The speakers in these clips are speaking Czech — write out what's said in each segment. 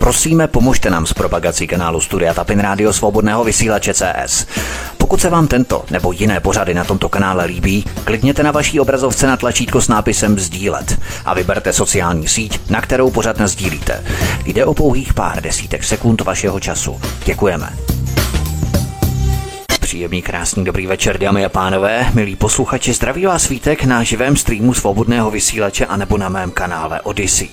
Prosíme, pomožte nám s propagací kanálu Studia Tapin Rádio Svobodného vysílače CS. Pokud se vám tento nebo jiné pořady na tomto kanále líbí, klikněte na vaší obrazovce na tlačítko s nápisem sdílet a vyberte sociální síť, na kterou pořad nasdílíte. Jde o pouhých pár desítek sekund vašeho času. Děkujeme. Příjemný, krásný, dobrý večer, dámy a pánové, milí posluchači, zdraví vás Vítek na živém streamu Svobodného vysílače anebo na mém kanále Odyssey.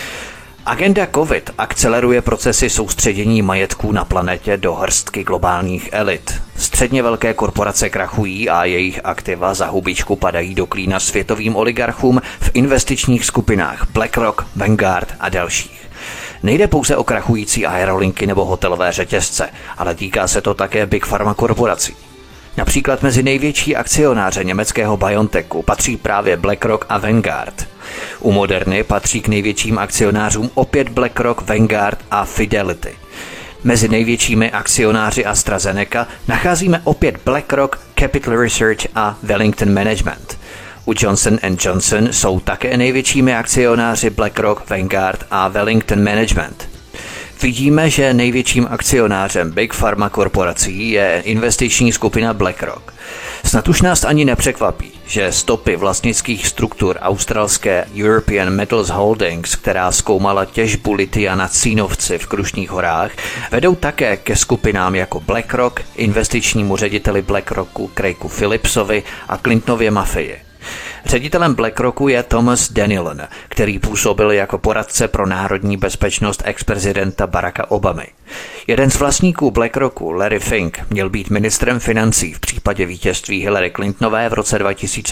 Agenda COVID akceleruje procesy soustředění majetků na planetě do hrstky globálních elit. Středně velké korporace krachují a jejich aktiva za hubičku padají do klína světovým oligarchům v investičních skupinách BlackRock, Vanguard a dalších. Nejde pouze o krachující aerolinky nebo hotelové řetězce, ale týká se to také Big Pharma korporací. Například mezi největší akcionáře německého BioNTechu patří právě BlackRock a Vanguard. U Moderny patří k největším akcionářům opět BlackRock, Vanguard a Fidelity. Mezi největšími akcionáři AstraZeneca nacházíme opět BlackRock, Capital Research a Wellington Management. U Johnson & Johnson jsou také největšími akcionáři BlackRock, Vanguard a Wellington Management. Vidíme, že největším akcionářem Big Pharma korporací je investiční skupina BlackRock. Snad už nás ani nepřekvapí, že stopy vlastnických struktur australské European Metals Holdings, která zkoumala těžbu litia na Cínovci v Krušných horách, vedou také ke skupinám jako BlackRock, investičnímu řediteli BlackRocku Craigu Phillipsovi a Clintonově mafii. Ředitelem BlackRocku je Thomas Danielon, který působil jako poradce pro národní bezpečnost ex-prezidenta Baracka Obamy. Jeden z vlastníků BlackRocku, Larry Fink, měl být ministrem financí v případě vítězství Hillary Clintonové v roce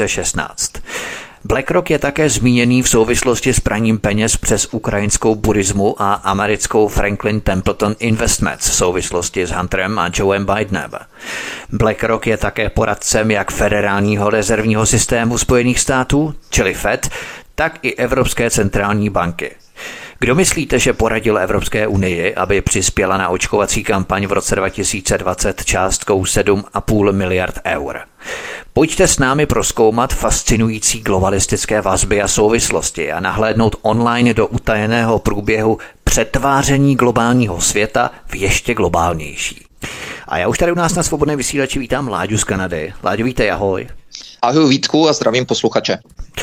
2016. BlackRock je také zmíněný v souvislosti s praním peněz přes ukrajinskou Burismu a americkou Franklin Templeton Investments v souvislosti s Hunterem a Joeem Bidenem. BlackRock je také poradcem jak Federálního rezervního systému Spojených států, čili Fed, tak i Evropské centrální banky. Kdo myslíte, že poradil Evropské unii, aby přispěla na očkovací kampaň v roce 2020 částkou 7,5 miliard eur? Pojďte s námi prozkoumat fascinující globalistické vazby a souvislosti a nahlédnout online do utajeného průběhu přetváření globálního světa v ještě globálnější. A já už tady u nás na Svobodné vysílači vítám Láďu z Kanady. Láďo, vítej, ahoj. Ahoj Vítku a zdravím posluchače.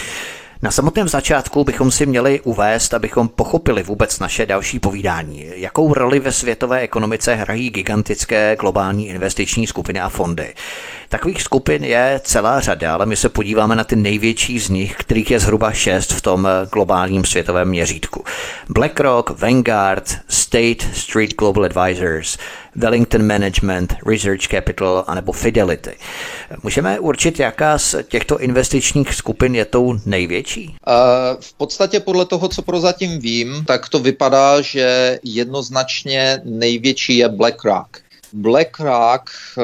Na samotném začátku bychom si měli uvést, abychom pochopili vůbec naše další povídání. Jakou roli ve světové ekonomice hrají gigantické globální investiční skupiny a fondy? Takových skupin je celá řada, ale my se podíváme na ty největší z nich, kterých je zhruba 6 v tom globálním světovém měřítku. BlackRock, Vanguard, State Street Global Advisors, Wellington Management, Research Capital anebo Fidelity. Můžeme určit, jaká z těchto investičních skupin je tou největší? V podstatě podle toho, co prozatím vím, tak to vypadá, že jednoznačně největší je BlackRock. BlackRock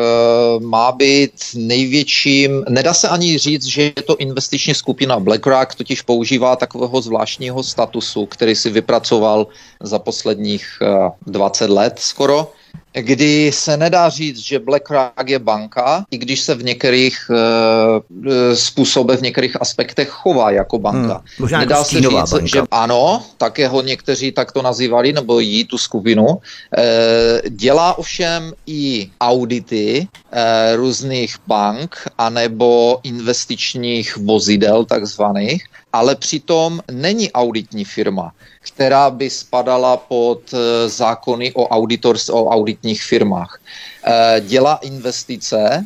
má být největším, nedá se ani říct, že je to investiční skupina. BlackRock totiž používá takového zvláštního statusu, který si vypracoval za posledních 20 let skoro, kdy se nedá říct, že BlackRock je banka, i když se v některých způsobech, v některých aspektech chová jako banka. Nedá se říct, banka. Že ano, také ho někteří takto nazývali, nebo jí tu skupinu. Dělá ovšem i audity různých bank anebo investičních vozidel takzvaných, ale přitom není auditní firma, která by spadala pod zákony o auditních firmách. Dělá investice,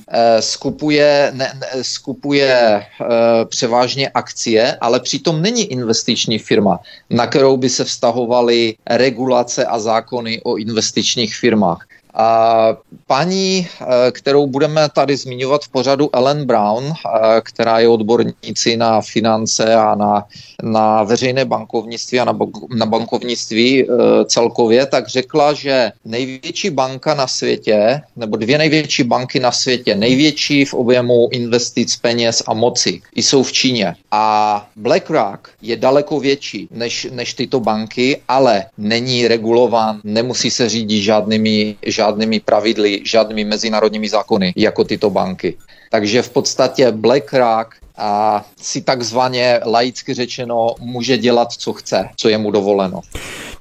skupuje převážně akcie, ale přitom není investiční firma, na kterou by se vztahovaly regulace a zákony o investičních firmách. A paní, kterou budeme tady zmiňovat v pořadu, Ellen Brown, která je odbornící na finance a na veřejné bankovnictví a na bankovnictví celkově, tak řekla, že největší banka na světě, nebo dvě největší banky na světě, největší v objemu investic, peněz a moci, jsou v Číně. A BlackRock je daleko větší než tyto banky, ale není regulován, nemusí se řídit žádnými pravidly, žádnými mezinárodními zákony jako tyto banky. Takže v podstatě BlackRock si takzvaně laicky řečeno může dělat, co chce, co je mu dovoleno.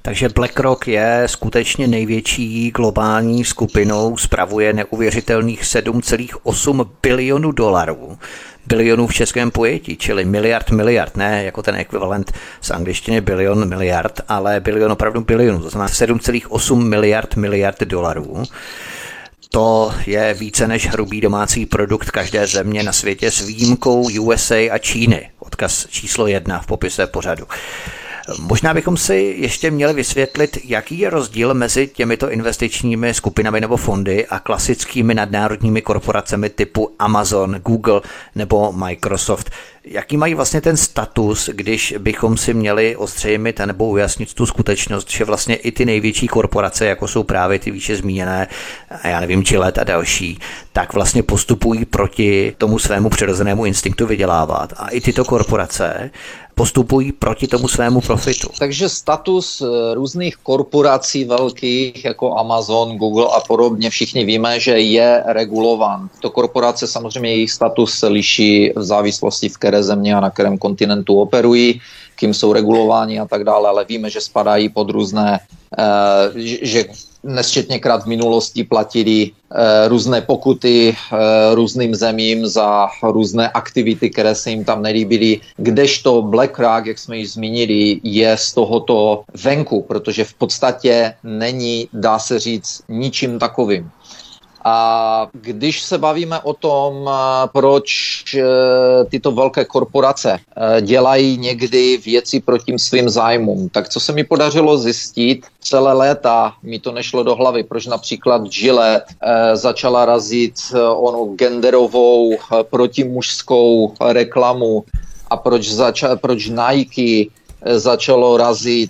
Takže BlackRock je skutečně největší globální skupinou, spravuje neuvěřitelných 7,8 bilionů dolarů. Bilionů v českém pojetí, čili miliard, ne jako ten ekvivalent z angličtiny bilion, miliard, ale bilion opravdu bilionů, to znamená 7,8 miliard dolarů. To je více než hrubý domácí produkt každé země na světě s výjimkou USA a Číny. Odkaz číslo 1 v popise pořadu. Možná bychom si ještě měli vysvětlit, jaký je rozdíl mezi těmito investičními skupinami nebo fondy a klasickými nadnárodními korporacemi typu Amazon, Google nebo Microsoft. Jaký mají vlastně ten status, když bychom si měli ozřejmit nebo ujasnit tu skutečnost, že vlastně i ty největší korporace, jako jsou právě ty výše zmíněné, já nevím, Gillette a další, tak vlastně postupují proti tomu svému přirozenému instinktu vydělávat. A i tyto korporace postupují proti tomu svému profitu. Takže status různých korporací velkých jako Amazon, Google a podobně, všichni víme, že je regulovan. To korporace samozřejmě jejich status se liší v závislosti v které země a na kterém kontinentu operují, kým jsou regulováni a tak dále, ale víme, že spadají pod různé, že nesčetněkrát v minulosti platili různé pokuty různým zemím za různé aktivity, které se jim tam nelíbily, kdežto BlackRock, jak jsme již zmínili, je z tohoto venku, protože v podstatě není, dá se říct, ničím takovým. A když se bavíme o tom, proč tyto velké korporace dělají někdy věci proti svým zájmům, tak co se mi podařilo zjistit, celé léta mi to nešlo do hlavy, proč například Gillette začala razit onu genderovou protimužskou reklamu a proč Nike začalo razit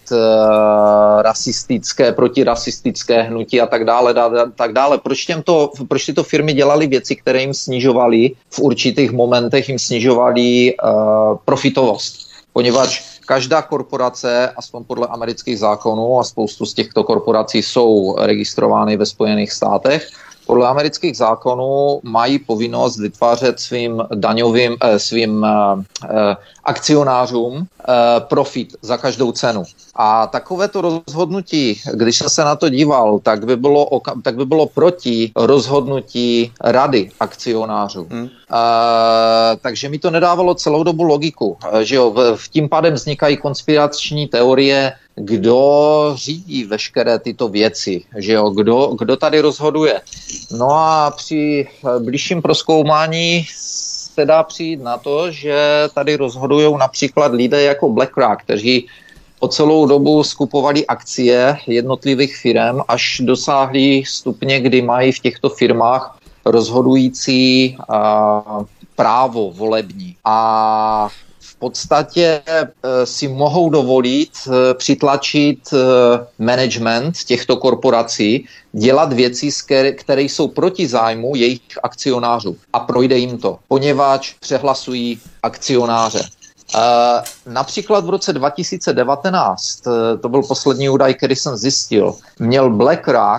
protirasistické hnutí a tak dále. Proč tyto firmy dělaly věci, které jim snižovaly v určitých momentech profitovost? Poněvadž každá korporace, aspoň podle amerických zákonů, a spoustu z těchto korporací jsou registrovány ve Spojených státech, podle amerických zákonů mají povinnost vytvářet svým akcionářům profit za každou cenu. A takovéto rozhodnutí, když jsem se na to díval, tak by bylo proti rozhodnutí rady akcionářů. Takže mi to nedávalo celou dobu logiku. Že jo, tím pádem vznikají konspirační teorie, kdo řídí veškeré tyto věci, že jo, kdo tady rozhoduje. No a při bližším prozkoumání se dá přijít na to, že tady rozhodují například lidé jako BlackRock, kteří po celou dobu skupovali akcie jednotlivých firm, až dosáhli stupně, kdy mají v těchto firmách rozhodující právo volební. A v podstatě si mohou dovolit přitlačit management těchto korporací, dělat věci, které jsou proti zájmu jejich akcionářů. A projde jim to, poněvadž přehlasují akcionáře. Například v roce 2019, to byl poslední údaj, který jsem zjistil, měl BlackRock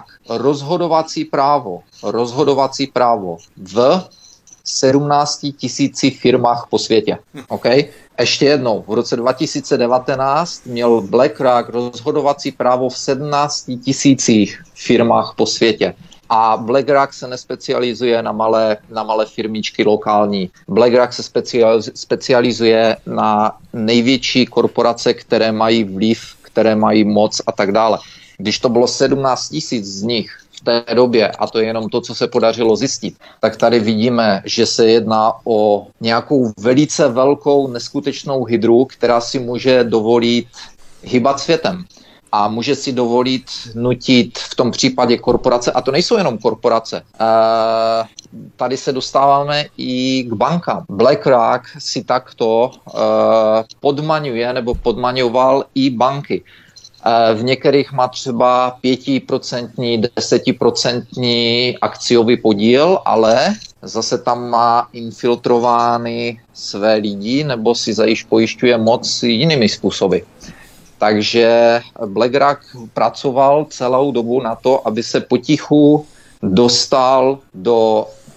rozhodovací právo v 17 000 firmách po světě. Okay? Ještě jednou, v roce 2019 měl BlackRock rozhodovací právo v 17 000 firmách po světě. A BlackRock se nespecializuje na malé firmičky lokální. BlackRock se specializuje na největší korporace, které mají vliv, které mají moc a tak dále. Když to bylo 17 000 z nich v té době, a to je jenom to, co se podařilo zjistit, tak tady vidíme, že se jedná o nějakou velice velkou neskutečnou hydru, která si může dovolit hýbat světem. A může si dovolit nutit v tom případě korporace, a to nejsou jenom korporace, tady se dostáváme i k bankám. BlackRock si takto podmaňuje nebo podmaňoval i banky. V některých má třeba 5%, 10% akciový podíl, ale zase tam má infiltrovány své lidi nebo si zajišť pojišťuje moc jinými způsoby. Takže BlackRock pracoval celou dobu na to, aby se potichu dostal do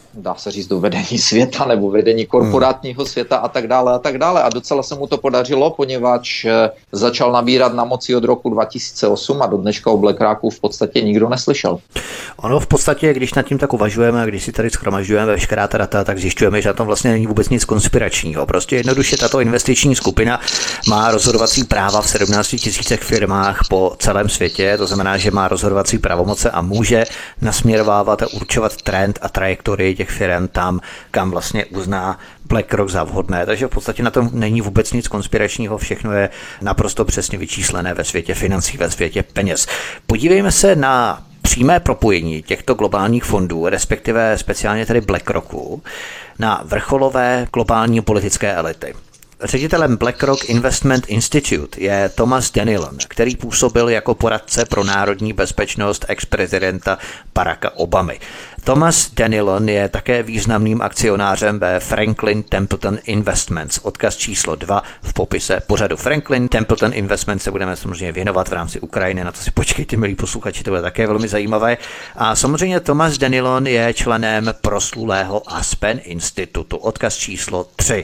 dá se říct, do vedení světa nebo vedení korporátního světa a tak dále a tak dále. A docela se mu to podařilo, poněvadž začal nabírat na moci od roku 2008 a do dneška o BlackRocku v podstatě nikdo neslyšel. Ono v podstatě, když nad tím tak uvažujeme a když si tady shromažďujeme veškerá ta data, tak zjišťujeme, že na tom vlastně není vůbec nic konspiračního. Prostě jednoduše tato investiční skupina má rozhodovací práva v 17 000 firmách po celém světě, to znamená, že má rozhodovací pravomoce a může nasměrovávat a určovat trend a trajektorii těch firm tam, kam vlastně uzná BlackRock za vhodné. Takže v podstatě na tom není vůbec nic konspiračního, všechno je naprosto přesně vyčíslené ve světě financí, ve světě peněz. Podívejme se na přímé propojení těchto globálních fondů, respektive speciálně tedy BlackRocku, na vrcholové globální politické elity. Ředitelem BlackRock Investment Institute je Thomas Danielon, který působil jako poradce pro národní bezpečnost ex-prezidenta Baracka Obamy. Thomas Danielon je také významným akcionářem ve Franklin Templeton Investments. Odkaz číslo 2 v popise pořadu. Franklin Templeton Investments se budeme samozřejmě věnovat v rámci Ukrajiny, na to si počkejte, milí posluchači, to bude také velmi zajímavé. A samozřejmě Thomas Danielon je členem proslulého Aspen Institutu. Odkaz číslo 3.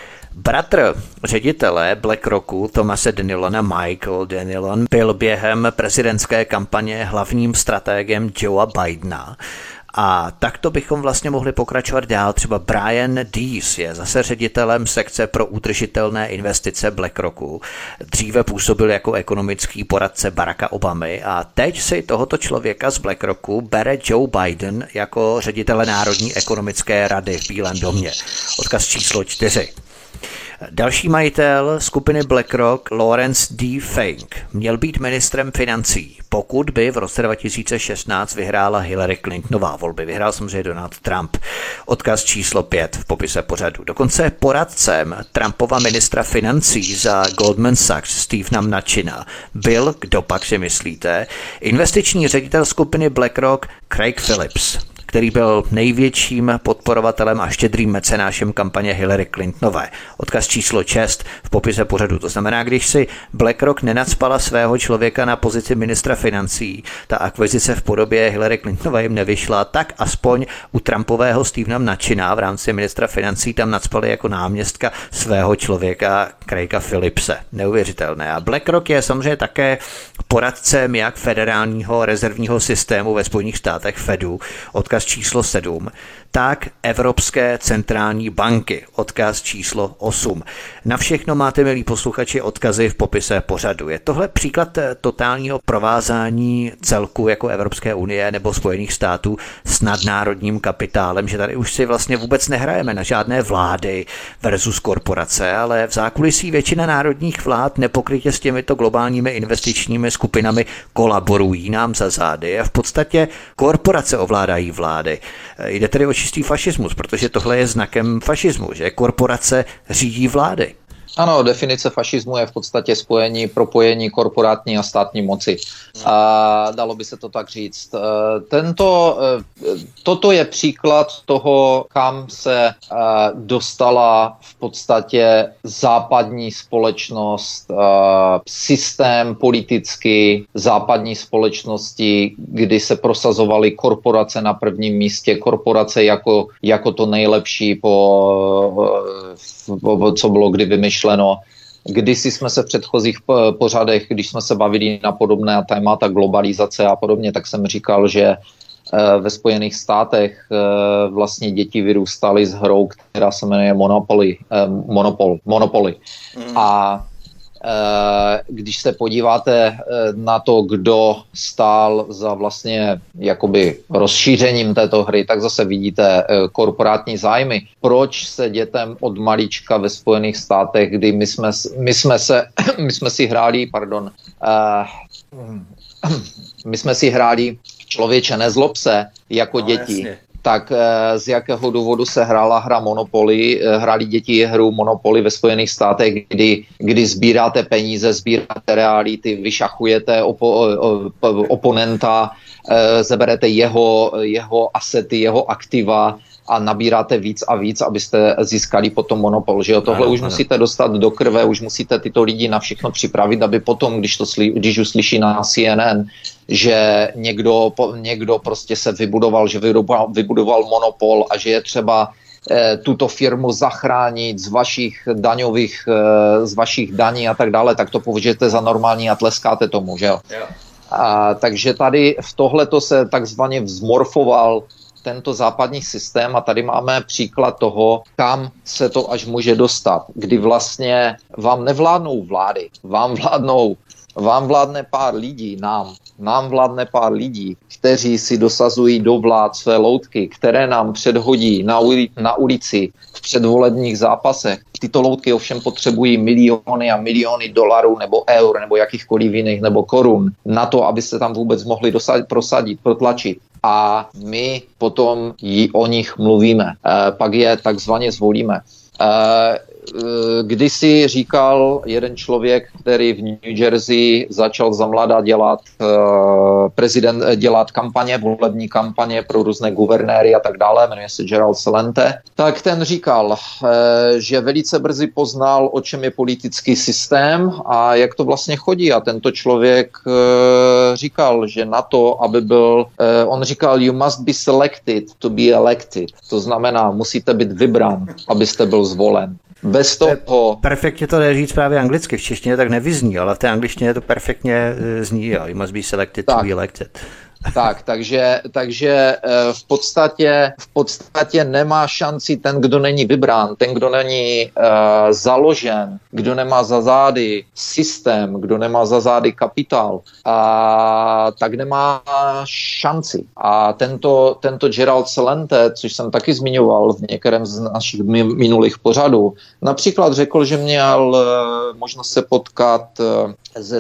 Bratr ředitele BlackRocku Thomase Danielona, Michael Danielon, byl během prezidentské kampaně hlavním strategem Joea Bidena. A takto bychom vlastně mohli pokračovat dál. Třeba Brian Dees je zase ředitelem sekce pro udržitelné investice BlackRocku. Dříve působil jako ekonomický poradce Baracka Obamy a teď si tohoto člověka z BlackRocku bere Joe Biden jako ředitele Národní ekonomické rady v Bílém domě. Odkaz číslo 4. Další majitel skupiny BlackRock, Lawrence D. Fink, měl být ministrem financí, pokud by v roce 2016 vyhrála Hillary Clintonová volby. Vyhrál samozřejmě Donald Trump. Odkaz číslo 5 v popise pořadu. Dokonce poradcem Trumpova ministra financí za Goldman Sachs Stevena Mnuchina byl, kdo pak si myslíte, investiční ředitel skupiny BlackRock Craig Phillips, který byl největším podporovatelem a štědrým mecenášem kampaně Hillary Clintonové. Odkaz číslo 6 v popise pořadu. To znamená, když si BlackRock nenacpala svého člověka na pozici ministra financí, ta akvizice v podobě Hillary Clintonové jim nevyšla, tak aspoň u Trumpového Stevena Mnuchina v rámci ministra financí tam nacpali jako náměstka svého člověka Craiga Phillipse. Neuvěřitelné. A BlackRock je samozřejmě také poradcem jak federálního rezervního systému ve Spojených státech Fedu, odkaz číslo 7, tak Evropské centrální banky, odkaz číslo 8. Na všechno máte, milí posluchači, odkazy v popise pořadu. Je tohle příklad totálního provázání celku jako Evropské unie nebo Spojených států s nadnárodním kapitálem, že tady už si vlastně vůbec nehrajeme na žádné vlády versus korporace, ale v zákulisí většina národních vlád nepokrytě s těmito globálními investičními skupinami kolaborují nám za zády a v podstatě korporace ovládají vlády. Jde tedy o čistý fašismus, protože tohle je znakem fašismu, že korporace řídí vlády. Ano, definice fašismu je v podstatě propojení korporátní a státní moci. Dalo by se to tak říct. Toto je příklad toho, kam se dostala v podstatě západní společnost, systém politický západní společnosti, kdy se prosazovaly korporace na prvním místě, korporace jako to nejlepší co bylo kdy vymyšleno. Kdysi jsme se v předchozích pořadech, když jsme se bavili na podobné témata globalizace a podobně, tak jsem říkal, že ve Spojených státech vlastně děti vyrůstaly s hrou, která se jmenuje Monopoly. A když se podíváte na to, kdo stál za vlastně jakoby rozšířením této hry, tak zase vidíte korporátní zájmy. Proč se dětem od malička ve Spojených státech, kdy my jsme si hráli Člověče nezlob se jako děti. Jasně. Tak z jakého důvodu se hrála hra Monopoly, hráli děti hru Monopoly ve Spojených státech, kdy sbíráte peníze, sbíráte reality, vyšachujete oponenta, zeberete jeho asety, jeho aktiva a nabíráte víc a víc, abyste získali potom monopol, že jo? Tohle už musíte dostat do krve, už musíte tyto lidi na všechno připravit, aby potom, když uslyší na CNN, že někdo prostě se vybudoval, že vybudoval monopol a že je třeba tuto firmu zachránit z vašich daní a tak dále, tak to považujete za normální a tleskáte tomu, že jo? Takže tady v tohleto se takzvaně vzmorfoval tento západní systém a tady máme příklad toho, kam se to až může dostat, kdy vlastně vám nevládnou vlády, vám vládne pár lidí, nám vládne pár lidí, kteří si dosazují do vlád své loutky, které nám předhodí na ulici v předvolebních zápasech. Tyto loutky ovšem potřebují miliony a miliony dolarů nebo eur nebo jakýchkoliv jiných nebo korun na to, aby se tam vůbec mohli prosadit, protlačit. A my potom o nich mluvíme, pak je takzvaně zvolíme. Kdysi říkal jeden člověk, který v New Jersey začal zamlada dělat kampaně, volební kampaně pro různé guvernéry a tak dále, jmenuje se Gerald Celente, tak ten říkal, že velice brzy poznal, o čem je politický systém a jak to vlastně chodí. A tento člověk říkal, že na to, aby byl, on říkal, you must be selected to be elected. To znamená, musíte být vybrán, abyste byl zvolen. Bez toho... Perfektně to jde říct právě anglicky, v češtině tak nevyzní, ale v té angličtině to perfektně zní, jo. You must be selected to be elected. Takže v podstatě nemá šanci ten, kdo není vybrán, ten, kdo není založen, kdo nemá za zády systém, kdo nemá za zády kapitál, tak nemá šanci. A tento Gerald Celente, což jsem taky zmiňoval v některém z našich minulých pořadů, například řekl, že měl možnost se potkat se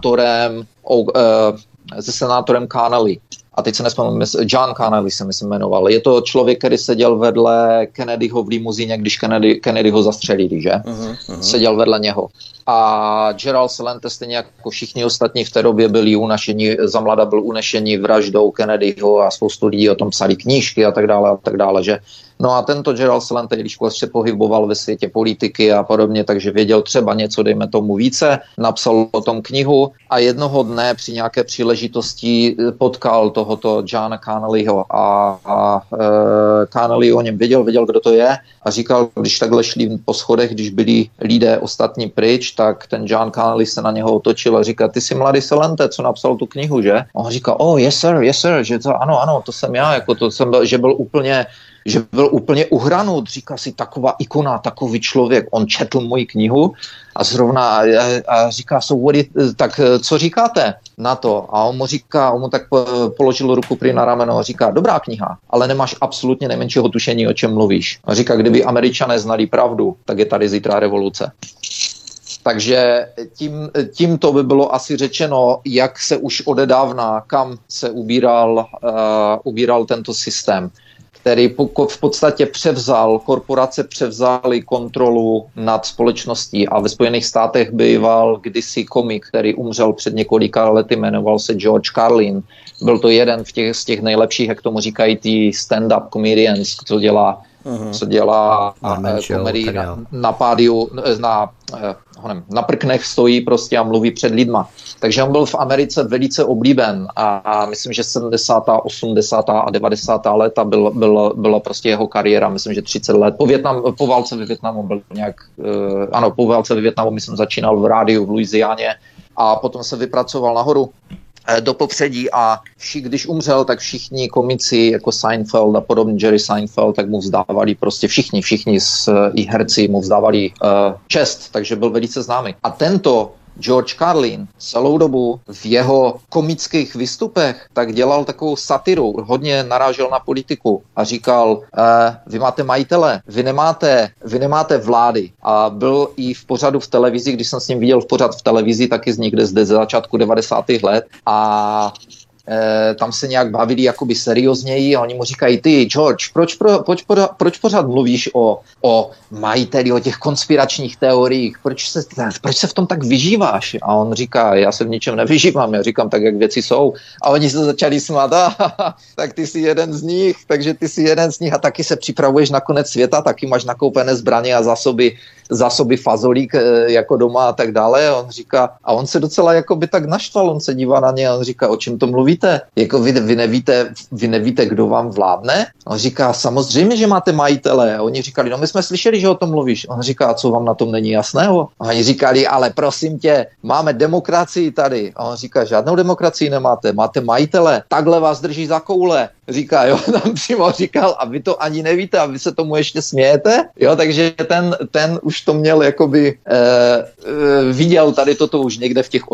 senátorem Connally. A teď se nespomínám, John Connally se myslím jmenoval. Je to člověk, který seděl vedle Kennedyho v limuzíně, když Kennedy ho zastřelili, že? Seděl vedle něho. A Gerald Celente, stejně jako všichni ostatní v té době byli unašeni, zamlada byl unešení vraždou Kennedyho a spoustu lidí o tom psali knížky a tak dále, že? No a tento Gerald Celente, když se pohyboval ve světě politiky a podobně, takže věděl třeba něco, dejme tomu více, napsal o tom knihu a jednoho dne při nějaké příležitosti potkal tohoto Johna Connellyho a Connelly o něm věděl, kdo to je a říkal, když takhle šli po schodech, když byli lidé ostatní pryč, tak ten John Connelly se na něho otočil a říká, ty jsi mladý Celente, co napsal tu knihu, že? A on říká, yes sir, že to ano, to jsem já, jako to jsem byl, že byl úplně uhranut, říká si taková ikona, takový člověk, on četl moji knihu a zrovna a říká, tak co říkáte na to? A on mu tak položil ruku prý na rameno a říká, dobrá kniha, ale nemáš absolutně nejmenšího tušení, o čem mluvíš. A říká, kdyby Američané znali pravdu, tak je tady zítra revoluce. Takže tímto by bylo asi řečeno, jak se už odedávna, kam se ubíral tento systém, který v podstatě korporace převzaly kontrolu nad společností a ve Spojených státech býval kdysi komik, který umřel před několika lety, jmenoval se George Carlin. Byl to jeden z těch nejlepších, jak tomu říkají ty stand-up comedians, co dělá komedii na pádiu, na prknech stojí prostě a mluví před lidma. Takže on byl v Americe velice oblíben a myslím, že 70., 80. a 90. léta byla prostě jeho kariéra, myslím, že 30 let. Po válce ve Vietnamu byl po válce ve Vietnamu myslím začínal v rádiu v Louisianě a potom se vypracoval nahoru do popředí a když umřel, tak všichni komici jako Seinfeld a podobně, Jerry Seinfeld, tak mu vzdávali prostě všichni i herci mu vzdávali čest, takže byl velice známý. A tento George Carlin celou dobu v jeho komických výstupech tak dělal takovou satiru, hodně narážel na politiku a říkal, vy máte majitele, vy nemáte vlády. A byl i v pořadu v televizi, když jsem s ním viděl v pořad v televizi, taky někde zde ze začátku 90. let a tam se nějak bavili jakoby seriózněji a oni mu říkají, ty George, proč pořád mluvíš o majiteli, o těch konspiračních teoriích, proč se v tom tak vyžíváš? A on říká, já se v ničem nevyžívám, já říkám tak, jak věci jsou. A oni se začali smát, tak ty jsi jeden z nich, takže ty jsi jeden z nich a taky se připravuješ na konec světa, taky máš nakoupené zbraně a zásoby fazolík jako doma a tak dále. A on říká, a on se docela jakoby tak naštval, on se dívá na ně a on říká, o čem to mluvíte? Jako vy nevíte, kdo vám vládne? On říká, samozřejmě, že máte majitele. A oni říkali, no my jsme slyšeli, že o tom mluvíš. On říká, a co vám na tom není jasného? A oni říkali, ale prosím tě, máme demokracii tady. A on říká, žádnou demokracii nemáte, máte majitele, takhle vás drží za koule. Říká, jo, tam přímo říkal, a vy to ani nevíte a vy se tomu ještě smějete? Jo, takže ten už to měl jakoby, viděl tady toto už někde v těch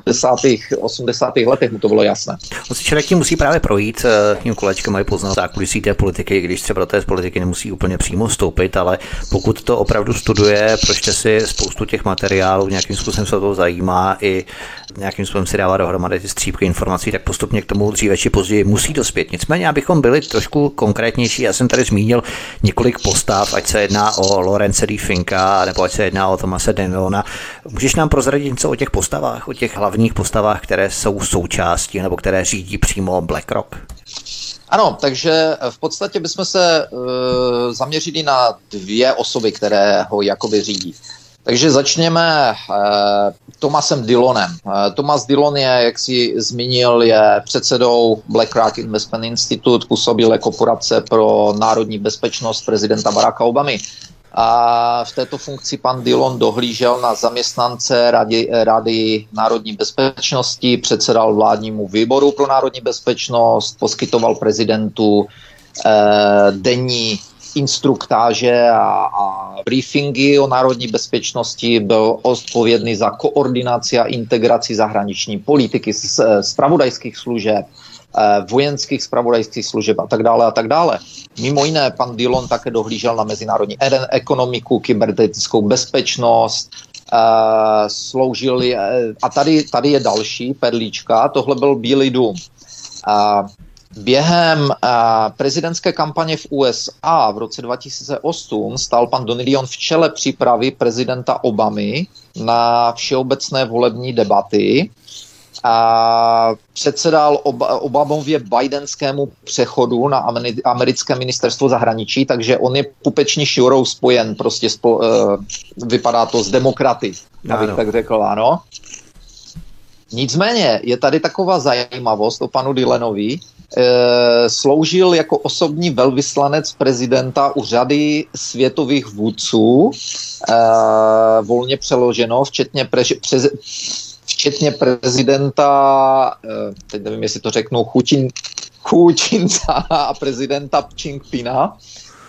80. letech, mu to bylo jasné. On si člověk tím musí právě projít tím kolečkem, aby poznal zákulisí té politiky, když třeba do té politiky nemusí úplně přímo vstoupit, ale pokud to opravdu studuje, pročte si spoustu těch materiálů, nějakým způsobem se to zajímá i nějakým způsobem si dává dohromady ty střípky informací, tak postupně k tomu dříve či později musí dospět. Nicméně, abychom byli trošku konkrétnější, já jsem tady zmínil několik postav, ať se jedná o Lorence D. Finka, nebo ať se jedná o Thomase Denona. Můžeš nám prozradit něco o těch postavách, o těch hlavních postavách, které jsou součástí nebo které řídí přímo BlackRock? Ano, takže v podstatě bychom se zaměřili na dvě osoby, které ho jakoby řídí. Takže začněme Thomasem Dillonem. Thomas Dillon je, jak si zmínil, je předsedou BlackRock Investment Institute, působil jako poradce pro národní bezpečnost prezidenta Baracka Obamy. A v této funkci pan Dillon dohlížel na zaměstnance Rady národní bezpečnosti, předsedal vládnímu výboru pro národní bezpečnost, poskytoval prezidentu denní instruktáže a briefingy o národní bezpečnosti, byl odpovědný za koordinaci a integraci zahraniční politiky, zpravodajských služeb, vojenských zpravodajských služeb a tak dále a tak dále. Mimo jiné, pan Dillon také dohlížel na mezinárodní ekonomiku, kybernetickou bezpečnost, sloužili, a tady je další perlička, tohle byl Bílý dům. Během prezidentské kampaně v USA v roce 2008 stál pan Dillon v čele přípravy prezidenta Obamy na všeobecné volební debaty a předsedal Obamově bidenskému přechodu na americké ministerstvo zahraničí, takže on je pupeční šňůrou spojen, prostě vypadá to z demokraty, abych tak řekl, ano. Nicméně je tady taková zajímavost o panu Dillonovi. Sloužil jako osobní velvyslanec prezidenta u řady světových vůdců, volně přeloženo, včetně prezidenta, teď nevím, jestli to řeknu, Hu Jinta a prezidenta Xi Jinpinga,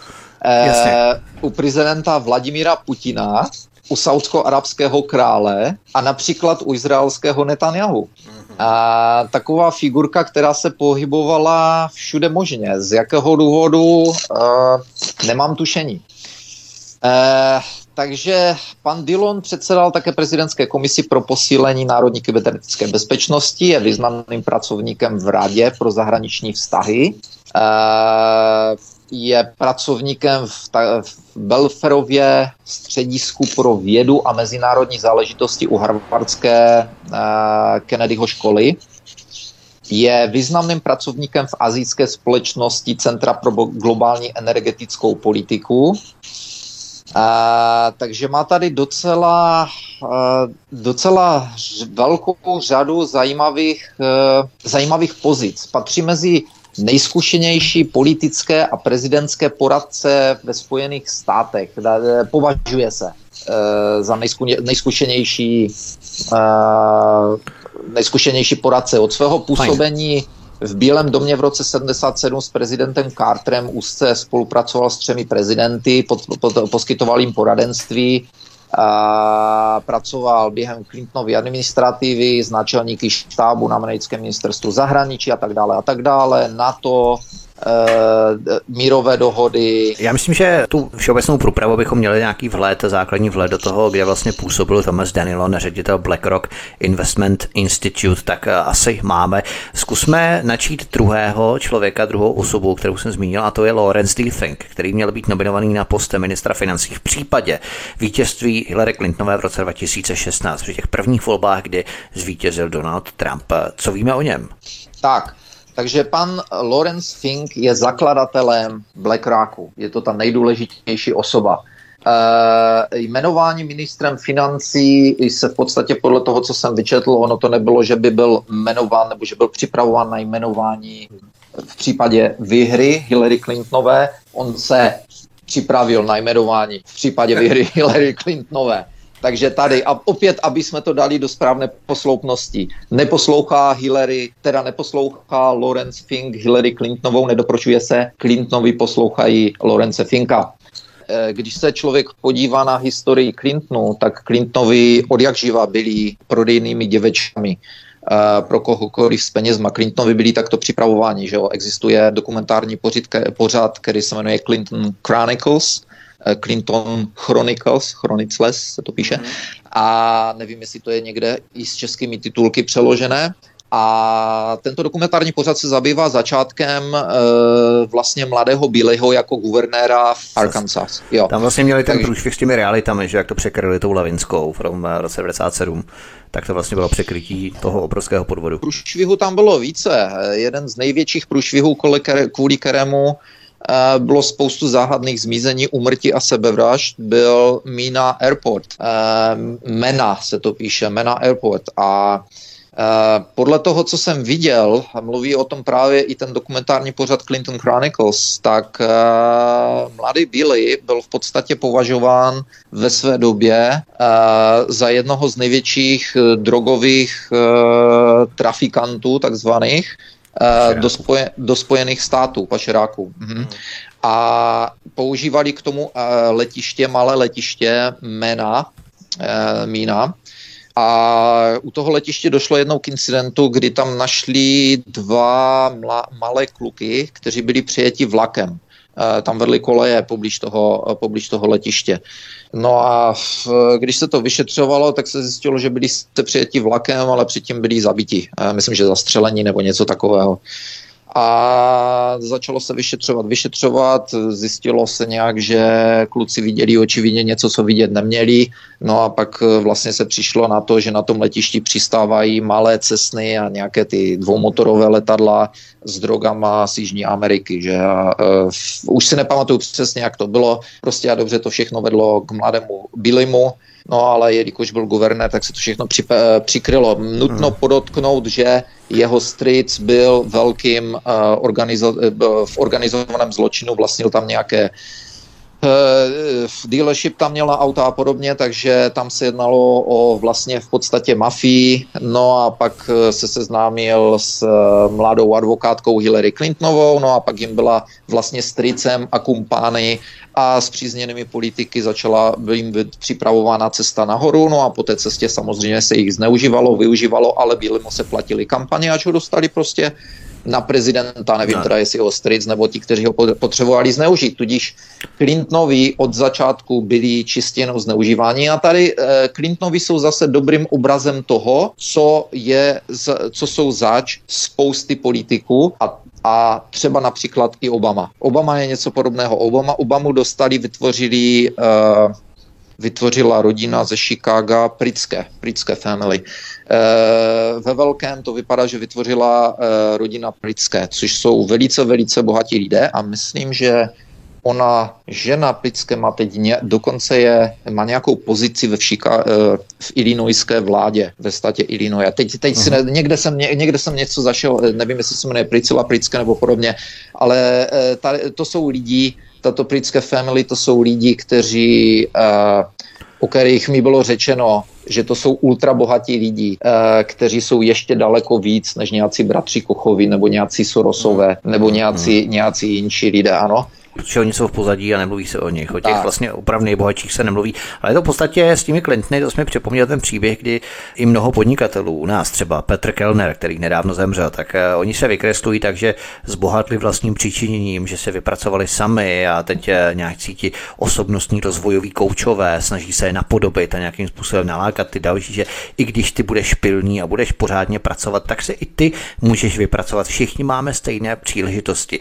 u prezidenta Vladimíra Putina, u saúdsko-arabského krále a například u izraelského Netanjahu. A taková figurka, která se pohybovala všude možně. Z jakého důvodu nemám tušení. Takže pan Dillon předsedal také prezidentské komisi pro posílení národní kybernetické bezpečnosti, je významným pracovníkem v Radě pro zahraniční vztahy. Je pracovníkem v Belferově středisku pro vědu a mezinárodní záležitosti u harvardské Kennedyho školy. Je významným pracovníkem v asijské společnosti Centra pro globální energetickou politiku. Takže má tady docela velkou řadu zajímavých pozic. Patří mezi nejzkušenější politické a prezidentské poradce ve Spojených státech. Považuje se za nejzkušenější poradce. Od svého působení v Bílém domě v roce 1977 s prezidentem Carterem úzce spolupracoval s 3 prezidenty, poskytoval jim poradenství, pracoval během Clintonovy administrativy s náčelníky štábu na americkém ministerstvu zahraničí a tak dále, NATO, mírové dohody. Já myslím, že tu všeobecnou průpravu bychom měli nějaký základní vhled do toho, kde vlastně působil Thomas Danilon, ředitel BlackRock Investment Institute, tak asi máme. Zkusme načít druhého člověka, druhou osobu, kterou jsem zmínil, a to je Lawrence D. Fink, který měl být nominovaný na post ministra financí v případě vítězství Hillary Clintonové v roce 2016, při těch prvních volbách, kdy zvítězil Donald Trump. Co víme o něm? Takže pan Lawrence Fink je zakladatelem BlackRocku. Je to ta nejdůležitější osoba. Jmenování ministrem financí se v podstatě podle toho, co jsem vyčetl, ono to nebylo, že by byl jmenován nebo že byl připravován na jmenování v případě výhry Hillary Clintonové. On se připravil na jmenování v případě výhry Hillary Clintonové. Takže tady, a opět, aby jsme to dali do správné posloupnosti. Neposlouchá Lawrence Fink Hillary Clintonovou, nedoporučuje se, Clintonovi poslouchají Lawrence Finka. Když se člověk podívá na historii Clintonu, tak Clintonovi odjakživa byli prodejnými děvečkami. Pro kohokoliv s penězma. Clintonovi byli takto připravováni, že jo? Existuje dokumentární pořad, který se jmenuje Clinton Chronicles, se to píše. A nevím, jestli to je někde i s českými titulky přeložené. A tento dokumentární pořad se zabývá začátkem vlastně mladého Billyho jako guvernéra v Arkansas. Jo. Tam vlastně měli ten průšvih s těmi realitami, že jak to překryli tou Levinskou v roce 1997, tak to vlastně bylo překrytí toho obrovského podvodu. Průšvihu tam bylo více. Jeden z největších průšvihů, kvůli kterému bylo spoustu záhadných zmizení, úmrtí a sebevražd, byl Mena Airport. Mena se to píše, Mena Airport. A podle toho, co jsem viděl, mluví o tom právě i ten dokumentární pořad Clinton Chronicles, tak mladý Billy byl v podstatě považován ve své době za jednoho z největších drogových trafikantů, takzvaných, do Spojených států, pašeráků. A používali k tomu malé letiště Mena. A u toho letiště došlo jednou k incidentu, kdy tam našli dva malé kluky, kteří byli přijeti vlakem. Tam vedli koleje poblíž toho letiště. No a když se to vyšetřovalo, tak se zjistilo, že byli přijeti vlakem, ale předtím byli zabiti. Myslím, že zastřelení nebo něco takového. A začalo se vyšetřovat, zjistilo se nějak, že kluci viděli očividně něco, co vidět neměli, no a pak vlastně se přišlo na to, že na tom letišti přistávají malé Cessny a nějaké ty dvoumotorové letadla s drogama z Jižní Ameriky, že už si nepamatuju přesně, jak to bylo, prostě a dobře to všechno vedlo k mladému Billymu. No ale jelikož byl guvernér, tak se to všechno přikrylo. Nutno podotknout, že jeho strýc byl velkým v organizovaném zločinu, vlastnil tam nějaké dealership tam měla auta a podobně, takže tam se jednalo o vlastně v podstatě mafii, no a pak se seznámil s mladou advokátkou Hillary Clintonovou, no a pak jim byla vlastně strýcem a kumpány a s přízněnými politiky byla jim připravována cesta nahoru, no a po té cestě samozřejmě se jich využívalo, ale Billymu se platili kampaně, až ho dostali prostě na prezidenta, nevím teda, jestli ho strýc nebo ti, kteří ho potřebovali zneužít. Tudíž Clintonovi od začátku byli čistě jenom zneužívání a tady Clintonovi jsou zase dobrým obrazem toho, co jsou zač spousty politiků a třeba například i Obama. Obama je něco podobného. Obamu vytvořila rodina ze Chicaga, Pritzke family. Ve velkém to vypadá, že vytvořila rodina Pritzke, což jsou velice, velice bohatí lidé a myslím, že žena Pritzke má teď má nějakou pozici v illinoiské vládě, ve státě Illinois. Teď si někde jsem něco zašel, nevím, jestli se jmenuje Priscilla Pritzke nebo podobně, ale to jsou lidi, tato Pritzke family, to jsou lidi, o kterých mi bylo řečeno, že to jsou ultrabohatí lidi, kteří jsou ještě daleko víc než nějací bratři Kochovi nebo nějací Sorosové nebo nějací jinší lidé, ano. protože oni jsou v pozadí a nemluví se o nich. O těch tak. vlastně opravdu nejbohatších se nemluví. Ale to v podstatě s těmi Clintony, to jsme připomněl ten příběh, kdy i mnoho podnikatelů u nás, třeba Petr Kellner, který nedávno zemřel, tak oni se vykreslují tak, že zbohatli vlastním přičiněním, že se vypracovali sami a teď nějaký ti osobnostní rozvojový koučové snaží se je napodobit a nějakým způsobem nalákat ty další, že i když ty budeš pilný a budeš pořádně pracovat, tak se i ty můžeš vypracovat. Všichni máme stejné příležitosti.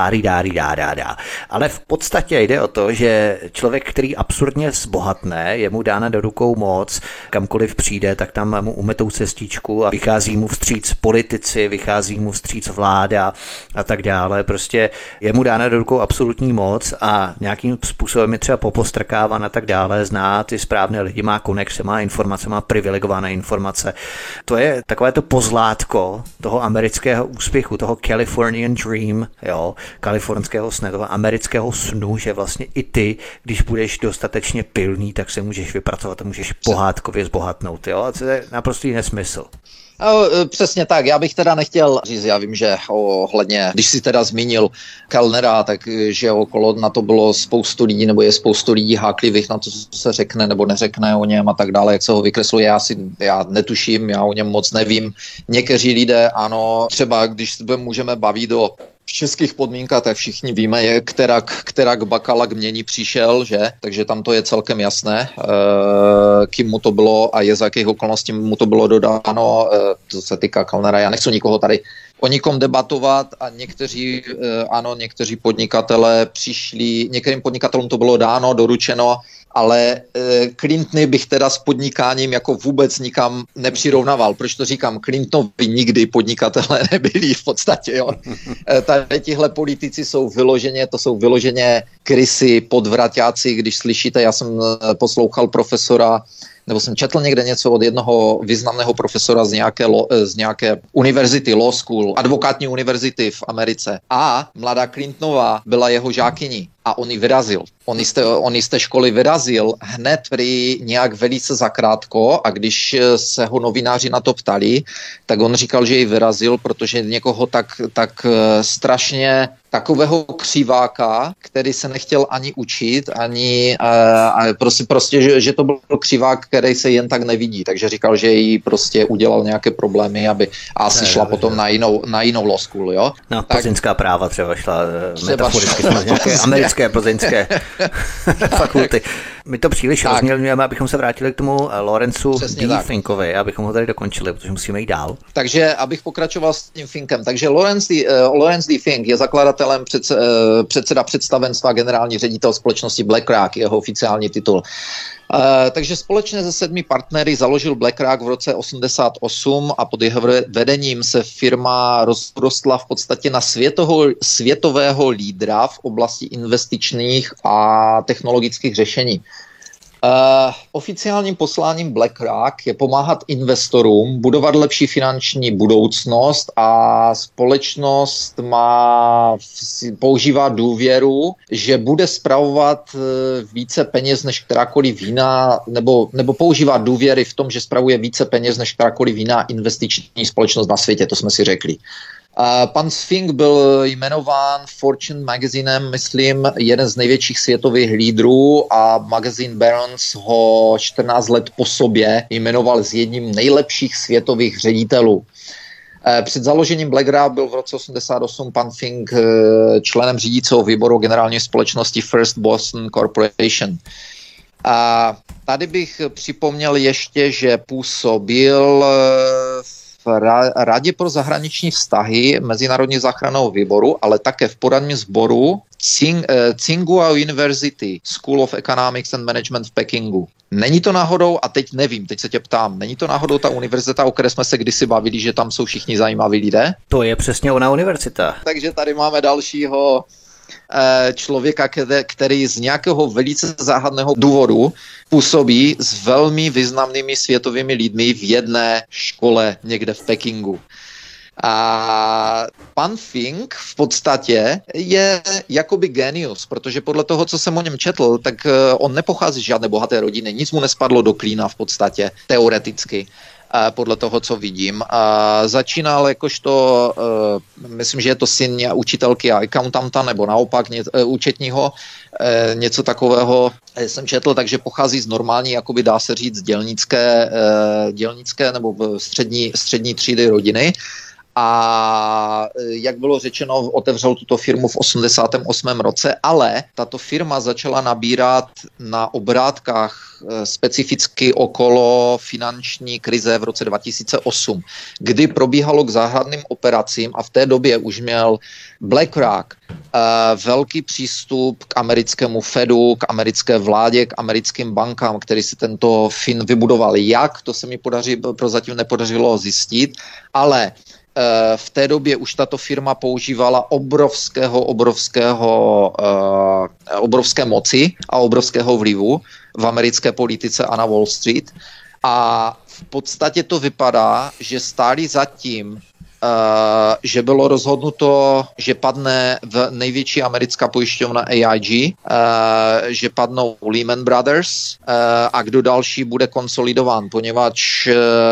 Dá. Ale v podstatě jde o to, že člověk, který absurdně zbohatne, je mu dána do rukou moc, kamkoliv přijde, tak tam mu umetou cestičku a vychází mu vstříc politici, vychází mu vstříc vláda a tak dále. Prostě je mu dána do rukou absolutní moc a nějakým způsobem je třeba popostrkávan a tak dále, zná ty správné lidi, má konexe, má informace, má privilegované informace. To je takové to pozlátko toho amerického úspěchu, toho Californian Dream, jo, kalifornského snu, toho amerického snu, že vlastně i ty, když budeš dostatečně pilný, tak se můžeš vypracovat a můžeš pohádkově zbohatnout, jo, a to je naprostý nesmysl. Přesně tak, já bych teda nechtěl říct, já vím, že ohledně, když si teda zmínil Kellnera, tak že okolo na to bylo spoustu lidí, nebo je spoustu lidí háklivých na to, co se řekne nebo neřekne o něm a tak dále, jak se ho vykresluje, já netuším, já o něm moc nevím. Někteří lidé, ano, třeba když se můžeme bavit o v českých podmínkách, tak všichni víme, kterak Bakala k mění přišel, že? Takže tam to je celkem jasné, kým mu to bylo a je za jakých okolností mu to bylo dodáno, to se týká Kellnera. Já nechci nikoho tady o nikom debatovat a někteří podnikatelé přišli, některým podnikatelům to bylo dáno, doručeno, ale Clintony bych teda s podnikáním jako vůbec nikam nepřirovnával. Proč to říkám? Clintonovi nikdy podnikatelé nebyli v podstatě. Jo? Tady tihle politici jsou vyloženě krysy, podvraťáci, když slyšíte, já jsem poslouchal profesora, nebo jsem četl někde něco od jednoho významného profesora z nějaké univerzity, law school, advokátní univerzity v Americe. A mladá Clintonová byla jeho žákyní a on ji vyrazil. On ji z té školy vyrazil hned prý nějak velice zakrátko a když se ho novináři na to ptali, tak on říkal, že ji vyrazil, protože někoho tak strašně takového křiváka, který se nechtěl ani učit, ani prostě, že to byl křivák, který se jen tak nevidí. Takže říkal, že jí prostě udělal nějaké problémy, aby asi šla potom na jinou law school, jo? No, plzeňská práva třeba šla metaforicky, nějaké americké plzeňské fakulty. My to příliš rozmělňujeme, abychom se vrátili k tomu Lawrencu D. Finkovi, abychom ho tady dokončili, protože musíme jít dál. Takže, abych pokračoval s tím Finkem. Takže Lawrence D. Fink je zakladatelem předseda představenstva, generální ředitel společnosti BlackRock, jeho oficiální titul. Takže společně se 7 partnery založil BlackRock v roce 1988 a pod jeho vedením se firma rozrostla v podstatě na světového lídra v oblasti investičních a technologických řešení. Oficiálním posláním BlackRock je pomáhat investorům budovat lepší finanční budoucnost a společnost používá důvěru, že bude spravovat více peněz než kterákoliv jiná, nebo používá důvěry v tom, že spravuje více peněz než kterákoliv jiná investiční společnost na světě, to jsme si řekli. Pan Fink byl jmenován Fortune magazinem, myslím, jeden z největších světových lídrů a magazín Barron's ho 14 let po sobě jmenoval s jedním nejlepších světových ředitelů. Před založením BlackRock byl v roce 1988 pan Fink členem řídícího výboru generální společnosti First Boston Corporation. A tady bych připomněl ještě, že působil v Radě pro zahraniční vztahy Mezinárodního záchranného výboru, ale také v poradním sboru Tsinghua University School of Economics and Management v Pekingu. Není to náhodou, a teď nevím, teď se tě ptám, není to náhodou ta univerzita, o které jsme se kdysi bavili, že tam jsou všichni zajímaví lidé? To je přesně ona univerzita. Takže tady máme dalšího člověka, který z nějakého velice záhadného důvodu působí s velmi významnými světovými lidmi v jedné škole někde v Pekingu. A pan Fink v podstatě je jakoby genius, protože podle toho, co jsem o něm četl, tak on nepochází z žádné bohaté rodiny, nic mu nespadlo do klína v podstatě, teoreticky. podle toho, co vidím. Začínal jakožto, myslím, že je to syn učitelky a accountanta, nebo naopak účetního, něco takového jsem četl, takže pochází z normální, jakoby dá se říct, dělnické nebo střední třídy rodiny. A jak bylo řečeno, otevřel tuto firmu v 88. roce, ale tato firma začala nabírat na obrátkách specificky okolo finanční krize v roce 2008, kdy probíhalo k záhadným operacím a v té době už měl BlackRock velký přístup k americkému Fedu, k americké vládě, k americkým bankám, který si tento fin vybudoval. Jak, to se mi prozatím nepodařilo zjistit, ale v té době už tato firma používala obrovské moci a obrovského vlivu v americké politice a na Wall Street. A v podstatě to vypadá, že stáli za tím, že bylo rozhodnuto, že padne největší americká pojišťovna AIG, že padnou Lehman Brothers a kdo další bude konsolidován, poněvadž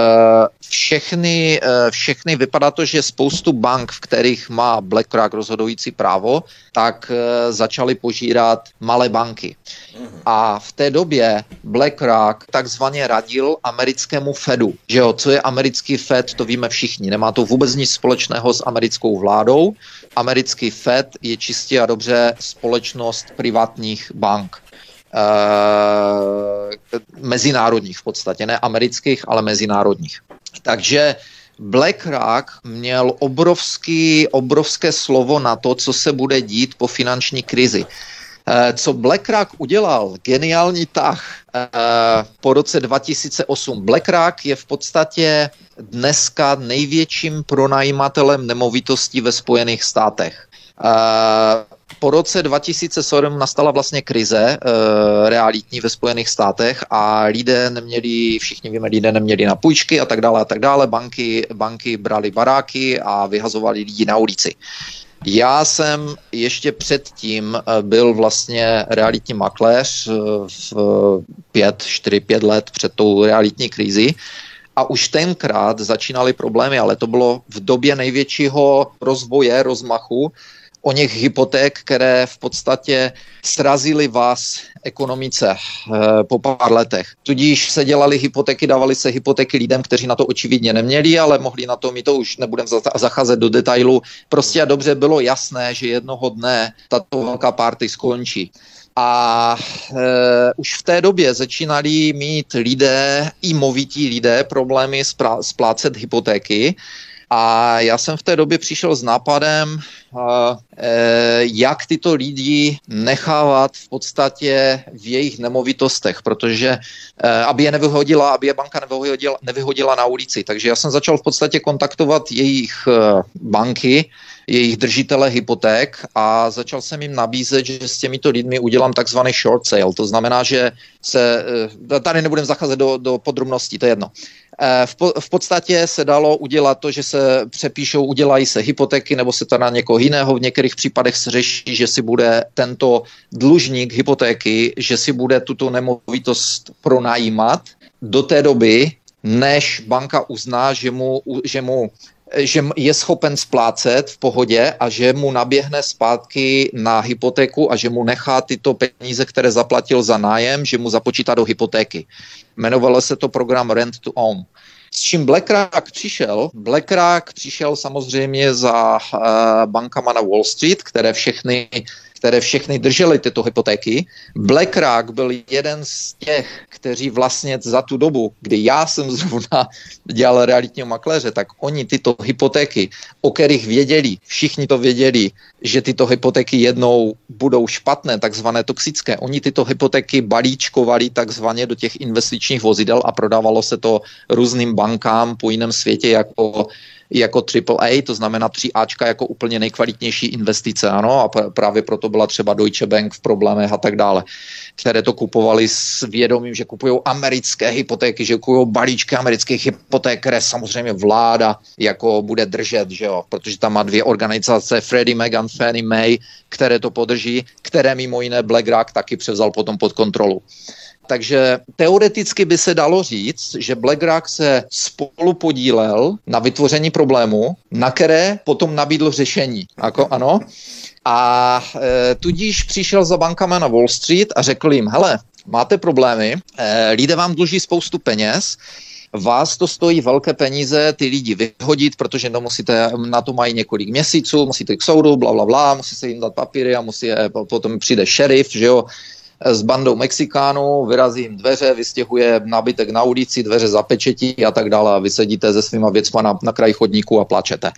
všechny vypadá to, že spoustu bank, v kterých má BlackRock rozhodující právo, tak začaly požírat malé banky. A v té době BlackRock takzvaně radil americkému Fedu. Že jo, co je americký Fed, to víme všichni. Nemá to vůbec nic společného s americkou vládou. Americký Fed je čistě a dobře společnost privátních bank. Mezinárodních v podstatě, ne amerických, ale mezinárodních. Takže BlackRock měl obrovské slovo na to, co se bude dít po finanční krizi. Co BlackRock udělal, geniální tah po roce 2008. BlackRock je v podstatě dneska největším pronajímatelem nemovitostí ve Spojených státech. Po roce 2007 nastala vlastně krize realitní ve Spojených státech a všichni víme, lidé neměli na půjčky a tak dále. Banky brali baráky a vyhazovali lidi na ulici. Já jsem ještě předtím byl vlastně realitní makléř v 4-5 let před tou realitní krizi a už tenkrát začínaly problémy, ale to bylo v době největšího rozmachu o něch hypoték, které v podstatě srazily vás ekonomice po pár letech. Tudíž se dělaly hypotéky, dávaly se hypotéky lidem, kteří na to očividně neměli, ale mohli na to, my to už nebudeme zacházet do detailu. Prostě a dobře bylo jasné, že jednoho dne tato velká party skončí. A už v té době začínali mít lidé, i movití lidé, problémy splácet hypotéky. A já jsem v té době přišel s nápadem, jak tyto lidi nechávat v podstatě v jejich nemovitostech, protože aby je banka nevyhodila na ulici. Takže já jsem začal v podstatě kontaktovat jejich banky, jejich držitele hypoték a začal jsem jim nabízet, že s těmito lidmi udělám takzvaný short sale. To znamená, že tady nebudem zacházet do podrobností, to je jedno. V podstatě se dalo udělat to, že se přepíšou, udělají se hypotéky nebo se to na někoho jiného. V některých případech se řeší, že si bude tento dlužník hypotéky, že si bude tuto nemovitost pronajímat do té doby, než banka uzná, že je schopen splácet v pohodě a že mu naběhne zpátky na hypotéku a že mu nechá tyto peníze, které zaplatil za nájem, že mu započítá do hypotéky. Jmenovalo se to program Rent to Own. S čím BlackRock přišel? BlackRock přišel samozřejmě za bankama na Wall Street, které všechny držely tyto hypotéky. BlackRock byl jeden z těch, kteří vlastně za tu dobu, kdy já jsem zrovna dělal realitního makléře, tak oni tyto hypotéky, o kterých věděli, všichni to věděli, že tyto hypotéky jednou budou špatné, takzvané toxické. Oni tyto hypotéky balíčkovali takzvaně do těch investičních vozidel a prodávalo se to různým bankám po jiném světě jako AAA, to znamená 3Ačka jako úplně nejkvalitnější investice, ano, a právě proto byla třeba Deutsche Bank v problémech a tak dále, které to kupovali s vědomím, že kupují americké hypotéky, že kupují balíčky amerických hypoték, které samozřejmě vláda jako bude držet, že jo, protože tam má 2 organizace, Freddie Mac a Fannie Mae, které to podrží, které mimo jiné BlackRock taky převzal potom pod kontrolu. Takže teoreticky by se dalo říct, že BlackRock se spolu podílel na vytvoření problému, na které potom nabídl řešení. Ano. A tudíž přišel za bankama na Wall Street a řekl jim, hele, máte problémy, lidé vám dluží spoustu peněz, vás to stojí velké peníze ty lidi vyhodit, protože na to mají několik měsíců, musíte k soudu, blablabla, musí se jim dát papíry a potom přijde šerif, že jo, s bandou Mexikánů, vyrazí jim dveře, vystěhuje nábytek na ulici, dveře zapečetí a tak dále a vy sedíte se svýma věcma na kraji chodníku a plačete.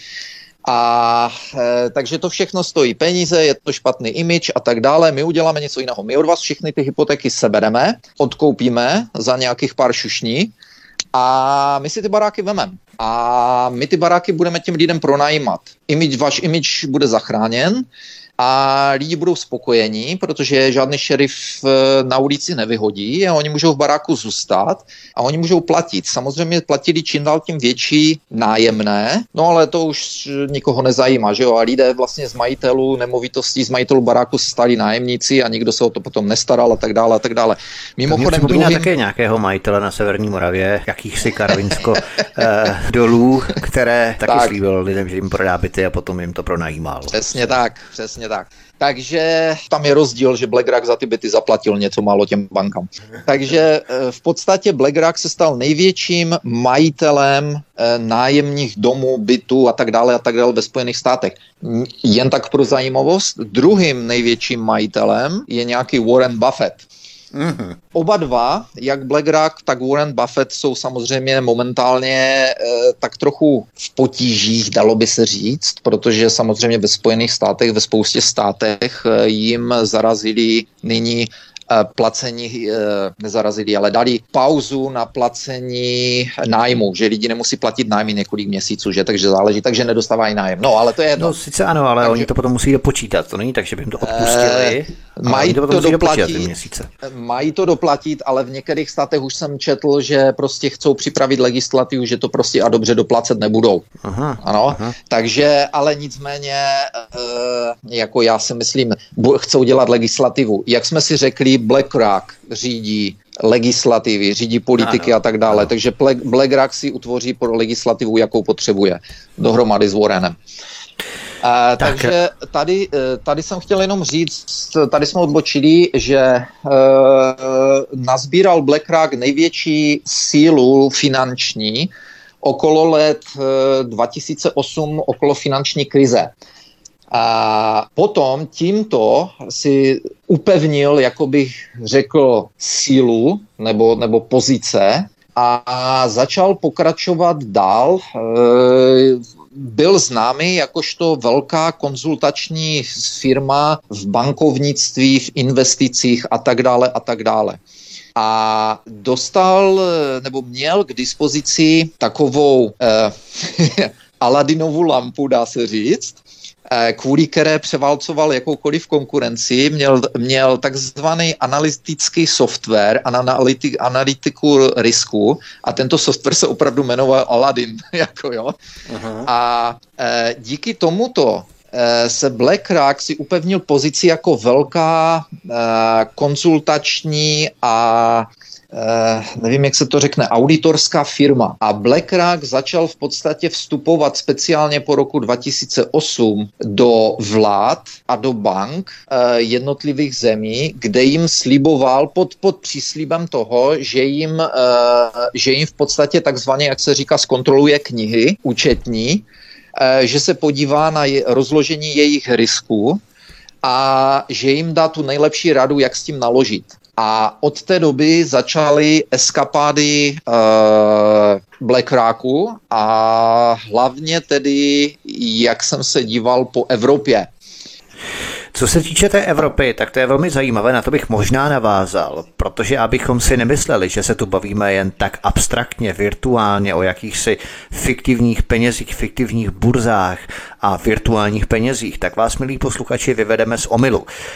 Takže to všechno stojí peníze, je to špatný image a tak dále. My uděláme něco jiného. My od vás všechny ty hypotéky sebereme, odkoupíme za nějakých pár šušní a my si ty baráky vememe. A my ty baráky budeme těm lidem pronajímat. Váš image bude zachráněn a lidi budou spokojení, protože žádný šerif na ulici nevyhodí a oni můžou v baráku zůstat a oni můžou platit. Samozřejmě platili čím dál tím větší nájemné, no ale to už nikoho nezajímá, že jo? A lidé vlastně z majitelů nemovitostí, z majitelů baráku se stali nájemníci a nikdo se o to potom nestaral a tak dále a tak dále. Mimochodem připomíná také nějakého majitele na Severní Moravě, jakýchsi Karvinsko dolů, které taky slíbil lidem, že jim prodá byty a potom jim to pronajímal. Přesně tak. Takže tam je rozdíl, že BlackRock za ty byty zaplatil něco málo těm bankám. Takže v podstatě BlackRock se stal největším majitelem nájemních domů, bytů a tak dále ve Spojených státech. Jen tak pro zajímavost, druhým největším majitelem je nějaký Warren Buffett. Mm-hmm. Oba dva, jak BlackRock, tak Warren Buffett, jsou samozřejmě momentálně tak trochu v potížích, dalo by se říct, protože samozřejmě ve Spojených státech, ve spoustě státech jim zarazili nyní placení, nezarazili, ale dali pauzu na placení nájmu, že lidi nemusí platit nájmy několik měsíců, že, takže záleží, takže nedostávají nájem. No, ale to je jedno. No, sice ano, ale oni to potom musí dopočítat, to není tak, že by jim to odpustili. Mají to doplatit, mají to doplatit, ale v některých státech už jsem četl, že prostě chcou připravit legislativu, že to prostě a dobře doplacet nebudou. Aha. Takže, ale nicméně, jako já si myslím, chcou dělat legislativu. Jak jsme si řekli, BlackRock řídí legislativy, řídí politiky a tak dále, takže BlackRock si utvoří pro legislativu, jakou potřebuje, dohromady s Warrenem. Takže tady jsem chtěl jenom říct, tady jsme odbočili, že nazbíral BlackRock největší sílu finanční okolo let 2008, okolo finanční krize. A potom tímto si upevnil, jako bych řekl, sílu nebo pozice a začal pokračovat dál. Byl známý jakožto velká konzultační firma v bankovnictví, v investicích a tak dále. A dostal, nebo měl k dispozici takovou Aladinovu lampu, dá se říct, kvůli které převálcoval jakoukoliv konkurenci, měl takzvaný analytický software, analytiku risku a tento software se opravdu jmenoval Aladdin. A díky tomuto se BlackRock si upevnil pozici jako velká konzultační a nevím, jak se to řekne, auditorská firma. A BlackRock začal v podstatě vstupovat speciálně po roku 2008 do vlád a do bank jednotlivých zemí, kde jim sliboval pod příslibem toho, že jim v podstatě takzvaně, jak se říká, zkontroluje knihy účetní, že se podívá na rozložení jejich risků a že jim dá tu nejlepší radu, jak s tím naložit. A od té doby začaly eskapády BlackRocku a hlavně tedy, jak jsem se díval po Evropě. Co se týče té Evropy, tak to je velmi zajímavé, na to bych možná navázal, protože abychom si nemysleli, že se tu bavíme jen tak abstraktně, virtuálně o jakýchsi fiktivních penězích, fiktivních burzách a virtuálních penězích, tak vás, milí posluchači, vyvedeme z omylu.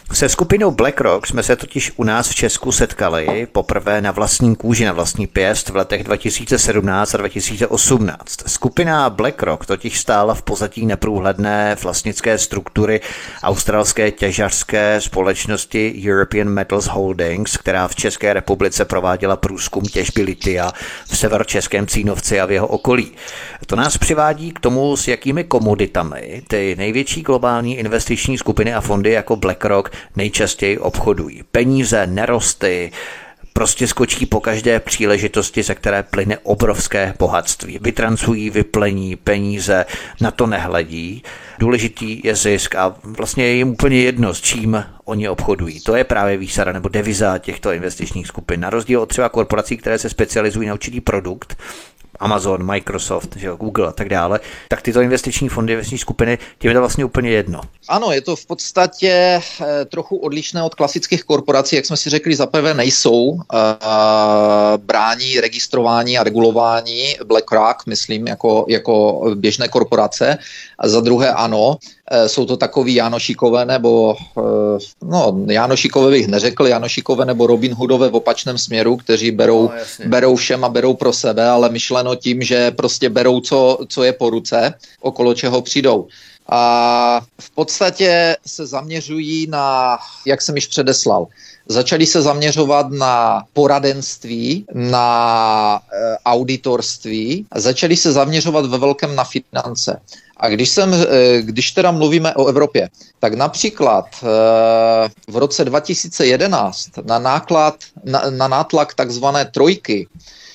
Se skupinou BlackRock jsme se totiž u nás v Česku setkali poprvé na vlastní kůži, na vlastní pěst v letech 2017 a 2018. Skupina BlackRock totiž stála v pozadí neprůhledné vlastnické struktury australské těžařské společnosti European Metals Holdings, která v České republice prováděla průzkum těžby litia v severočeském Cínovci a v jeho okolí. To nás přivádí k tomu, s jakými komoditami ty největší globální investiční skupiny a fondy jako BlackRock nejčastěji obchodují. Peníze, nerosty, prostě skočí po každé příležitosti, ze které plyne obrovské bohatství. Vytrancují, vyplení peníze, na to nehledí. Důležitý je zisk a vlastně je jim úplně jedno, s čím oni obchodují. To je právě výsada nebo deviza těchto investičních skupin. Na rozdíl od třeba korporací, které se specializují na určitý produkt, Amazon, Microsoft, že jo, Google a tak dále, tak tyto investiční fondy, investiční skupiny, tím je to vlastně úplně jedno. Ano, je to v podstatě trochu odlišné od klasických korporací, jak jsme si řekli, zaprvé nejsou brání, registrování a regulování BlackRock, myslím, jako běžné korporace. A za druhé ano, jsou to takový Jánošíkové nebo, Jánošíkové bych neřekl, Jánošíkové nebo Robin Hoodové v opačném směru, kteří berou všem a berou pro sebe, ale myšleno tím, že prostě berou, co je po ruce, okolo čeho přijdou. A v podstatě se zaměřují na, jak jsem již předeslal, začali se zaměřovat na poradenství, na auditorství, začali se zaměřovat ve velkém na finance. A když teda mluvíme o Evropě, tak například v roce 2011 na nátlak takzvané trojky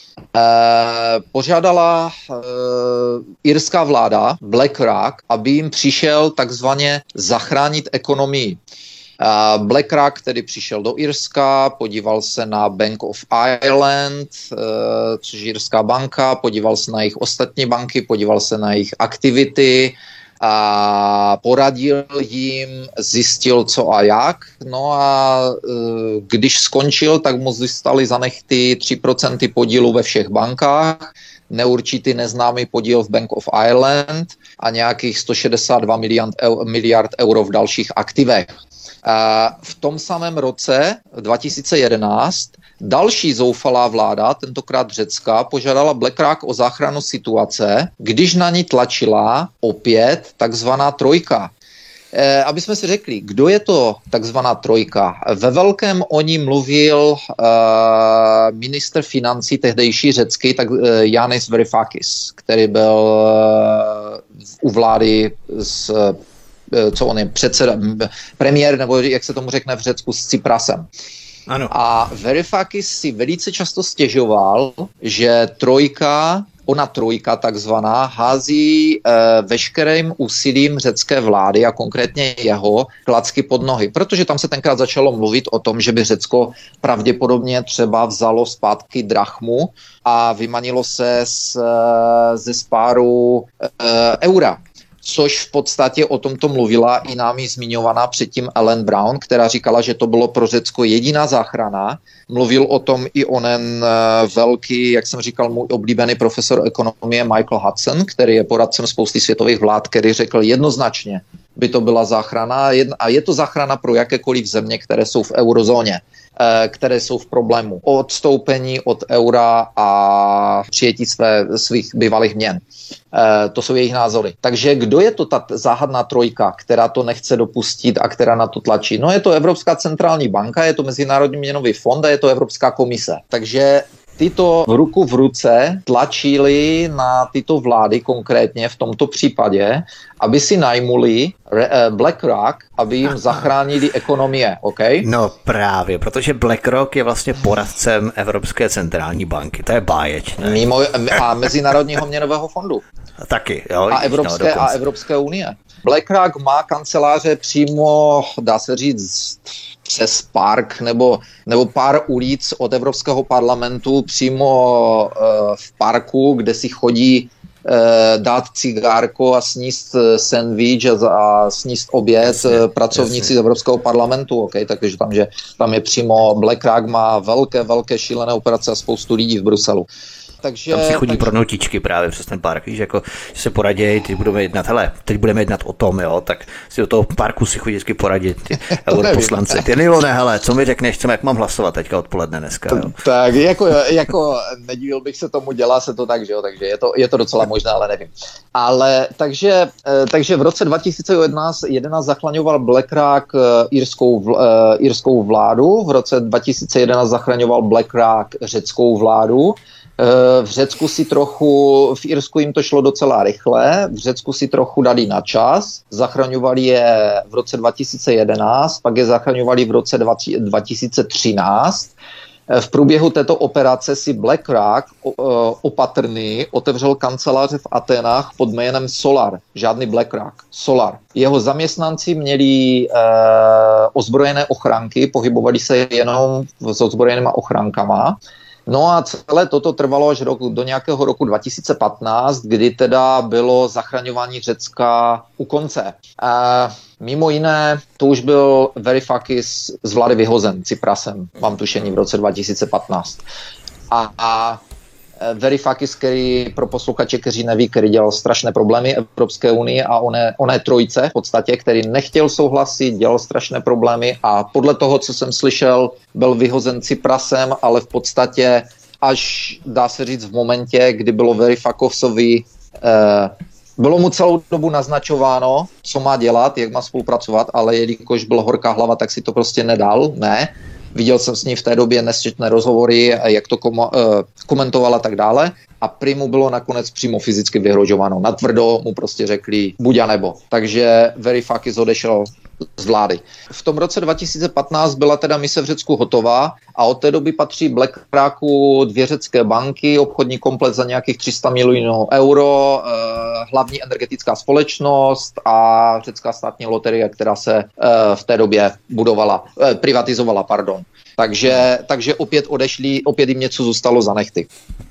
požádala irská vláda BlackRock, aby jim přišel takzvaně zachránit ekonomii. BlackRock tedy přišel do Irska, podíval se na Bank of Ireland, což je irská banka, podíval se na jejich ostatní banky, podíval se na jejich aktivity a poradil jim, zjistil co a jak. No a když skončil, tak mu zůstali zanechty 3% podílu ve všech bankách, neurčitý neznámý podíl v Bank of Ireland a nějakých 162 miliard euro v dalších aktivech. V tom samém roce 2011 další zoufalá vláda, tentokrát Řecka, požádala BlackRock o záchranu situace, když na ní tlačila opět takzvaná trojka. Aby jsme si řekli, kdo je to takzvaná trojka. Ve velkém o ní mluvil ministr financí tehdejší řecký, Yanis Varoufakis, který byl u vlády co on je, předseda, premiér, nebo jak se tomu řekne v Řecku, s Cyprasem. Ano. A Varoufakis si velice často stěžoval, že ona trojka takzvaná, hází veškerým úsilím řecké vlády a konkrétně jeho klacky pod nohy. Protože tam se tenkrát začalo mluvit o tom, že by Řecko pravděpodobně třeba vzalo zpátky drachmu a vymanilo se ze spáru eura. Což v podstatě o tomto mluvila i námi zmiňovaná předtím Ellen Brown, která říkala, že to bylo pro Řecko jediná záchrana. Mluvil o tom i onen velký, jak jsem říkal, můj oblíbený profesor ekonomie Michael Hudson, který je poradcem spousty světových vlád, který řekl jednoznačně, by to byla záchrana a je to záchrana pro jakékoliv země, které jsou v eurozóně, které jsou v problému. Odstoupení od eura a přijetí svých bývalých měn. To jsou jejich názory. Takže kdo je to ta záhadná trojka, která to nechce dopustit a která na to tlačí? No je to Evropská centrální banka, je to Mezinárodní měnový fond a je to Evropská komise. Takže tyto v ruku v ruce tlačili na tyto vlády konkrétně v tomto případě, aby si najmuli BlackRock, aby jim zachránili ekonomie, OK? No právě, protože BlackRock je vlastně poradcem Evropské centrální banky, to je báječné. A Mezinárodního měnového fondu. Taky, jo. A Evropské unie. BlackRock má kanceláře přímo, dá se říct, přes park nebo pár ulic od Evropského parlamentu přímo v parku, kde si chodí dát cigárko a sníst sandwich a sníst oběd pracovníci z Evropského parlamentu. Okay? Takže tam je přímo BlackRock má velké šílené operace a spoustu lidí v Bruselu. Tam si chodí pro notičky právě přes ten park, víš, jako že se poradí, teď budeme jednat o tom, jo, tak si do toho parku si chodí vždycky poradit ty europoslanci. Ty Nilone, hele, co mi řekneš, jak mám hlasovat teďka odpoledne dneska, jo. Tak jako nedivil bych se tomu, dělá se to tak, že jo, takže je to docela možné, ale nevím. Ale takže v roce 2011 zachraňoval BlackRock irskou vládu, v roce 2011 zachraňoval BlackRock řeckou vládu. V Irsku jim to šlo docela rychle, v Řecku si trochu dali na čas, zachraňovali je v roce 2011, pak je zachraňovali v roce 2013. V průběhu této operace si BlackRock opatrný otevřel kanceláře v Aténách pod jménem Solar. Žádný BlackRock, Solar. Jeho zaměstnanci měli ozbrojené ochránky, pohybovali se jenom s ozbrojenýma ochránkama. No a celé toto trvalo až do nějakého roku 2015, kdy teda bylo zachraňování Řecka u konce. Mimo jiné, to už byl Varoufakis z vlády vyhozen Tsiprasem, mám tušení, v roce 2015. A Varoufakis, který pro posluchače, kteří neví, který dělal strašné problémy Evropské unii a oné trojce v podstatě, který nechtěl souhlasit, dělal strašné problémy a podle toho, co jsem slyšel, byl vyhozen Tsiprasem, ale v podstatě až dá se říct v momentě, kdy bylo Varoufakisovi bylo mu celou dobu naznačováno, co má dělat, jak má spolupracovat, ale jelikož byl horká hlava, tak si to prostě nedal, ne. Viděl jsem s ní v té době nesčetné rozhovory, jak to komentoval a tak dále. A prý mu bylo nakonec přímo fyzicky vyhrožováno. Natvrdo mu prostě řekli buď a nebo. Takže Varoufakis odešel z vlády. V tom roce 2015 byla teda mise v Řecku hotová a od té doby patří BlackRocku 2 řecké banky, obchodní komplet za nějakých 300 milionů euro, hlavní energetická společnost a řecká státní loterie, která se v té době privatizovala. Takže opět odešli, opět jim něco zůstalo za nehty.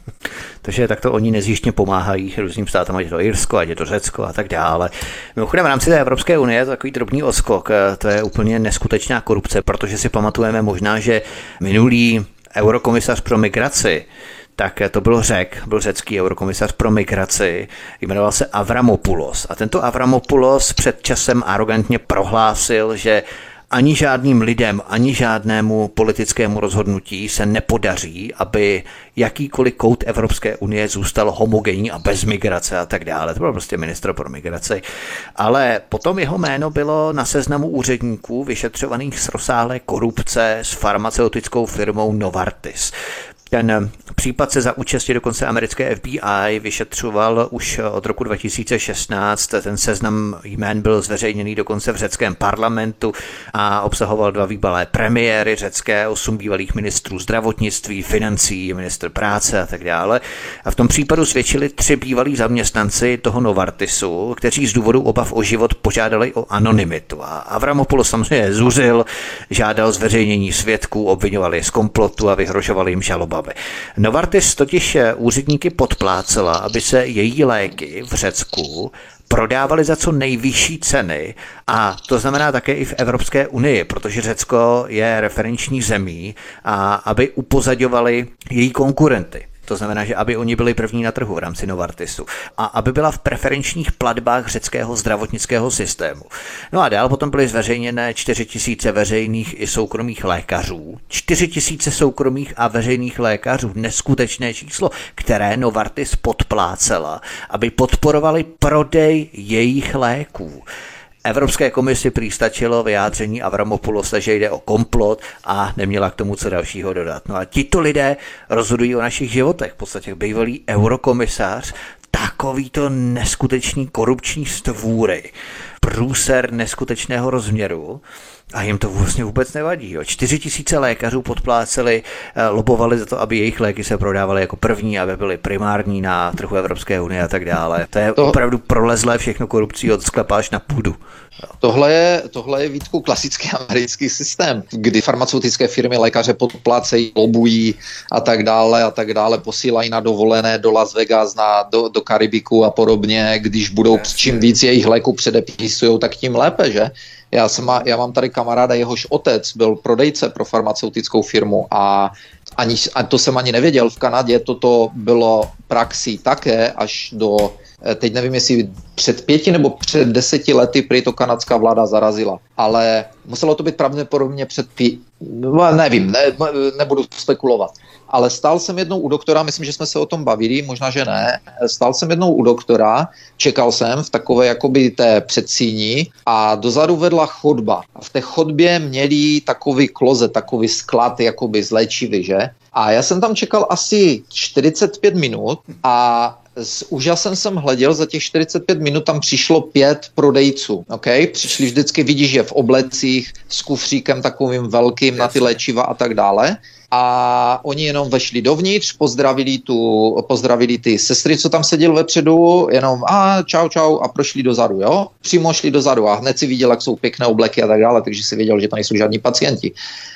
Takže takto oni nezjištně pomáhají různým státům, ať je to Irsko, ať je to Řecko a tak dále. Mimochodem v rámci té Evropské unie je to takový drobný odskok, to je úplně neskutečná korupce, protože si pamatujeme možná, že minulý eurokomisař pro migraci, tak to byl řecký eurokomisař pro migraci, jmenoval se Avramopoulos. A tento Avramopoulos před časem arrogantně prohlásil, že ani žádným lidem, ani žádnému politickému rozhodnutí se nepodaří, aby jakýkoliv kout Evropské unie zůstal homogenní a bez migrace a tak dále. To byl prostě ministr pro migraci. Ale potom jeho jméno bylo na seznamu úředníků vyšetřovaných z rozsáhlé korupce s farmaceutickou firmou Novartis. Ten případ se za účasti dokonce americké FBI vyšetřoval už od roku 2016. Ten seznam jmén byl zveřejněný dokonce v řeckém parlamentu a obsahoval 2 bývalé premiéry řecké, 8 bývalých ministrů zdravotnictví, financí, ministr práce a tak dále. A v tom případu svědčili 3 bývalí zaměstnanci toho Novartisu, kteří z důvodu obav o život požádali o anonymitu. A Avramopoulos samozřejmě zuřil, žádal zveřejnění svědků, obviňoval je z komplotu a vyhrožoval jim žalobami. Novartis totiž úředníky podplácela, aby se její léky v Řecku prodávaly za co nejvyšší ceny a to znamená také i v Evropské unii, protože Řecko je referenční zemí a aby upozadňovali její konkurenty. To znamená, že aby oni byli první na trhu v rámci Novartisu a aby byla v preferenčních platbách řeckého zdravotnického systému. No a dál potom byly zveřejněné 4 000 veřejných i soukromých lékařů. 4 000 soukromých a veřejných lékařů, neskutečné číslo, které Novartis podplácela, aby podporovali prodej jejich léků. Evropské komisi prý stačilo vyjádření Avramopoulose, že jde o komplot a neměla k tomu co dalšího dodat. No a tito lidé rozhodují o našich životech. V podstatě bývalý eurokomisař, takovýto neskutečný korupční stvůry, průser neskutečného rozměru a jim to vlastně vůbec nevadí. Jo. 4 000 lékařů podpláceli, lobovali za to, aby jejich léky se prodávaly jako první, aby byly primární na trhu Evropské unie a tak dále. To je opravdu prolezlé všechno korupcí od sklepa až na půdu. Jo. Tohle je Vítku klasický americký systém, kdy farmaceutické firmy lékaře podplácejí, lobují a tak dále, posílají na dovolené do Las Vegas, do Karibiku a podobně, když budou čím víc jejich léků předepisují, tak tím lépe, že? Já mám tady kamaráda, jehož otec byl prodejce pro farmaceutickou firmu a A to jsem ani nevěděl, v Kanadě toto bylo praxí také až do, teď nevím, jestli před 5 nebo před 10 lety prý to kanadská vláda zarazila, ale muselo to být pravděpodobně nevím, nebudu spekulovat. Ale stál jsem jednou u doktora, myslím, že jsme se o tom bavili, možná, že ne. Stál jsem jednou u doktora, čekal jsem v takové jakoby té předsíni a dozadu vedla chodba. A v té chodbě měli takový klozet, takový sklad jakoby z léčivy, že? A já jsem tam čekal asi 45 minut a s úžasem jsem hleděl, za těch 45 minut tam přišlo 5 prodejců, okay? Přišli vždycky, vidíš, že v oblecích s kufříkem takovým velkým na ty léčiva a tak dále. A oni jenom vešli dovnitř, pozdravili ty sestry, co tam seděl vepředu, jenom čau a prošli dozadu, jo? Přímo šli dozadu a hned si viděl, jak jsou pěkné obleky a tak dále, takže si věděl, že tam nejsou žádní pacienti.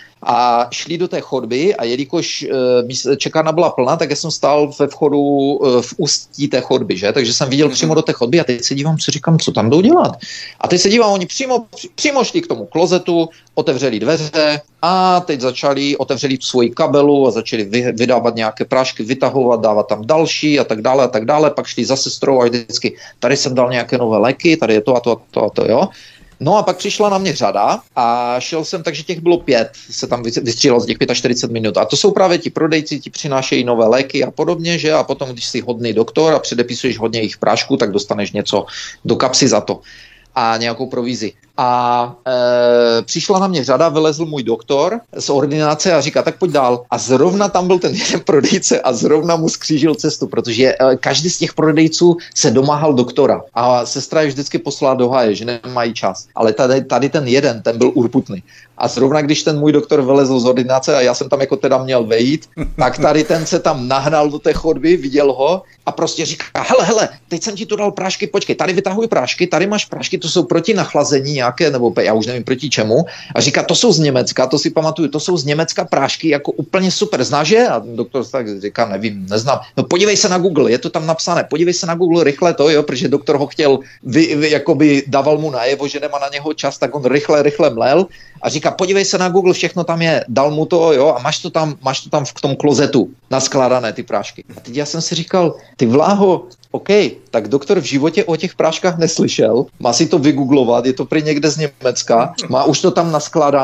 A šli do té chodby a jelikož čekárna byla plná, tak já jsem stál ve vchodu v ústí té chodby, že? Takže jsem viděl přímo do té chodby a teď se dívám, co říkám, co tam jdou dělat. A teď se dívám, oni přímo šli k tomu klozetu, otevřeli dveře a teď otevřeli svoji kabelu a začali vydávat nějaké prášky, vytahovat, dávat tam další a tak dále. Pak šli za sestrou a vždycky, tady jsem dal nějaké nové léky, tady je to a to, jo. No a pak přišla na mě řada a šel jsem, takže těch bylo 5, se tam vystřílelo z těch 45 minut. A to jsou právě ti prodejci, ti přinášejí nové léky a podobně, že? A potom, když jsi hodný doktor a předepisuješ hodně jejich prášků, tak dostaneš něco do kapsy za to a nějakou provizi. A přišla na mě řada, vylezl můj doktor z ordinace a říká, tak pojď dál. A zrovna tam byl ten jeden prodejce a zrovna mu skřížil cestu, protože každý z těch prodejců se domáhal doktora. A sestra je vždycky poslala do háje, že nemají čas. Ale tady ten jeden, ten byl urputný. A zrovna když ten můj doktor vylezl z ordinace a já jsem tam jako teda měl vejít, tak tady ten se tam nahnal do té chodby, viděl ho a prostě říká, hele, teď jsem ti tu dal prášky, počkej, tady vytahuj prášky, tady máš prášky, to jsou proti nachlazení nějaké, nebo já už nevím proti čemu. A říká, to jsou z Německa, to si pamatuju, to jsou z Německa prášky, jako úplně super, znáš je? A doktor tak říká, nevím, neznám. No podívej se na Google, je to tam napsané, podívej se na Google rychle to, jo, protože doktor ho chtěl, jakoby dával mu najevo, že nemá na něho čas, tak on rychle mlel a říká, podívej se na Google, všechno tam je, dal mu to, jo, a máš to tam v tom klozetu naskládané ty prášky. A teď já jsem si říkal, ty vláho, OK, tak doktor v životě o těch práškách neslyšel, má si to vygooglovat, je to prý někde z Německa, má už to tam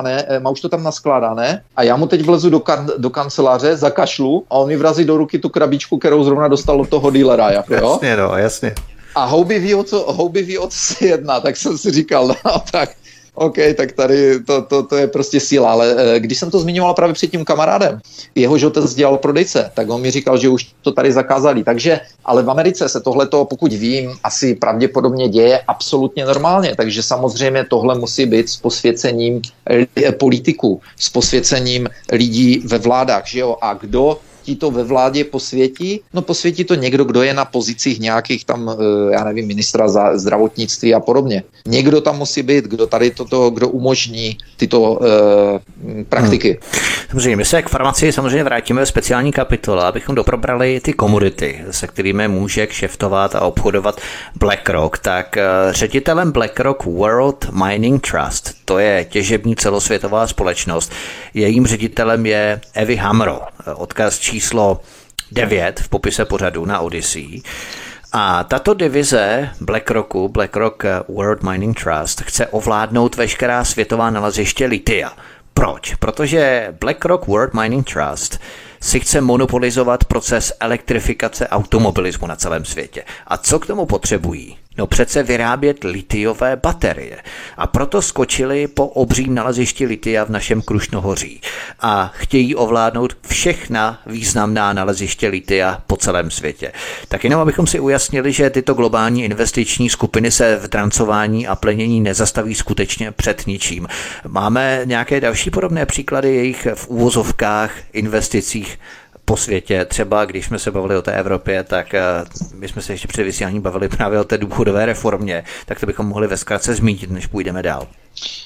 naskládané a já mu teď vlezu do kanceláře, zakašlu a on mi vrazí do ruky tu krabičku, kterou zrovna dostal od toho dealera, jako jo? Jasně, no, jasně. A houby ví, o co se jedná, tak jsem si říkal, no tak OK, tak tady to je prostě síla, ale když jsem to zmiňoval právě před tím kamarádem, jehož otec dělal prodejce, tak on mi říkal, že už to tady zakázali, takže, ale v Americe se tohleto, pokud vím, asi pravděpodobně děje absolutně normálně, takže samozřejmě tohle musí být s posvěcením politiků, s posvěcením lidí ve vládách, že jo, a kdo ti to ve vládě posvětí? No posvětí to někdo, kdo je na pozicích nějakých tam, já nevím, ministra zdravotnictví a podobně. Někdo tam musí být, kdo umožní tyto praktiky. Samozřejmě, my se k farmacii samozřejmě vrátíme ve speciální kapitole, abychom doprobrali ty komodity, se kterými může kšeftovat a obchodovat BlackRock. Tak ředitelem BlackRock World Mining Trust, to je těžební celosvětová společnost, jejím ředitelem je Evy Hamro, odkaz číslo 9 v popise pořadu na Odyssey. A tato divize BlackRocku, BlackRock World Mining Trust, chce ovládnout veškerá světová naleziště litia. Proč? Protože BlackRock World Mining Trust si chce monopolizovat proces elektrifikace automobilismu na celém světě. A co k tomu potřebují? No přece vyrábět litiové baterie. A proto skočili po obřím nalezišti litia v našem Krušnohoří. A chtějí ovládnout všechna významná naleziště litia po celém světě. Tak jenom abychom si ujasnili, že tyto globální investiční skupiny se v drancování a plenění nezastaví skutečně před ničím. Máme nějaké další podobné příklady jejich v úvozovkách investicích po světě. Třeba když jsme se bavili o té Evropě, tak my jsme se ještě před vysíláním bavili právě o té důchodové reformě, tak to bychom mohli ve zkratce zmínit, než půjdeme dál.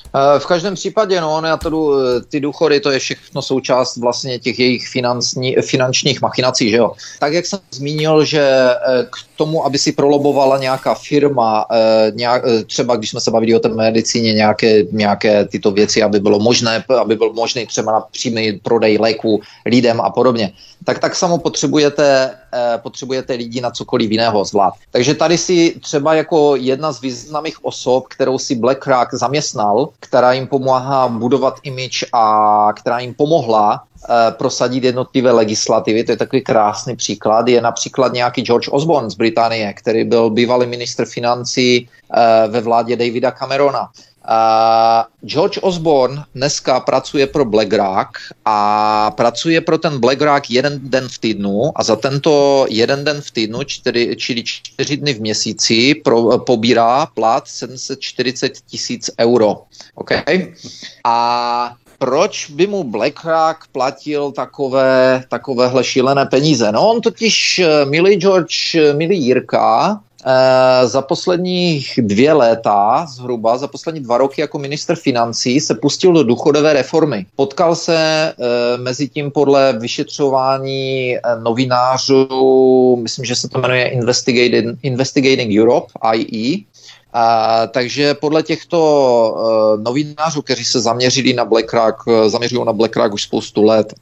V každém případě, ty důchody, to je všechno součást vlastně těch jejich finančních machinací, že jo. Tak, jak jsem zmínil, že k tomu, aby si prolobovala nějaká firma, třeba když jsme se bavili o té medicíně, nějaké tyto věci, aby byl možný třeba na přímý prodej léku lidem a podobně, tak samo potřebujete lidi na cokoliv jiného zvlášť. Takže tady si třeba jako jedna z významných osob, kterou si BlackRock zaměstnal, která jim pomáhá budovat image a která jim pomohla prosadit jednotlivé legislativy, to je takový krásný příklad, je například nějaký George Osborne z Británie, který byl bývalý ministr financí ve vládě Davida Camerona. George Osborne dneska pracuje pro BlackRock a pracuje pro ten BlackRock jeden den v týdnu a za tento jeden den v týdnu, čili 4 dny v měsíci, pobírá plat 740 000 euro. Okay? A proč by mu BlackRock platil takovéhle šílené peníze? No on totiž, milý Jirka, za posledních 2 léta, zhruba za poslední 2 roky jako ministr financí se pustil do důchodové reformy. Potkal se mezi tím podle vyšetřování novinářů, myslím, že se to jmenuje Investigating Europe, IE, takže podle těchto novinářů, kteří se zaměřují na BlackRock už spoustu let,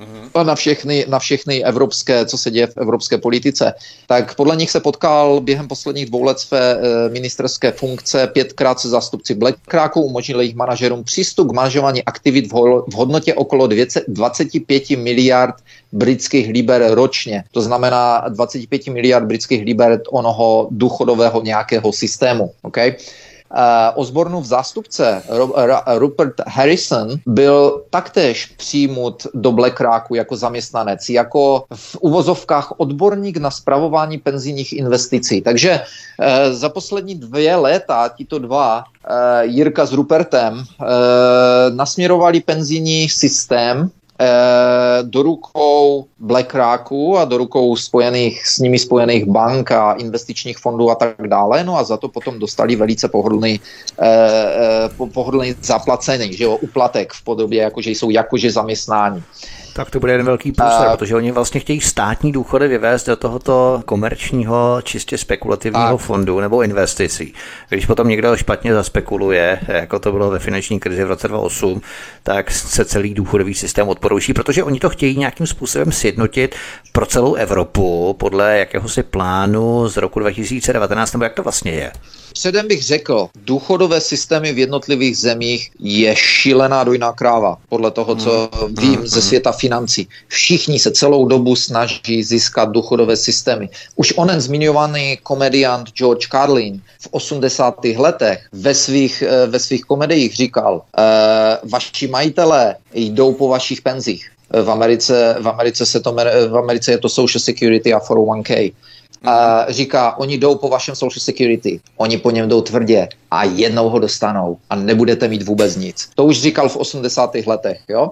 na všechny evropské, co se děje v evropské politice, tak podle nich se potkal během posledních 2 let své ministerské funkce 5krát se zástupci BlackRocku, umožnil jejich manažerům přístup k manažování aktivit v hodnotě okolo 25 miliard britských liber ročně. To znamená 25 miliard britských liber onoho důchodového nějakého systému. Okay? Osbornův zástupce Rupert Harrison byl taktéž přijmut do BlackRocku jako zaměstnanec, jako v uvozovkách odborník na spravování penzijních investicí. Takže za poslední 2 léta tito dva, Jirka s Rupertem, nasměrovali penzijní systém do rukou BlackRocku a do rukou s nimi spojených bank a investičních fondů a tak dále. No a za to potom dostali velice pohodlný zaplacený, že jo, uplatek v podobě, jakože jsou jakože zaměstnání. Tak to bude jeden velký průser, protože oni vlastně chtějí státní důchody vyvést do tohoto komerčního, čistě spekulativního fondu nebo investicí. Když potom někdo špatně zaspekuluje, jako to bylo ve finanční krizi v roce 2008, tak se celý důchodový systém odporouší, protože oni to chtějí nějakým způsobem sjednotit pro celou Evropu podle jakéhosi plánu z roku 2019, nebo jak to vlastně je? Předem bych řekl, důchodové systémy v jednotlivých zemích je šílená dojná kráva, podle toho, co vím ze světa financí. Všichni se celou dobu snaží získat důchodové systémy. Už onen zmiňovaný komediant George Carlin v 80. letech ve svých komediích říkal, vaši majitelé jdou po vašich penzích. V Americe je to Social Security a 401k. Říká, oni jdou po vašem Social Security, oni po něm jdou tvrdě a jednou ho dostanou a nebudete mít vůbec nic. To už říkal v 80. letech, jo.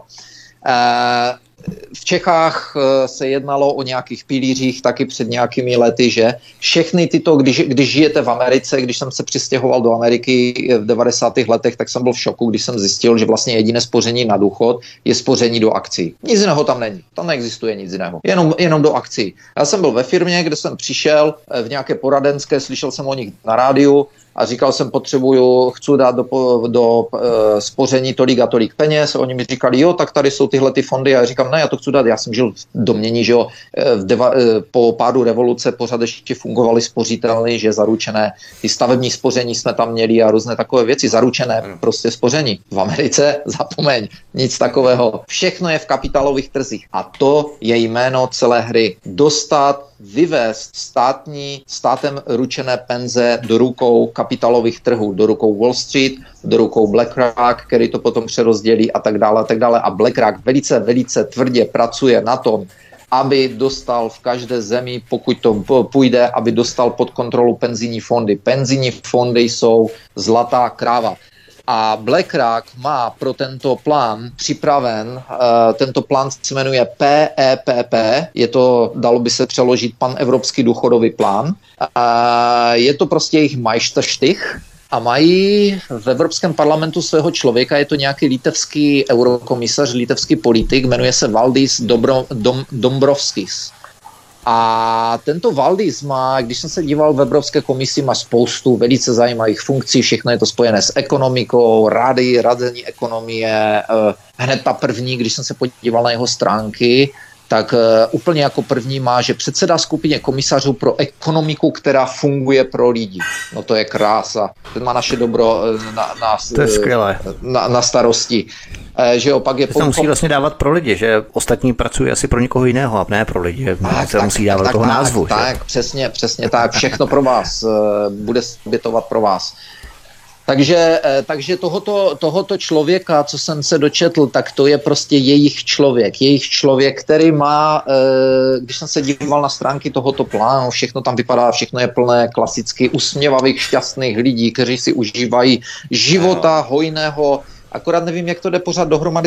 V Čechách se jednalo o nějakých pilířích taky před nějakými lety, že všechny tyto, když žijete v Americe, když jsem se přistěhoval do Ameriky v 90. letech, tak jsem byl v šoku, když jsem zjistil, že vlastně jediné spoření na důchod je spoření do akcí. Nic jiného tam není, tam neexistuje nic jiného, jenom do akcí. Já jsem byl ve firmě, kde jsem přišel v nějaké poradenské, slyšel jsem o nich na rádiu, a říkal jsem, chci dát do spoření tolik a tolik peněz. Oni mi říkali, jo, tak tady jsou tyhle ty fondy. A já říkám, ne, já to chci dát. Já jsem žil v domění, že jo, po pádu revoluce pořád ještě fungovaly spořitelny, že zaručené, ty stavební spoření jsme tam měli a různé takové věci, zaručené prostě spoření. V Americe, zapomeň, nic takového. Všechno je v kapitálových trzích. A to je jméno celé hry. Vyvést státem ručené penze do rukou kapitálových trhů, do rukou Wall Street, do rukou BlackRock, který to potom přerozdělí a tak dále a tak dále. A BlackRock velice, velice tvrdě pracuje na tom, aby dostal v každé zemi, pokud to půjde, aby dostal pod kontrolu penzijní fondy. Penzijní fondy jsou zlatá kráva. A BlackRock má pro tento plán připraven, tento plán se jmenuje PEPP, je to, dalo by se přeložit panevropský důchodový plán. Je to prostě jejich Meisterstich a mají v Evropském parlamentu svého člověka, je to nějaký litevský eurokomisař, litevský politik, jmenuje se Valdis Dombrovskis. A tento Valdis má, když jsem se díval v Evropské komisi, má spoustu velice zajímavých funkcí, všechno je to spojené s ekonomikou, radení ekonomie. Hned ta první, když jsem se podíval na jeho stránky, tak úplně jako první má, že předsedá skupině komisařů pro ekonomiku, která funguje pro lidi. No to je krása. Ten má naše dobro na starosti. Že opak je to se musí vlastně dávat pro lidi, že ostatní pracují asi pro někoho jiného a ne pro lidi. Se musí dávat do toho názvu. Tak, přesně tak. Všechno pro vás. Bude se obětovat pro vás. Takže tohoto člověka, co jsem se dočetl, tak to je prostě jejich člověk, který má, když jsem se díval na stránky tohoto plánu, všechno tam vypadá, všechno je plné klasicky usměvavých, šťastných lidí, kteří si užívají života hojného. Akorát nevím, jak to jde pořád dohromady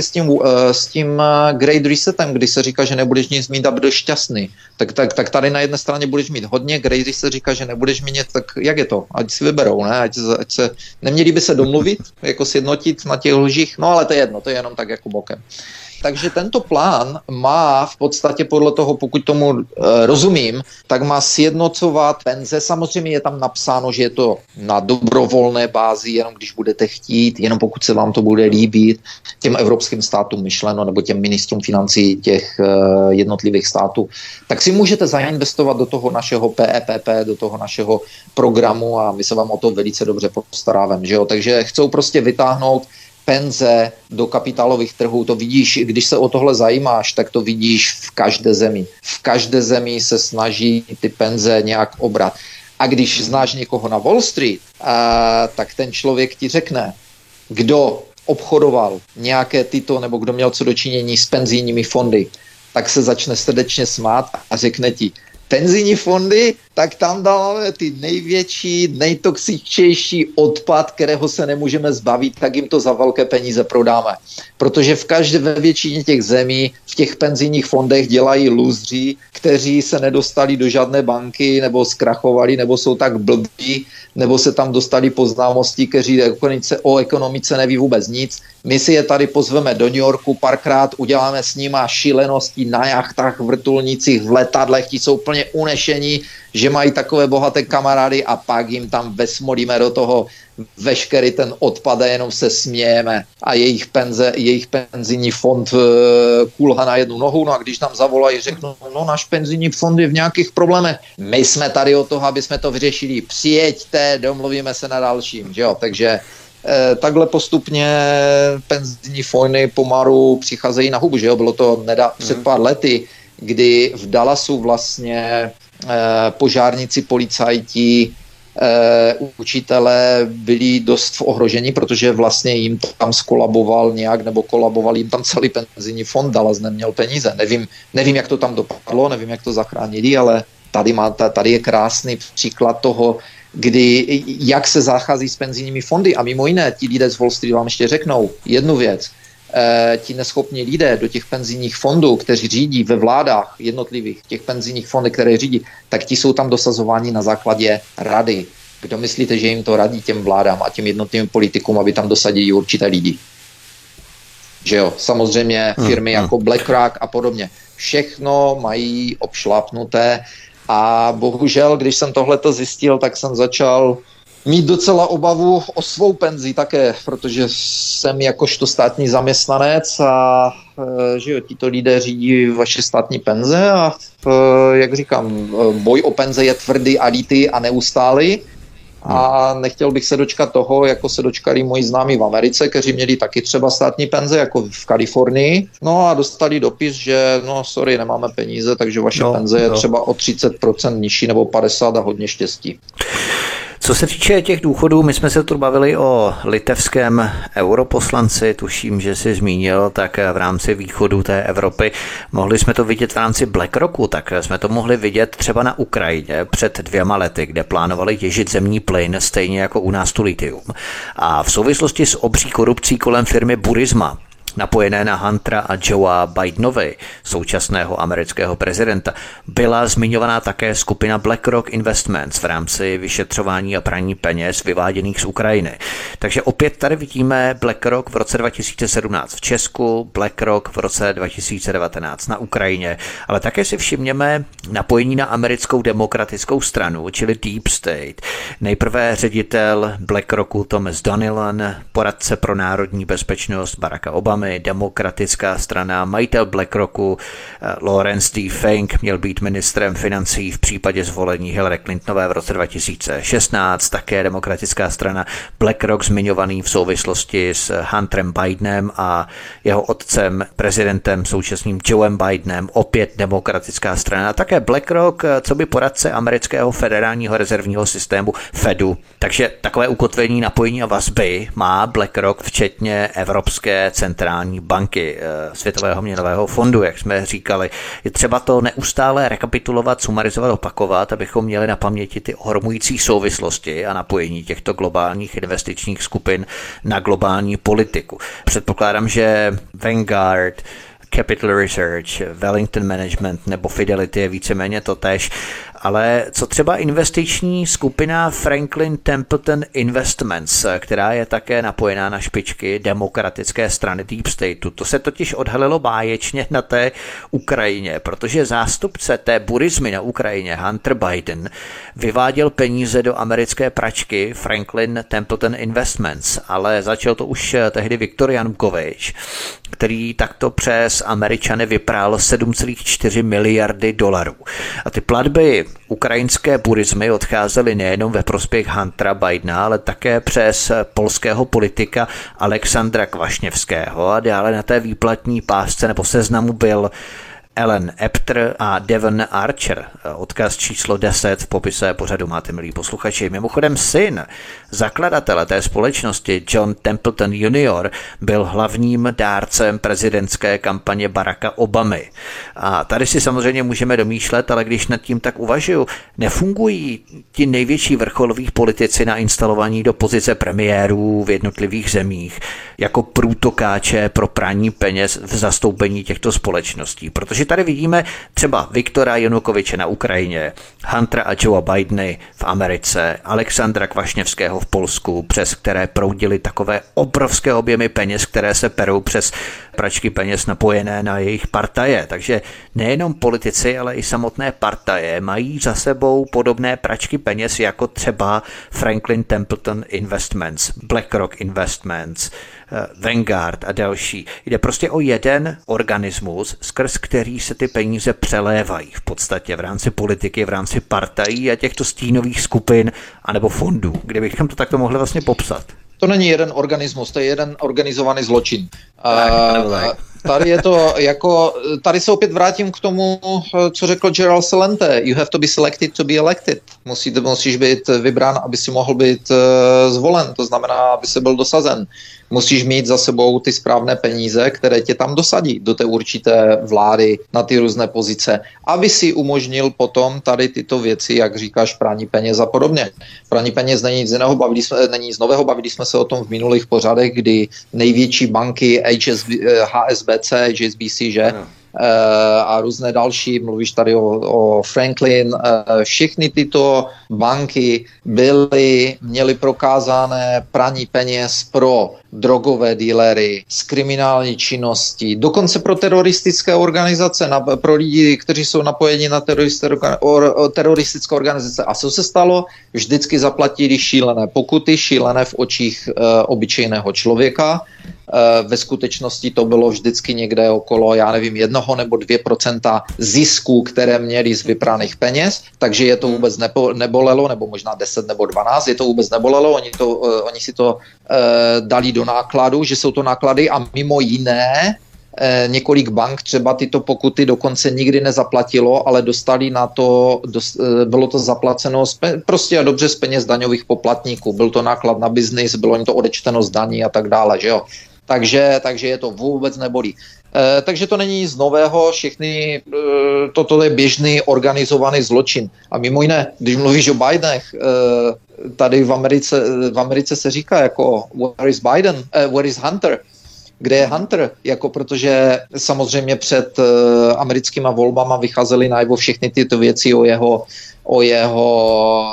s tím Great Resetem, kdy se říká, že nebudeš nic mít a budeš šťastný. Tak tady na jedné straně budeš mít hodně, Great Reset říká, že nebudeš mít nic, tak jak je to? Ať si vyberou, ne? Ať se, neměli by se domluvit, jako sjednotit na těch lžích? No ale to je jedno, to je jenom tak jako bokem. Takže tento plán má v podstatě podle toho, pokud tomu rozumím, tak má sjednocovat penze. Samozřejmě je tam napsáno, že je to na dobrovolné bázi, jenom když budete chtít, jenom pokud se vám to bude líbit, těm evropským státům myšleno, nebo těm ministrům financí těch jednotlivých států, tak si můžete zainvestovat do toho našeho PEPP, do toho našeho programu a my se vám o to velice dobře postaráme. Že jo? Takže chcou prostě vytáhnout penze do kapitálových trhů, to vidíš, když se o tohle zajímáš, tak to vidíš v každé zemi. V každé zemi se snaží ty penze nějak obrat. A když znáš někoho na Wall Street, tak ten člověk ti řekne, kdo obchodoval nějaké tyto, nebo kdo měl co dočinění s penzijními fondy, tak se začne srdečně smát a řekne ti, penzijní fondy, tak tam dáváme ty největší, nejtoxičtější odpad, kterého se nemůžeme zbavit, tak jim to za velké peníze prodáme. Protože ve většině těch zemí v těch penzijních fondech dělají lůzři, kteří se nedostali do žádné banky, nebo zkrachovali, nebo jsou tak blbí, nebo se tam dostali po známosti, kteří o ekonomice neví vůbec nic. My si je tady pozveme do New Yorku párkrát, uděláme s nima šílenosti na jachtách, vrtulnicích, v letadlech, ti jsou plně unešení, že mají takové bohaté kamarády a pak jim tam vesmolíme do toho veškerý ten odpad a jenom se smějeme a jejich penzijní fond kulhá na jednu nohu, no a když nám zavolají, řeknou, no náš penzijní fond je v nějakých problémech, my jsme tady od toho, aby jsme to vyřešili, přijeďte, domluvíme se na dalším, že jo, takže takhle postupně penzijní fondy pomalu přicházejí na hubu, že jo, bylo to před pár lety, kdy v Dallasu vlastně požárníci, policajti, učitelé byli dost v ohrožení, protože vlastně jim tam skolaboval nějak, nebo kolaboval jim tam celý penzijní fond, Dallas neměl peníze. Nevím, jak to tam dopadlo, nevím, jak to zachránili, ale tady je krásný příklad toho, jak se zachází s penzijními fondy a mimo jiné, ti lidé z Wall Street vám ještě řeknou jednu věc. Ti neschopní lidé do těch penzijních fondů, kteří řídí ve vládách jednotlivých těch penzijních fondů, které řídí, tak ti jsou tam dosazováni na základě rady. Kdo myslíte, že jim to radí těm vládám a těm jednotlivým politikům, aby tam dosadili určité lidi? Že jo, samozřejmě firmy jako BlackRock a podobně. Všechno mají obšlapnuté a bohužel, když jsem tohleto zjistil, tak jsem začal mít docela obavu o svou penzi také, protože jsem jakožto státní zaměstnanec a že jo, tito lidé řídí vaše státní penze a jak říkám, boj o penze je tvrdý a lítý a neustálý a nechtěl bych se dočkat toho, jako se dočkali moji známí v Americe, kteří měli taky třeba státní penze, jako v Kalifornii, no a dostali dopis, že no sorry, nemáme peníze, takže vaše penze je třeba o 30% nižší nebo 50% a hodně štěstí. Co se týče těch důchodů, my jsme se tu bavili o litevském europoslanci, tuším, že jsi zmínil, tak v rámci východu té Evropy. Mohli jsme to vidět v rámci BlackRocku, tak jsme to mohli vidět třeba na Ukrajině před 2 lety, kde plánovali těžit zemní plyn, stejně jako u nás tu litium. A v souvislosti s obří korupcí kolem firmy Burisma napojené na Huntera a Joea Bidenovi, současného amerického prezidenta, byla zmiňovaná také skupina BlackRock Investments v rámci vyšetřování a praní peněz vyváděných z Ukrajiny. Takže opět tady vidíme BlackRock v roce 2017 v Česku, BlackRock v roce 2019 na Ukrajině, ale také si všimněme napojení na americkou demokratickou stranu, čili Deep State. Nejprve ředitel BlackRocku Thomas Donilon, poradce pro národní bezpečnost Baracka Obamy, demokratická strana, majitel BlackRocku Lawrence D. Fink měl být ministrem financí v případě zvolení Hillary Clintonové v roce 2016, také demokratická strana BlackRock zmiňovaný v souvislosti s Hunterem Bidenem a jeho otcem, prezidentem současným Joeem Bidenem, opět demokratická strana, také BlackRock, co by poradce amerického federálního rezervního systému Fedu. Takže takové ukotvení, napojení a vazby má BlackRock včetně Evropské centrální banky, Světového měnového fondu, jak jsme říkali. Je třeba to neustále rekapitulovat, sumarizovat, opakovat, abychom měli na paměti ty ohromující souvislosti a napojení těchto globálních investičních skupin na globální politiku. Předpokládám, že Vanguard, Capital Research, Wellington Management nebo Fidelity je víceméně totéž, ale co třeba investiční skupina Franklin Templeton Investments, která je také napojená na špičky demokratické strany Deep Stateu. To se totiž odhalilo báječně na té Ukrajině, protože zástupce té burismy na Ukrajině, Hunter Biden, vyváděl peníze do americké pračky Franklin Templeton Investments, ale začal to už tehdy Viktor Janukovyč, který takto přes Američany vyprál 7,4 miliardy dolarů. A ty platby ukrajinské burismy odcházely nejenom ve prospěch Huntera Bidena, ale také přes polského politika Alexandra Kvašněvského a dále na té výplatní pásce nebo seznamu byl Ellen Epter a Devon Archer. Odkaz číslo 10 v popise pořadu máte, milí posluchači. Mimochodem syn zakladatele té společnosti John Templeton Jr. byl hlavním dárcem prezidentské kampaně Baracka Obamy. A tady si samozřejmě můžeme domýšlet, ale když nad tím tak uvažuju, nefungují ti největší vrcholoví politici nainstalovaní do pozice premiérů v jednotlivých zemích jako průtokáče pro praní peněz v zastoupení těchto společností, protože tady vidíme třeba Viktora Janukovyče na Ukrajině, Huntera a Joea Bideny v Americe, Alexandra Kvašněvského v Polsku, přes které proudily takové obrovské objemy peněz, které se perou přes pračky peněz napojené na jejich partaje. Takže nejenom politici, ale i samotné partaje mají za sebou podobné pračky peněz jako třeba Franklin Templeton Investments, BlackRock Investments, Vanguard a další. Jde prostě o jeden organismus, skrz který se ty peníze přelévají v podstatě v rámci politiky, v rámci partají a těchto stínových skupin anebo fondů, kde bychom to takto mohli vlastně popsat. To není jeden organismus, to je jeden organizovaný zločin. Tak. Tady je to jako, tady se opět vrátím k tomu, co řekl Gerald Celente. You have to be selected to be elected. Musíš být vybrán, aby si mohl být zvolen, to znamená, aby se byl dosazen. Musíš mít za sebou ty správné peníze, které tě tam dosadí do té určité vlády na ty různé pozice, aby si umožnil potom tady tyto věci, jak říkáš, prání peněz a podobně. Prání peněz není nic jiného, není nic nového, bavili jsme se o tom v minulých pořadech, kdy největší banky HSBC, HSBC, že? A různé další, mluvíš tady o Franklin, všechny tyto banky měly prokázané praní peněz pro drogové dílery, z kriminální činnosti, dokonce pro teroristické organizace, pro lidi, kteří jsou napojeni na teroristické organizace. A co se stalo? Vždycky zaplatili šílené pokuty, šílené v očích obyčejného člověka. Ve skutečnosti to bylo vždycky někde okolo, já nevím, 1 nebo 2% zisků, které měli z vypraných peněz, takže je to vůbec nebolelo, nebo možná 10 nebo 12, je to vůbec nebolelo, oni si to dali do nákladu, že jsou to náklady a mimo jiné několik bank třeba tyto pokuty dokonce nikdy nezaplatilo, ale dostali na to, bylo to zaplaceno prostě a dobře z peněz daňových poplatníků. Byl to náklad na biznis, bylo jim to odečteno z daní a tak dále, že jo. Takže je to vůbec nebolí. Takže to není nic nového, toto je běžný organizovaný zločin. A mimo jiné, když mluvíš o Bidenech, tady v Americe se říká jako where is Biden, where is Hunter? kde je Hunter, jako protože samozřejmě před americkýma volbama vycházely najevo všechny tyto věci o jeho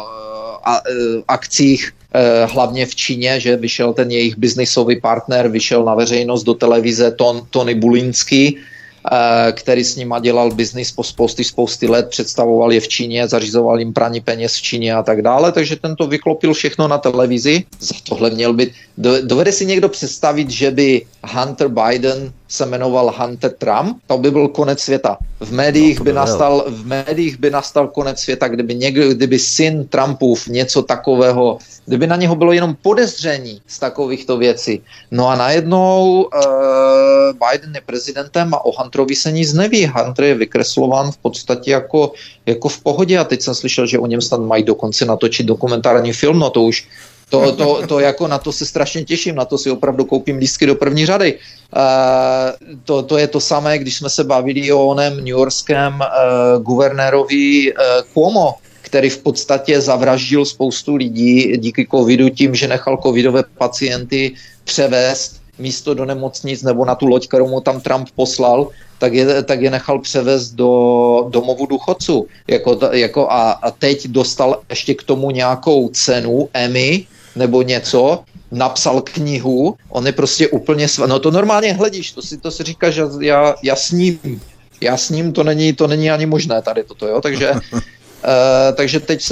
akcích, hlavně v Číně, že vyšel ten jejich biznisový partner, vyšel na veřejnost do televize Tony Bulinský, který s nima dělal biznis po spousty let, představoval je v Číně, zařizoval jim praní peněz v Číně a tak dále, takže ten to vyklopil všechno na televizi. Za tohle měl být. Dovede si někdo představit, že by Hunter Biden se jmenoval Hunter Trump? To by byl konec světa. V médiích by nastal konec světa, kdyby syn Trumpův něco takového, kdyby na něho bylo jenom podezření z takovýchto věcí. No a najednou Biden je prezidentem a o Hunterovi se nic neví. Hunter je vykreslován v podstatě jako v pohodě a teď jsem slyšel, že o něm snad mají dokonce natočit dokumentární film, no to už to jako na to se strašně těším, na to si opravdu koupím lístky do první řady. To je to samé, když jsme se bavili o onem newyorském guvernérovi Cuomo, který v podstatě zavraždil spoustu lidí díky covidu tím, že nechal covidové pacienty převést místo do nemocnic nebo na tu loď, kterou mu tam Trump poslal, tak je nechal převést do domovu důchodců. A teď dostal ještě k tomu nějakou cenu Emmy nebo něco, napsal knihu, on je prostě úplně no to normálně hledíš, to si říkáš, že já s ním, to není ani možné tady toto, jo, takže teď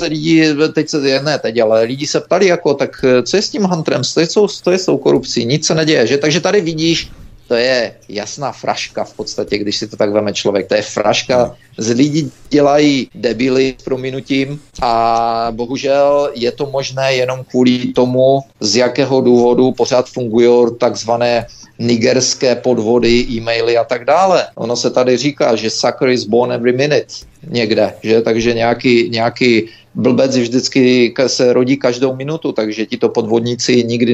ale lidi se ptali jako, tak co je s tím Hunterem, co je s tou korupcí, nic se neděje, že, takže tady vidíš, to je jasná fraška v podstatě, když si to tak veme člověk, to je fraška, z lidí dělají debily s prominutím a bohužel je to možné jenom kvůli tomu, z jakého důvodu pořád fungují takzvané nigerské podvody, e-maily a tak dále. Ono se tady říká, že sucker is born every minute někde, že? Takže nějaký blbec vždycky se rodí každou minutu, takže tito podvodníci nikdy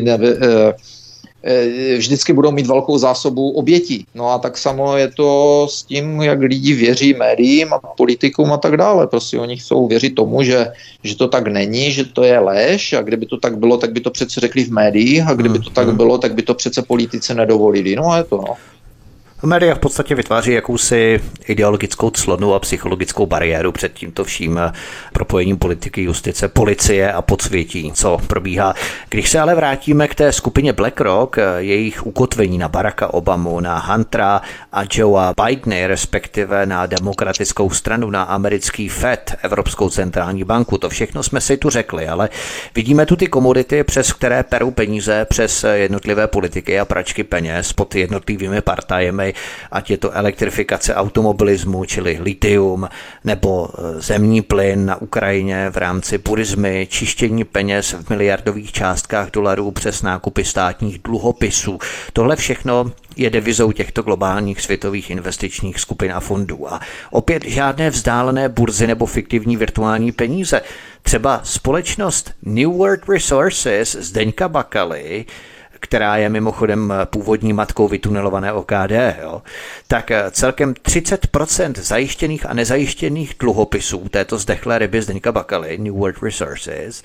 vždycky budou mít velkou zásobu obětí. No a tak samo je to s tím, jak lidi věří médiím a politikům a tak dále. Prostě oni chcou věřit tomu, že to tak není, že to je lež a kdyby to tak bylo, tak by to přece řekli v médiích a kdyby to tak bylo, tak by to přece politici nedovolili. No a je to, no. Média v podstatě vytváří jakousi ideologickou clonu a psychologickou bariéru před tímto vším propojením politiky, justice, policie a podsvětí, co probíhá. Když se ale vrátíme k té skupině BlackRock, jejich ukotvení na Baracka Obamu, na Huntera a Joea Bideny, respektive na demokratickou stranu, na americký Fed, Evropskou centrální banku, to všechno jsme si tu řekli, ale vidíme tu ty komodity, přes které perou peníze, přes jednotlivé politiky a pračky peněz pod jednotlivými partajemi, ať je to elektrifikace automobilismu, čili litium, nebo zemní plyn na Ukrajině v rámci Burismy, čištění peněz v miliardových částkách dolarů přes nákupy státních dluhopisů. Tohle všechno je devizou těchto globálních světových investičních skupin a fondů. A opět žádné vzdálené burzy nebo fiktivní virtuální peníze. Třeba společnost New World Resources Zdeňka Bakaly, která je mimochodem původní matkou vytunelované OKD, jo, tak celkem 30% zajištěných a nezajištěných dluhopisů této zdechlé ryby Zdeňka Bakaly, New World Resources,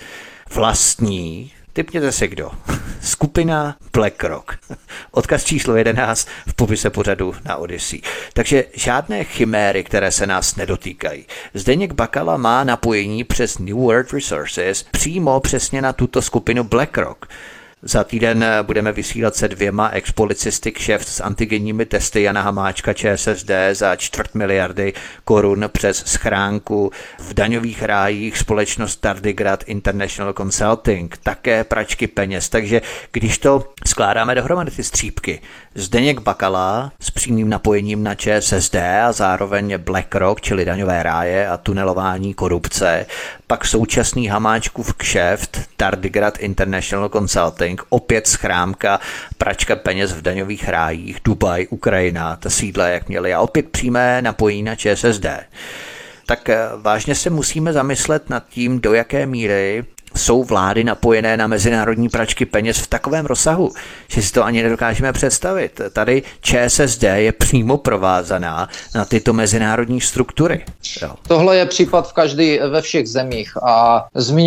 vlastní, tipněte si kdo, skupina BlackRock. Odkaz číslo 11 v popise pořadu na Odyssey. Takže žádné chiméry, které se nás nedotýkají. Zdeněk Bakala má napojení přes New World Resources přímo přesně na tuto skupinu BlackRock. Za týden budeme vysílat se 2 ex-policisty kšeft s antigenními testy Jana Hamáčka ČSSD za 250 miliony korun přes schránku v daňových rájích společnost Tardigrad International Consulting, také pračky peněz. Takže když to skládáme dohromady ty střípky, Zdeněk Bakala s přímým napojením na ČSSD a zároveň BlackRock, čili daňové ráje a tunelování korupce, pak současný Hamáčkův kšeft Tardigrad International Consulting, opět schrámka, pračka peněz v daňových rájích, Dubaj, Ukrajina, ta sídla, jak měli, a opět přímé napojení na ČSSD. Tak vážně se musíme zamyslet nad tím, do jaké míry jsou vlády napojené na mezinárodní pračky peněz v takovém rozsahu, že si to ani nedokážeme představit. Tady ČSSD je přímo provázaná na tyto mezinárodní struktury. Jo. Tohle je případ ve všech zemích a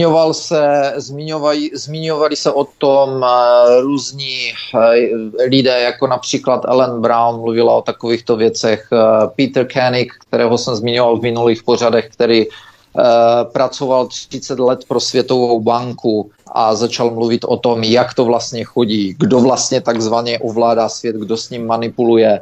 zmiňovali se o tom různí lidé, jako například Ellen Brown mluvila o takovýchto věcech, Peter Koenig, kterého jsem zmiňoval v minulých pořadech, který pracoval 30 let pro Světovou banku a začal mluvit o tom, jak to vlastně chodí, kdo vlastně takzvaně ovládá svět, kdo s ním manipuluje.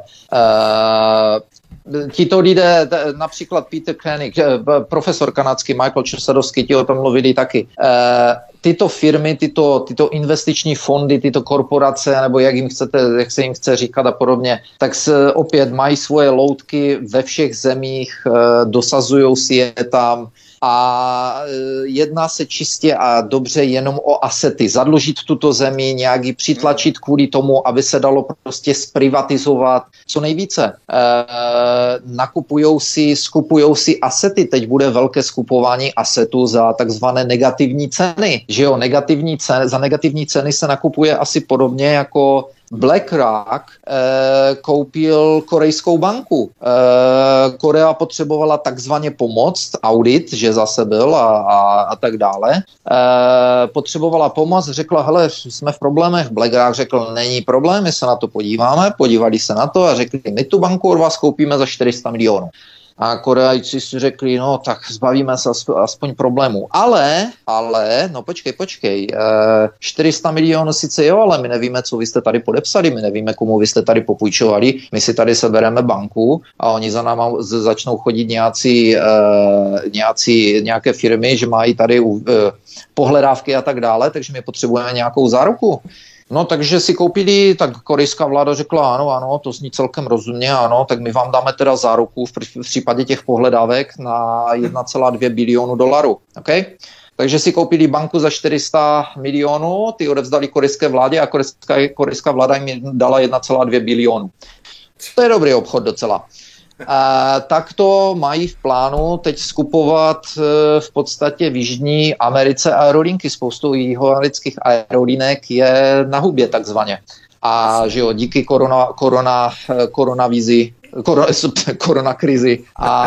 Tito lidé, například Peter Koenig, profesor kanadský Michael Čersadovský, ti o tom mluvili taky. Tyto firmy, tyto investiční fondy, tyto korporace, nebo jak se jim chce říkat a podobně, tak opět mají svoje loutky ve všech zemích, dosazují si je tam a jedná se čistě a dobře jenom o asety. Zadlužit tuto zemi, nějak ji přitlačit kvůli tomu, aby se dalo prostě zprivatizovat co nejvíce. Skupujou si asety. Teď bude velké skupování asetů za takzvané negativní ceny. Že jo, za negativní ceny se nakupuje asi podobně jako BlackRock koupil korejskou banku. Korea potřebovala takzvaně pomoct, audit, že zase byl a tak dále. Potřebovala pomoc, řekla, hele, jsme v problémech. BlackRock řekl, není problém, my se na to podíváme. Podívali se na to a řekli, my tu banku od vás koupíme za 400 milionů. A Korejci si řekli, no tak zbavíme se aspoň problémů. Ale, no počkej, 400 milionů sice jo, ale my nevíme, co vy jste tady podepsali, my nevíme, komu vy jste tady popůjčovali, my si tady sebereme banku a oni za náma začnou chodit nějaké firmy, že mají tady pohledávky a tak dále, takže my potřebujeme nějakou záruku. No, takže si koupili, tak korejská vláda řekla, ano, to zní celkem rozumně, ano, tak my vám dáme teda záruku v případě těch pohledávek na 1,2 bilionu dolarů, okay? Takže si koupili banku za 400 milionů, ty odevzdali korejské vládě a korejská vláda jim dala 1,2 bilionu. To je dobrý obchod docela. Tak to mají v plánu teď skupovat v podstatě v Jižní Americe aerolinky. Spoustu jihoamerických aerolinek je na hubě takzvaně. A že jo, díky koronakrizi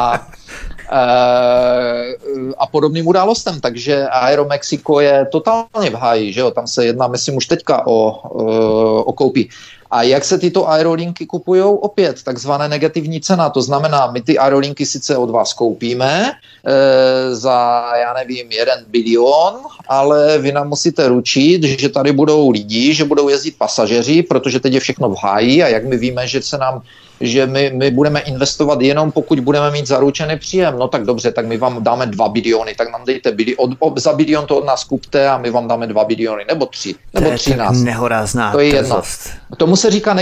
a podobným událostem. Takže Aeromexico je totálně v háji, že jo, tam se jedná, myslím, už teďka o koupí. A jak se tyto aerolinky kupujou? Opět takzvané negativní cena, to znamená, my ty aerolinky sice od vás koupíme za, já nevím, 1 bilion, ale vy nám musíte ručit, že tady budou lidi, že budou jezdit pasažeři, protože teď je všechno v háji a jak my víme, že my budeme investovat jenom pokud budeme mít zaručený příjem. No tak dobře, tak my vám dáme 2 biliony, tak nám dejte za bilion to od nás kupte a my vám dáme 2 biliony, nebo 3, nebo 13. Nehorázná to je jedno. Tomu se říká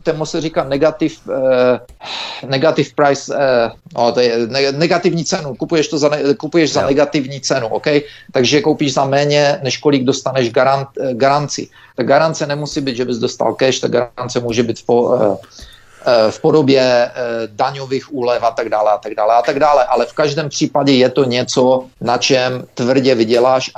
negative price, to je negativní cenu, kupuješ za negativní cenu, ok? Takže koupíš za méně, než kolik dostaneš garanci. Ta garance nemusí být, že bys dostal cash, ta garance může být v podobě daňových úlev a tak dále, ale v každém případě je to něco, na čem tvrdě vyděláš,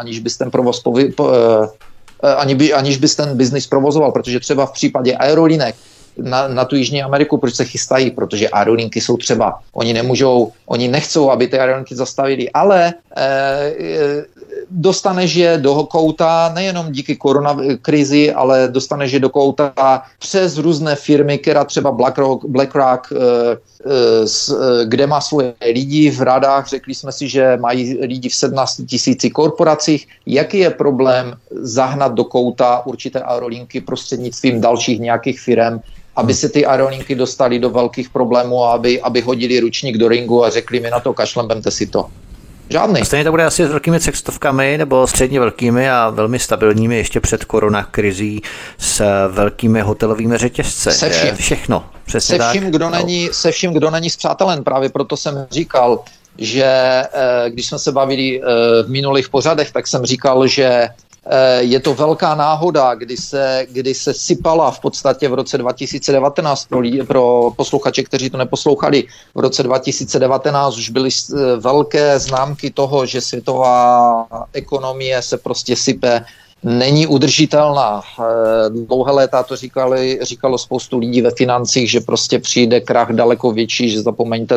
aniž bys ten biznis provozoval, protože třeba v případě aerolinek na tu Jižní Ameriku, proč se chystají, protože aerolinky jsou třeba, oni nechcou, aby ty aerolinky zastavili, ale dostaneš je do kouta nejenom díky koronakrizi, ale dostaneš je do kouta přes různé firmy, která třeba BlackRock, kde má svoje lidi v radách, řekli jsme si, že mají lidi v 17 000 korporacích. Jaký je problém zahnat do kouta určité aerolinky prostřednictvím dalších nějakých firm, aby se ty aerolinky dostaly do velkých problémů a aby hodili ručník do ringu a řekli mi na to kašlem, vemte si to. Žádný. Stejně to bude asi s velkými sextovkami nebo středně velkými a velmi stabilními ještě před koronakrizí s velkými hotelovými řetězce. Se vším. Všechno. Se vším, kdo není spřátelen. Právě proto jsem říkal, že když jsme se bavili v minulých pořadech, tak jsem říkal, že Je to velká náhoda, kdy se sypala v podstatě v roce 2019 pro posluchače, kteří to neposlouchali. V roce 2019 už byly velké známky toho, že světová ekonomie se prostě sype, není udržitelná. Dlouhé léta to říkalo spoustu lidí ve financích, že prostě přijde krach daleko větší, že zapomeňte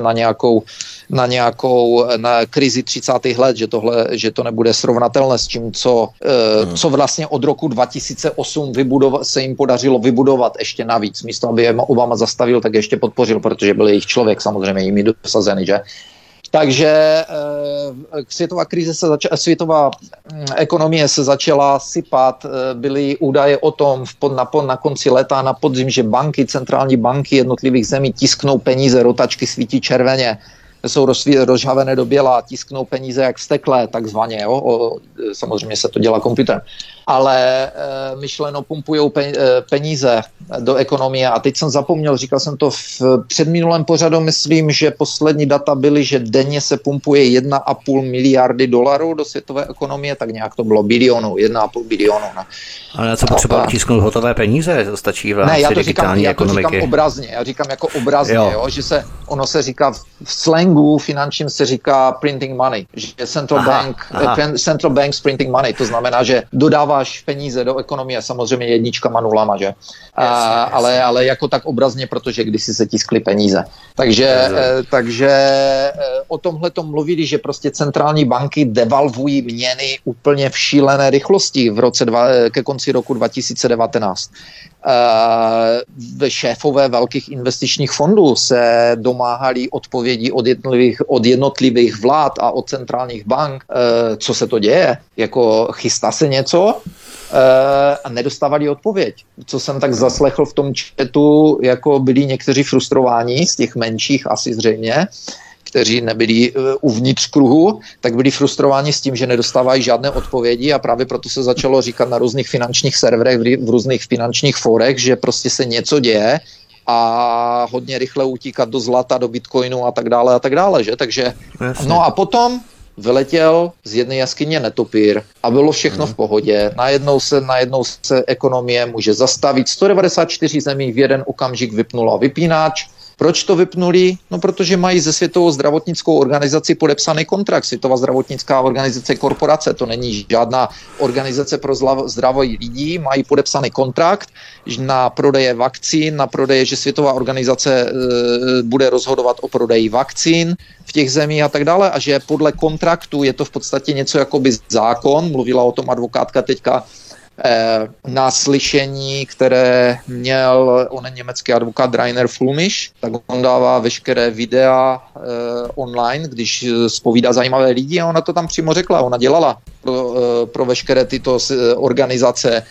na krizi 30. let, že to nebude srovnatelné s tím, co vlastně od roku 2008 se jim podařilo vybudovat ještě navíc. Místo, aby je Obama zastavil, tak ještě podpořil, protože byl jejich člověk, samozřejmě jimi dosazený, že? Takže světová ekonomie se začala sypat, byly údaje o tom na konci léta, na podzim, že centrální banky jednotlivých zemí tisknou peníze, rotačky svítí červeně, jsou rozžhavené do běla, tisknou peníze jak vzteklé, takzvaně, jo? Samozřejmě se to dělá počítačem. Ale myšleno pumpujou peníze do ekonomie a teď jsem zapomněl, říkal jsem to v předminulém pořadu, myslím, že poslední data byly, že denně se pumpuje 1,5 miliardy dolarů do světové ekonomie, tak nějak to bylo 1,5 bilionu. Ne? Ale na co potřeba tisknout hotové peníze? To stačí v rámci digitální ekonomiky. Já říkám jako obrazně, jo, že ono se říká v slangu finančním se říká printing money, že central banks printing money, to znamená, že dodáváš peníze do ekonomie, samozřejmě jedničkama, nulama, že? Ale jako tak obrazně, protože kdysi se tiskly peníze. Takže o tomhle to mluvili, že prostě centrální banky devalvují měny úplně v šílené rychlosti ke konci roku 2019. Šéfové velkých investičních fondů se domáhali odpovědí od jednotlivých vlád a od centrálních bank, co se to děje, jako chystá se něco, a nedostávali odpověď. Co jsem tak zaslechl v tom chatu, jako byli někteří frustrováni, z těch menších asi zřejmě, kteří nebyli uvnitř kruhu, tak byli frustrováni s tím, že nedostávají žádné odpovědi a právě proto se začalo říkat na různých finančních serverech, v různých finančních fórech, že prostě se něco děje a hodně rychle utíkat do zlata, do bitcoinu a tak dále, že? Takže, no a potom vyletěl z jedné jaskyně netopír a bylo všechno v pohodě. Najednou se ekonomie může zastavit. 194 zemí v jeden okamžik vypnulo vypínač. Proč to vypnuli? No, protože mají ze Světovou zdravotnickou organizaci podepsaný kontrakt. Světová zdravotnická organizace korporace, to není žádná organizace pro zdraví lidí, mají podepsaný kontrakt na prodeje vakcín, na prodeje, že Světová organizace bude rozhodovat o prodeji vakcín v těch zemích a tak dále a že podle kontraktu je to v podstatě něco jako by zákon, mluvila o tom advokátka teďka na slyšení, které měl onen německý advokát Rainer Flumich, tak on dává veškeré videa online, když zpovídá zajímavé lidi a ona to tam přímo řekla, ona dělala pro veškeré tyto organizace,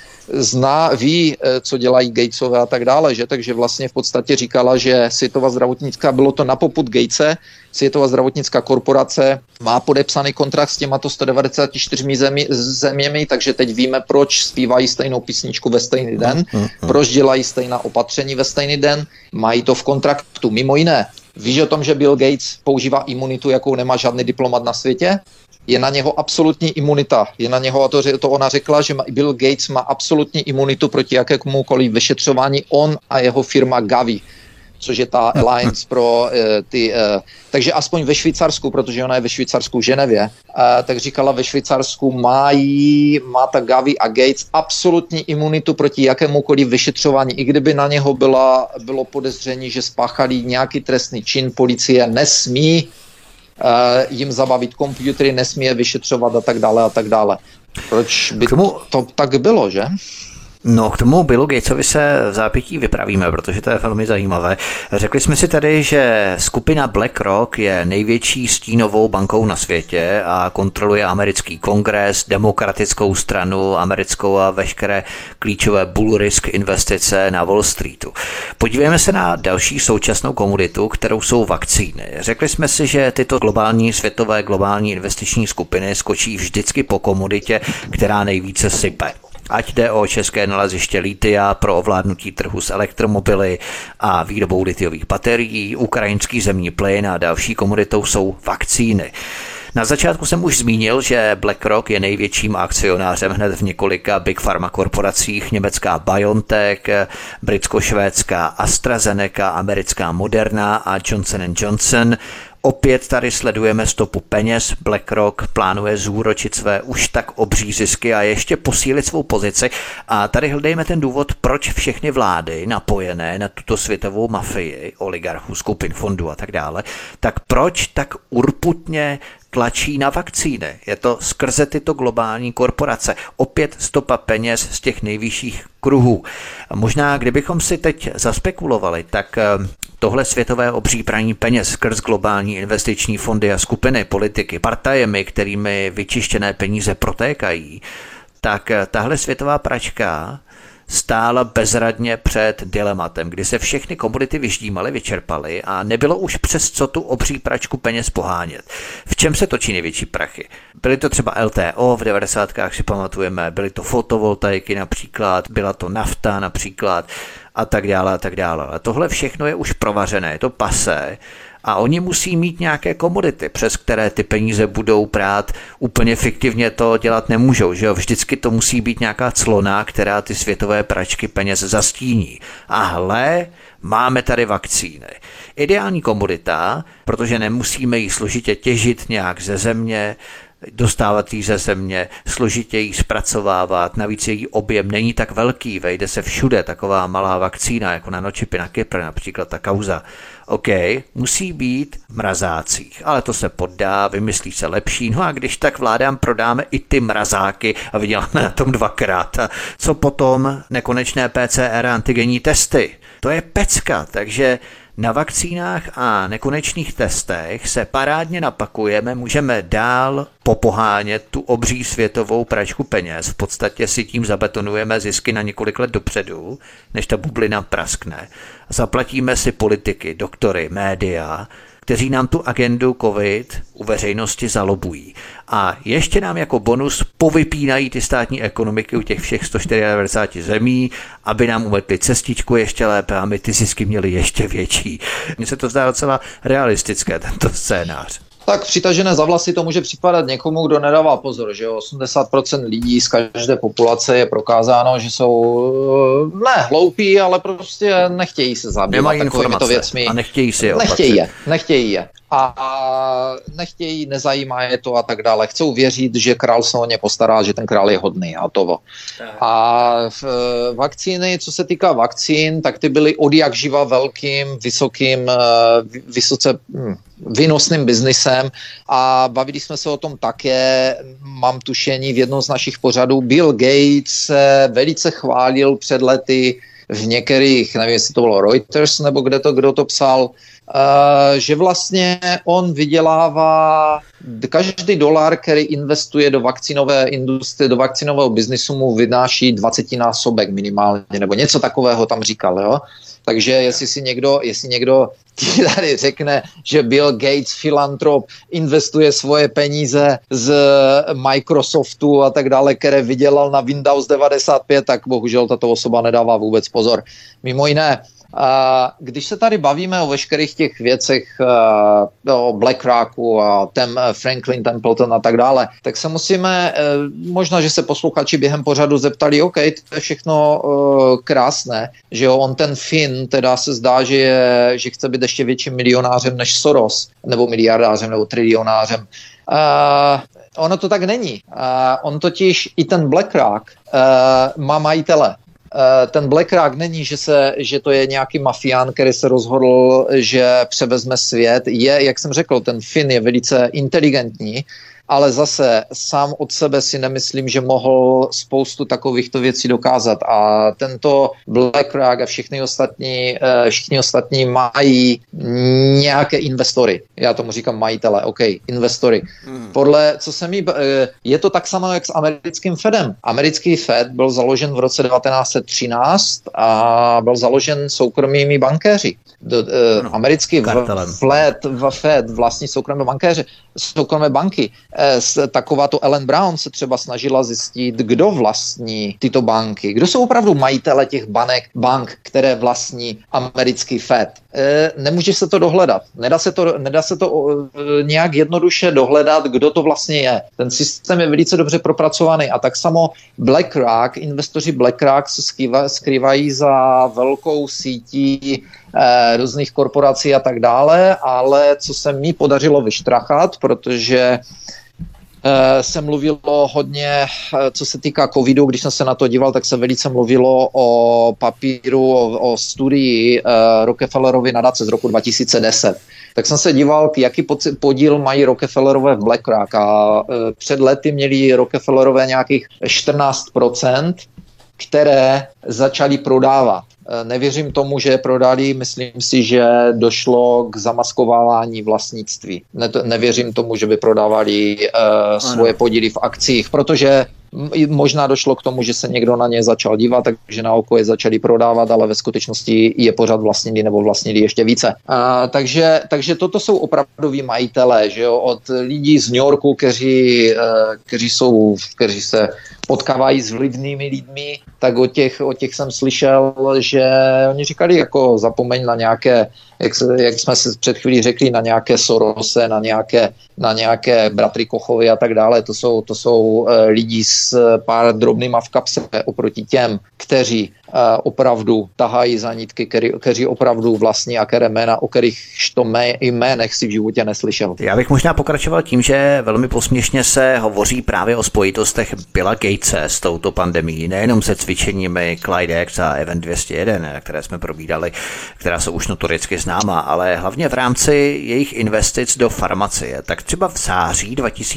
ví, co dělají Gatesové a tak dále, že? Takže vlastně v podstatě říkala, že Světová zdravotnická, bylo to na popud Gatese, Světová zdravotnická korporace má podepsaný kontrakt s těmato 194 zeměmi, takže teď víme, proč zpívají stejnou písničku ve stejný den, proč dělají stejná opatření ve stejný den, mají to v kontraktu. Mimo jiné, víš o tom, že Bill Gates používá imunitu, jakou nemá žádný diplomat na světě? Je na něho absolutní imunita. Je na něho, a to ona řekla, že Bill Gates má absolutní imunitu proti jakémukoliv vyšetřování, on a jeho firma Gavi, což je ta Alliance pro takže aspoň ve Švýcarsku, protože ona je ve Švýcarsku v Ženevě, tak říkala, ve Švýcarsku má ta Gavi a Gates absolutní imunitu proti jakémukoliv vyšetřování. I kdyby na něho bylo podezření, že spáchali nějaký trestný čin, policie nesmí jim zabavit komputery, nesmí je vyšetřovat a tak dále. Proč by to tak bylo, že? No, k tomu Billu Gatesovi se v zápětí vypravíme, protože to je velmi zajímavé. Řekli jsme si tady, že skupina BlackRock je největší stínovou bankou na světě a kontroluje americký kongres, demokratickou stranu americkou a veškeré klíčové bull risk investice na Wall Streetu. Podívejme se na další současnou komoditu, kterou jsou vakcíny. Řekli jsme si, že tyto světové globální investiční skupiny skočí vždycky po komoditě, která nejvíce sype. Ať jde o české naleziště litia pro ovládnutí trhu s elektromobily a výrobou litiových baterií, ukrajinský zemní plyn a další komoditou jsou vakcíny. Na začátku jsem už zmínil, že BlackRock je největším akcionářem hned v několika big pharma korporacích, německá BioNTech, britsko-švédská AstraZeneca, americká Moderna a Johnson & Johnson. Opět tady sledujeme stopu peněz. BlackRock plánuje zúročit své už tak obří zisky a ještě posílit svou pozici. A tady hledejme ten důvod, proč všechny vlády napojené na tuto světovou mafii, oligarchů, skupin, fondů a tak dále, tak proč tak urputně tlačí na vakcíny? Je to skrze tyto globální korporace. Opět stopa peněz z těch nejvyšších kruhů. Možná, kdybychom si teď zaspekulovali, tak tohle světové obří praní peněz skrz globální investiční fondy a skupiny, politiky, partajemi, kterými vyčištěné peníze protékají, tak tahle světová pračka stála bezradně před dilematem, kdy se všechny komodity vyždímaly, vyčerpaly a nebylo už přes co tu obří pračku peněz pohánět. V čem se točí největší prachy? Byly to třeba LTO, v 90kách si pamatujeme, byly to fotovoltaiky například, byla to nafta například a tak dále a tak dále. Ale tohle všechno je už provařené, je to pasé. A oni musí mít nějaké komodity, přes které ty peníze budou prát. Úplně fiktivně to dělat nemůžou, že jo? Vždycky to musí být nějaká clona, která ty světové pračky peněz zastíní. A hle, máme tady vakcíny. Ideální komodita, protože nemusíme ji složitě těžit nějak ze země, dostávat ji ze země, složitě ji zpracovávat, navíc její objem není tak velký, vejde se všude taková malá vakcína, jako nanočipy na Kypr, například ta kauza. OK, musí být v mrazácích, ale to se poddá, vymyslí se lepší, no a když tak vládám prodáme i ty mrazáky a vyděláme na tom dvakrát. A co potom nekonečné PCR antigenní testy? To je pecka, takže na vakcínách a nekonečných testech se parádně napakujeme, můžeme dál popohánět tu obří světovou pračku peněz. V podstatě si tím zabetonujeme zisky na několik let dopředu, než ta bublina praskne. Zaplatíme si politiky, doktory, média, kteří nám tu agendu COVID u veřejnosti zalobují. A ještě nám jako bonus povypínají ty státní ekonomiky u těch všech 194 zemí, aby nám umetli cestičku ještě lépe a my ty zisky měli ještě větší. Mně se to zdá docela realistické, tento scénář. Tak přitažené za vlasy to může připadat někomu, kdo nedává pozor, že 80% lidí z každé populace je prokázáno, že jsou ne hloupí, ale prostě nechtějí se zabývat takovýmito věcmi. A nechtějí si je Nechtějí je. A nechtějí, nezajímá je to a tak dále. Chcou věřit, že král se o ně postará, že ten král je hodný a hotovo. A vakcíny, co se týká vakcín, tak ty byly odjak živa velkým, vysoce výnosným biznisem a bavili jsme se o tom také, mám tušení v jednom z našich pořadů. Bill Gates velice chválil před lety v některých, nevím, jestli to bylo Reuters nebo kdo to psal, že vlastně on vydělává každý dolar, který investuje do vakcínové industrie, do vakcínového biznisu, mu vynáší 20násobek minimálně, nebo něco takového tam říkal, jo. Takže jestli někdo tady řekne, že Bill Gates, filantrop, investuje svoje peníze z Microsoftu a tak dále, které vydělal na Windows 95, tak bohužel tato osoba nedává vůbec pozor. Mimo jiné, když se tady bavíme o veškerých těch věcech, o BlackRocku a Franklin Templeton a tak dále, tak se musíme, možná, že se posluchači během pořadu zeptali, OK, to je všechno krásné, že jo, on ten Finn, teda se zdá, že chce být ještě větším milionářem než Soros, nebo miliardářem, nebo trilionářem. Ono to tak není. On totiž, i ten BlackRock má majitele. Ten BlackRock není, že to je nějaký mafián, který se rozhodl, že převezme svět. Jak jsem řekl, ten Finn je velice inteligentní, ale zase sám od sebe si nemyslím, že mohl spoustu takovýchto věcí dokázat. A tento BlackRock a všichni ostatní mají nějaké investory. Já tomu říkám majitele, OK, investory. Podle, co se mi, je to tak samo jak s americkým Fedem. Americký Fed byl založen v roce 1913 a byl založen soukromými bankéři. Americký Fed vlastní soukromé banky. takováto Ellen Brown se třeba snažila zjistit, kdo vlastní tyto banky, kdo jsou opravdu majitele těch bank, které vlastní americký Fed. Nemůže se to dohledat. Nedá se to nějak jednoduše dohledat, kdo to vlastně je. Ten systém je velice dobře propracovaný a tak samo BlackRock, investoři BlackRock se skrývají za velkou sítí různých korporací a tak dále, ale co se mi podařilo vyštrachat, protože se mluvilo hodně, co se týká covidu, když jsem se na to díval, tak se velice mluvilo o papíru, o studii Rockefellerovy nadace z roku 2010. Tak jsem se díval, jaký podíl mají Rockefellerové v BlackRock a před lety měli Rockefellerové nějakých 14%, které začali prodávat. Nevěřím tomu, že je prodali, myslím si, že došlo k zamaskovávání vlastnictví. Nevěřím tomu, že by prodávali svoje podíly v akcích, protože možná došlo k tomu, že se někdo na ně začal dívat, takže na oko je začali prodávat, ale ve skutečnosti je pořád vlastnili nebo vlastnili ještě více. Takže toto jsou opravdoví majitelé, že jo? Od lidí z New Yorku, kteří se potkávají s vlivnými lidmi, tak od těch jsem slyšel, že oni říkali, jako zapomeň na nějaké, jak jsme si před chvílí řekli, na nějaké Sorose, na nějaké bratry Kochovy a tak dále. To jsou lidi s pár drobnýma v kapse oproti těm, kteří opravdu tahají za nitky, kteří opravdu vlastní a o kterých jménech si v životě neslyšel. Já bych možná pokračoval tím, že velmi posměšně se hovoří právě o spojitostech Billa Gatese s touto pandemií, nejenom se cvičeními Clyde X a Event 201, které jsme probídali, která jsou už notoricky známá, ale hlavně v rámci jejich investic do farmacie. Tak třeba v září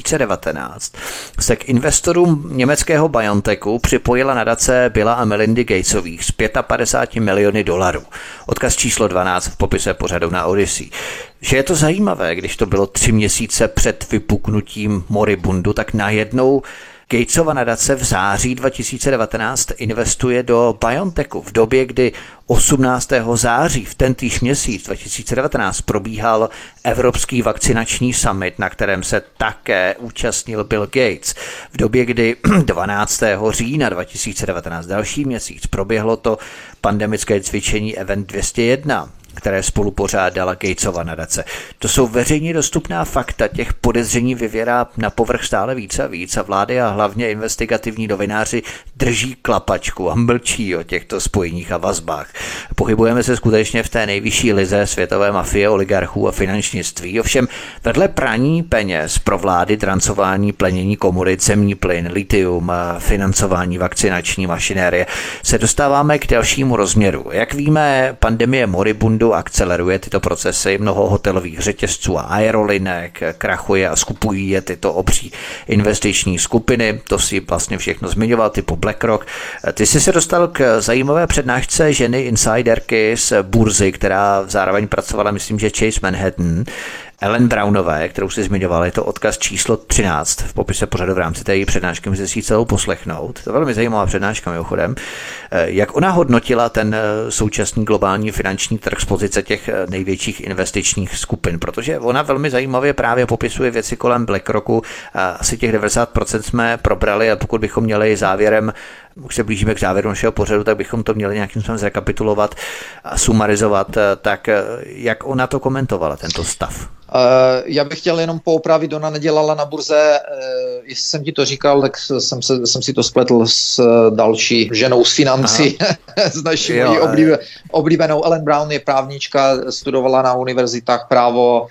2019 se k investorům německého BioNTechu připojila nadace Billa a Melindy Gatesových s 55 miliony dolarů. Odkaz číslo 12 v popise pořadu na Odyssey. Že je to zajímavé, když to bylo 3 měsíce před vypuknutím moribundu, tak najednou Gatesova nadace v září 2019 investuje do BioNTechu v době, kdy 18. září v tentýž měsíc 2019 probíhal Evropský vakcinační summit, na kterém se také účastnil Bill Gates. V době, kdy 12. října 2019, další měsíc, proběhlo to pandemické cvičení Event 201, které spolu pořádala Gatesova nadace. To jsou veřejně dostupná fakta, těch podezření vyvěrá na povrch stále více a víc a vlády a hlavně investigativní novináři drží klapačku a mlčí o těchto spojeních a vazbách. Pohybujeme se skutečně v té nejvyšší lize světové mafie, oligarchů a finančnictví. Ovšem vedle praní peněz pro vlády, drancování, plenění komodit, zemní plyn, litium, financování vakcinační mašinérie se dostáváme k dalšímu rozměru. Jak víme, pandemie moribundu akceleruje tyto procesy, mnoho hotelových řetězců a aerolinek krachuje a skupují je tyto obří investiční skupiny, to si vlastně všechno zmiňoval, typu BlackRock. Ty jsi se dostal k zajímavé přednášce ženy insiderky z burzy, která zároveň pracovala, myslím, že Chase Manhattan, Ellen Brownové, kterou si zmiňoval, je to odkaz číslo 13 v popise pořadu v rámci té její přednášky, můžete si ji celou poslechnout. To je velmi zajímavá přednáška mimochodem. Jak ona hodnotila ten současný globální finanční trh z pozice těch největších investičních skupin, protože ona velmi zajímavě právě popisuje věci kolem BlackRocku. Asi těch 90% jsme probrali a pokud bychom měli závěrem, už se blížíme k závěru našeho pořadu, tak bychom to měli nějakým způsobem zrekapitulovat a sumarizovat. Tak jak ona to komentovala, tento stav? Já bych chtěl jenom poopravit, ona nedělala na burze, jestli jsem ti to říkal, tak jsem si to spletl s další ženou z financí, s naší oblíbenou Ellen Brown, je právnička, studovala na univerzitách právo,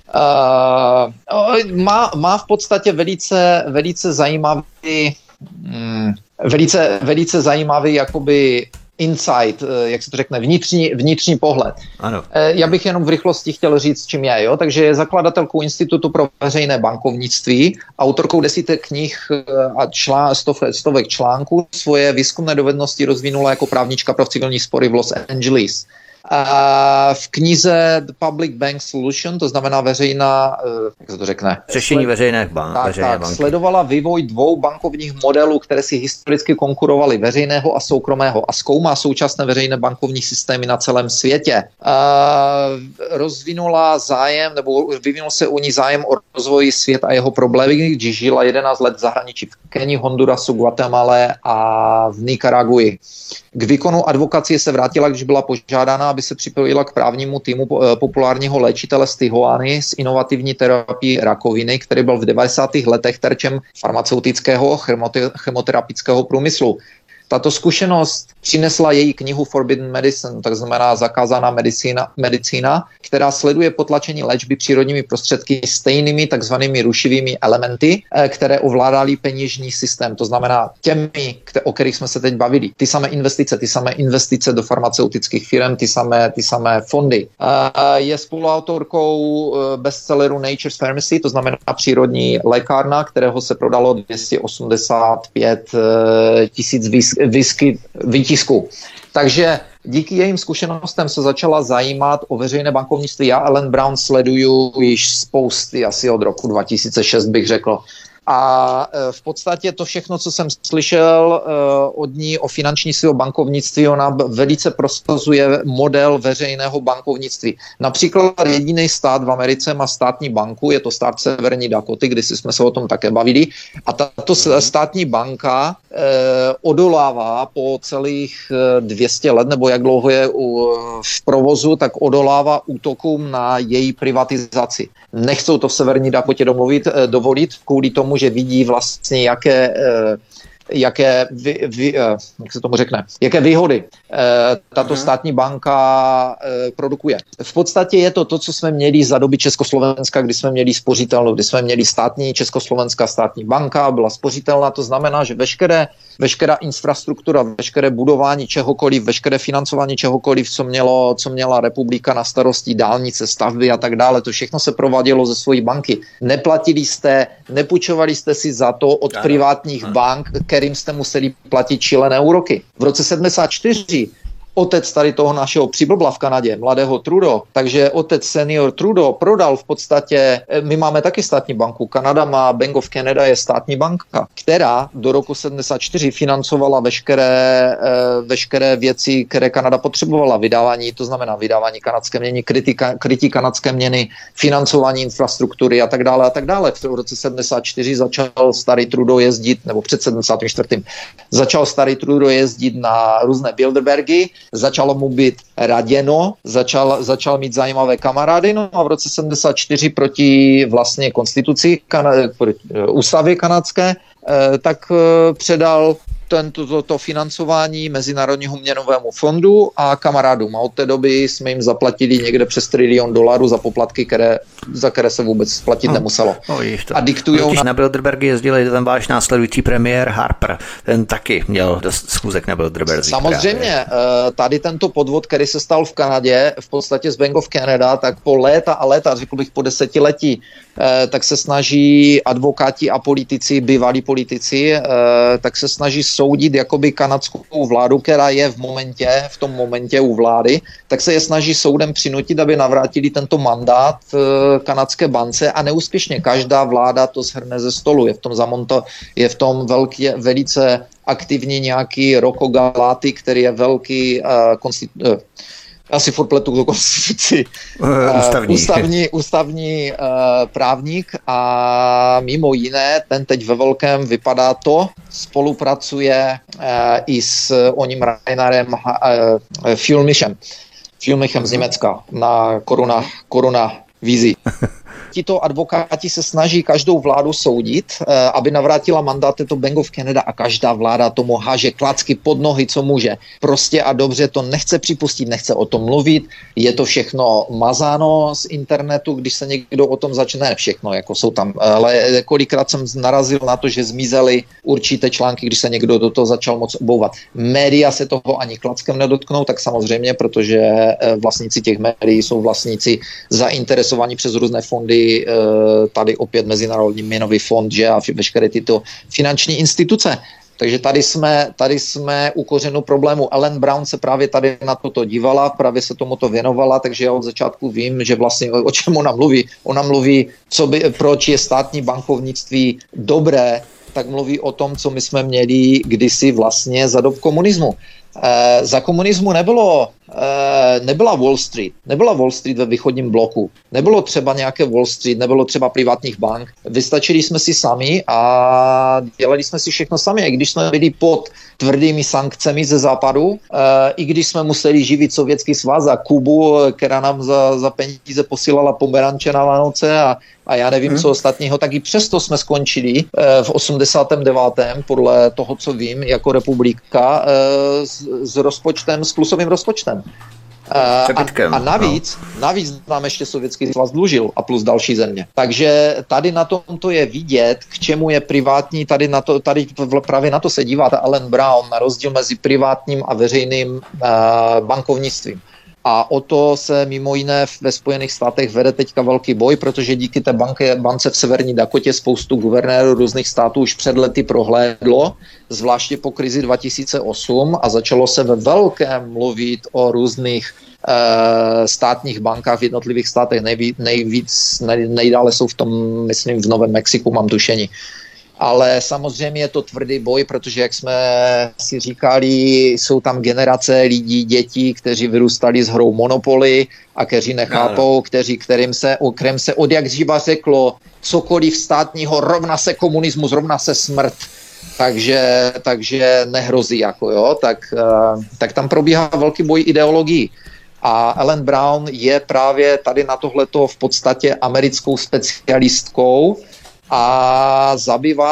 má v podstatě velice zajímavý jakoby insight, jak se to řekne, vnitřní pohled. Ano. Já bych jenom v rychlosti chtěl říct, čím je. Jo? Takže je zakladatelkou Institutu pro veřejné bankovnictví, autorkou desítek knih a stovek článků. Svoje výzkumné dovednosti rozvinula jako právnička pro civilní spory v Los Angeles. V knize The Public Bank Solution, to znamená veřejná, jak se to řekne? Řešení veřejné banky. Sledovala vývoj dvou bankovních modelů, které si historicky konkurovaly, veřejného a soukromého, a zkoumá současné veřejné bankovní systémy na celém světě. Vyvinul se u ní zájem o rozvoj svět a jeho problémy, když žila 11 let v zahraničí v Kenii, Hondurasu, Guatemale a v Nikaraguji. K výkonu advokacie se vrátila, když byla požádána, aby se připojila k právnímu týmu populárního léčitele z Tijuany z inovativní terapii rakoviny, který byl v 90. letech terčem farmaceutického chemoterapického průmyslu. Tato zkušenost přinesla její knihu Forbidden Medicine, takzvaná zakázaná medicína, která sleduje potlačení léčby přírodními prostředky stejnými takzvanými rušivými elementy, které ovládaly peněžní systém. To znamená těmi, o kterých jsme se teď bavili. Ty samé investice do farmaceutických firm, ty samé fondy. Je spoluautorkou bestselleru Nature's Pharmacy, to znamená přírodní lékárna, kterého se prodalo 285 000 výtisků. Takže díky jejím zkušenostem se začala zajímat o veřejné bankovnictví. Já Ellen Brown sleduju již spousty, asi od roku 2006 bych řekl. A v podstatě to všechno, co jsem slyšel od ní o finančnictví, o bankovnictví, ona velice prosazuje model veřejného bankovnictví. Například jediný stát v Americe má státní banku, je to stát Severní Dakoty, když jsme se o tom také bavili. A tato státní banka odolává po celých 200 let, nebo jak dlouho je v provozu, tak odolává útokům na její privatizaci. Nechcou to v Severní Dakotě dovolit kvůli tomu, že vidí vlastně, jaké výhody tato státní banka produkuje. V podstatě je to, co jsme měli za doby Československa, kdy jsme měli spořitelnu, kdy jsme měli Československá státní banka, byla spořitelná, to znamená, že veškerá infrastruktura, veškeré budování čehokoliv, veškeré financování čehokoliv, co měla republika na starosti, dálnice, stavby a tak dále, to všechno se provádělo ze svojí banky. Nepůjčovali jste si za to od privátních bank, kterým jste museli platit šílené úroky. V roce 74 otec tady toho našeho přiblbla v Kanadě, mladého Trudeau, takže otec senior Trudeau prodal v podstatě, my máme taky státní banku, Kanada má Bank of Canada, je státní banka, která do roku 74 financovala veškeré věci, které Kanada potřebovala, to znamená vydávání kanadské měny, krytí kanadské měny, financování infrastruktury a tak dále. V roce 74 začal starý Trudeau jezdit, nebo před 74. začal starý Trudeau jezdit na různé Bilderbergy, začalo mu být raděno, začal mít zajímavé kamarády, no a v roce 74 proti vlastně konstituci ústavy kanadské, tak předal to financování Mezinárodního měnovému fondu a kamarádům. A od té doby jsme jim zaplatili někde přes $1 trilion za poplatky, za které se vůbec platit nemuselo. A diktujou na Bilderbergy jezdili ten váš následující premiér Harper. Ten taky měl dost schůzek na Bilderbergy. Samozřejmě, tady tento podvod, který se stal v Kanadě, v podstatě z Bank of Canada, tak po léta a léta, řekl bych po desetiletí, tak se snaží advokáti a politici, bývalí politici, tak se snaží soudit jakoby kanadskou vládu, která je v tom momentě u vlády, tak se je snaží soudem přinutit, aby navrátili tento mandát kanadské bance a neúspěšně každá vláda to shrne ze stolu. Je v tom velice aktivní nějaký Rocco Galati, který je velký asi furt pletu do konstituci, ústavní právník a mimo jiné, ten teď ve velkém vypadá to, spolupracuje i s oním Rainarem Filmichem z Německa na Corona Vizi. Tito advokáti se snaží každou vládu soudit, aby navrátila mandát této Bank of Canada a každá vláda tomu háže klacky pod nohy, co může. Prostě a dobře to nechce připustit, nechce o tom mluvit, je to všechno mazáno z internetu, když se někdo o tom začne, všechno, jako jsou tam, ale kolikrát jsem narazil na to, že zmizely určité články, když se někdo do toho začal moc obouvat. Média se toho ani klackem nedotknou, tak samozřejmě, protože vlastníci těch médií jsou vlastníci zainteresovaní přes různé fondy, tady opět Mezinárodní měnový fond, že a veškeré tyto finanční instituce. Takže tady jsme u kořenu problému. Ellen Brown se právě tady na toto dívala, právě se tomuto věnovala, takže já od začátku vím, že vlastně o čem ona mluví. Ona mluví, proč je státní bankovnictví dobré, tak mluví o tom, co my jsme měli kdysi vlastně za dob komunismu. Za komunismu nebyla Wall Street. Nebyla Wall Street ve východním bloku. Nebylo třeba nějaké Wall Street, nebylo třeba privátních bank. Vystačili jsme si sami a dělali jsme si všechno sami. I když jsme byli pod tvrdými sankcemi ze západu, i když jsme museli živit Sovětský svaz a Kubu, která nám za peníze posílala pomeranče na Vánoce a já nevím, co ostatního, tak i přesto jsme skončili v 89. podle toho, co vím, jako republika s rozpočtem, s plusovým rozpočtem. A navíc nám ještě Sovětský svaz dlužil a plus další země. Takže tady na tomto je vidět, k čemu je privátní, tady právě na to se dívá ta Ellen Brown, na rozdíl mezi privátním a veřejným bankovnictvím. A o to se mimo jiné ve Spojených státech vede teďka velký boj, protože díky té bance v Severní Dakotě spoustu guvernérů různých států už před lety prohlédlo, zvláště po krizi 2008 a začalo se ve velkém mluvit o různých státních bankách v jednotlivých státech. Nejdále jsou v tom, myslím, v Novém Mexiku, mám tušení. Ale samozřejmě je to tvrdý boj, protože jak jsme si říkali, jsou tam generace lidí, dětí, kteří vyrůstali s hrou Monopoly a kteří nechápou, kterým se od jak živa řeklo, cokoliv státního rovná se komunismus, rovná se smrt. Takže nehrozí, tak tam probíhá velký boj ideologií. A Ellen Brown je právě tady na tohleto v podstatě americkou specialistkou, a zabývá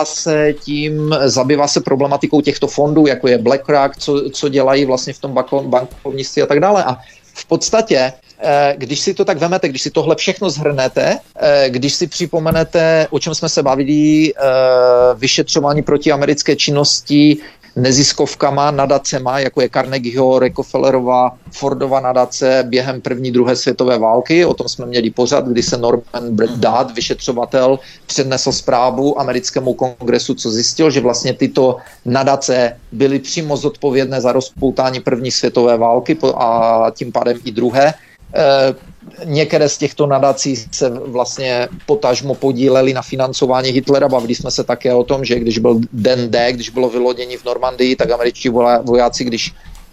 se problematikou těchto fondů, jako je BlackRock, co dělají vlastně v tom bankovnictví a tak dále. A v podstatě, když si to tak vemete, když si tohle všechno zhrnete, když si připomenete, o čem jsme se bavili, vyšetřování proti americké činnosti neziskovkama, nadacema, jako je Carnegieho, Rockefellerova, Fordova nadace během první, druhé světové války. O tom jsme měli pořad, kdy se Norman Dodd, vyšetřovatel, přednesl zprávu americkému kongresu, co zjistil, že vlastně tyto nadace byly přímo zodpovědné za rozpoutání první světové války a tím pádem i druhé. Některé z těchto nadací se vlastně potažmo podíleli na financování Hitlera. Bavili jsme se také o tom, že když byl den D, když bylo vylodění v Normandii, tak američtí vojáci, když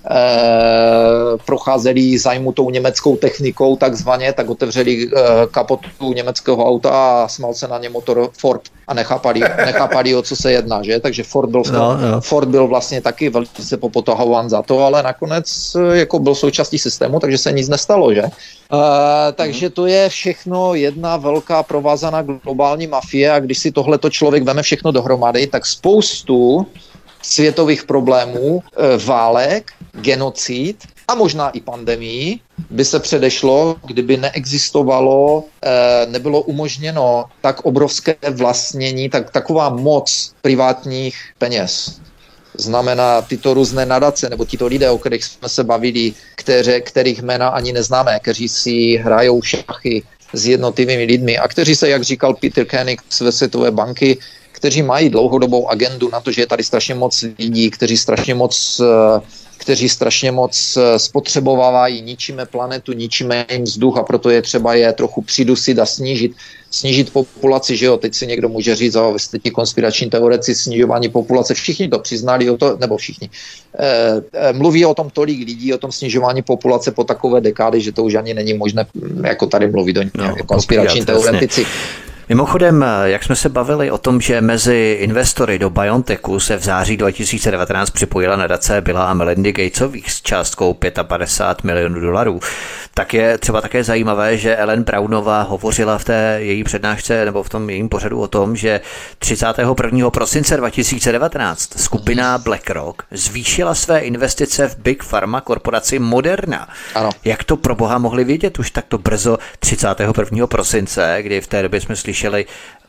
procházeli zajmutou německou technikou takzvaně, tak otevřeli kapotu německého auta a smál se na ně motor Ford a nechápali, o co se jedná, že? Takže Ford byl vlastně taky velice popotahován za to, ale nakonec jako byl součástí systému, takže se nic nestalo, že? Takže to je všechno jedna velká provázaná globální mafie a když si tohleto člověk veme všechno dohromady, tak spoustu světových problémů, válek, genocid a možná i pandemii by se předešlo, kdyby neexistovalo, nebylo umožněno tak obrovské vlastnění, taková moc privátních peněz. Znamená tyto různé nadace, nebo tyto lidé, o kterých jsme se bavili, kterých jména ani neznáme, kteří si hrajou šachy s jednotlivými lidmi a kteří se, jak říkal Peter Koenig z Světové banky, kteří mají dlouhodobou agendu na to, že je tady strašně moc lidí, kteří strašně moc spotřebovávají, ničíme planetu, ničíme jim vzduch a proto je třeba je trochu přidusit a snížit populaci, že jo, teď si někdo může říct, vy jste ti konspirační teoretici, snižování populace, všichni to přiznali, nebo všichni. Mluví o tom tolik lidí, o tom snižování populace po takové dekády, že to už ani není možné jako tady mluvit o konspirační teoretici. Vlastně. Mimochodem, jak jsme se bavili o tom, že mezi investory do BioNTechu se v září 2019 připojila nadace Billa a Melindy Gatesových s částkou $55 milionů, tak je třeba také zajímavé, že Ellen Brownová hovořila v té její přednášce nebo v tom jejím pořadu o tom, že 31. prosince 2019 skupina BlackRock zvýšila své investice v Big Pharma korporaci Moderna. Ano. Jak to pro boha mohli vědět už takto brzo 31. prosince, kdy v té době jsme slyšeli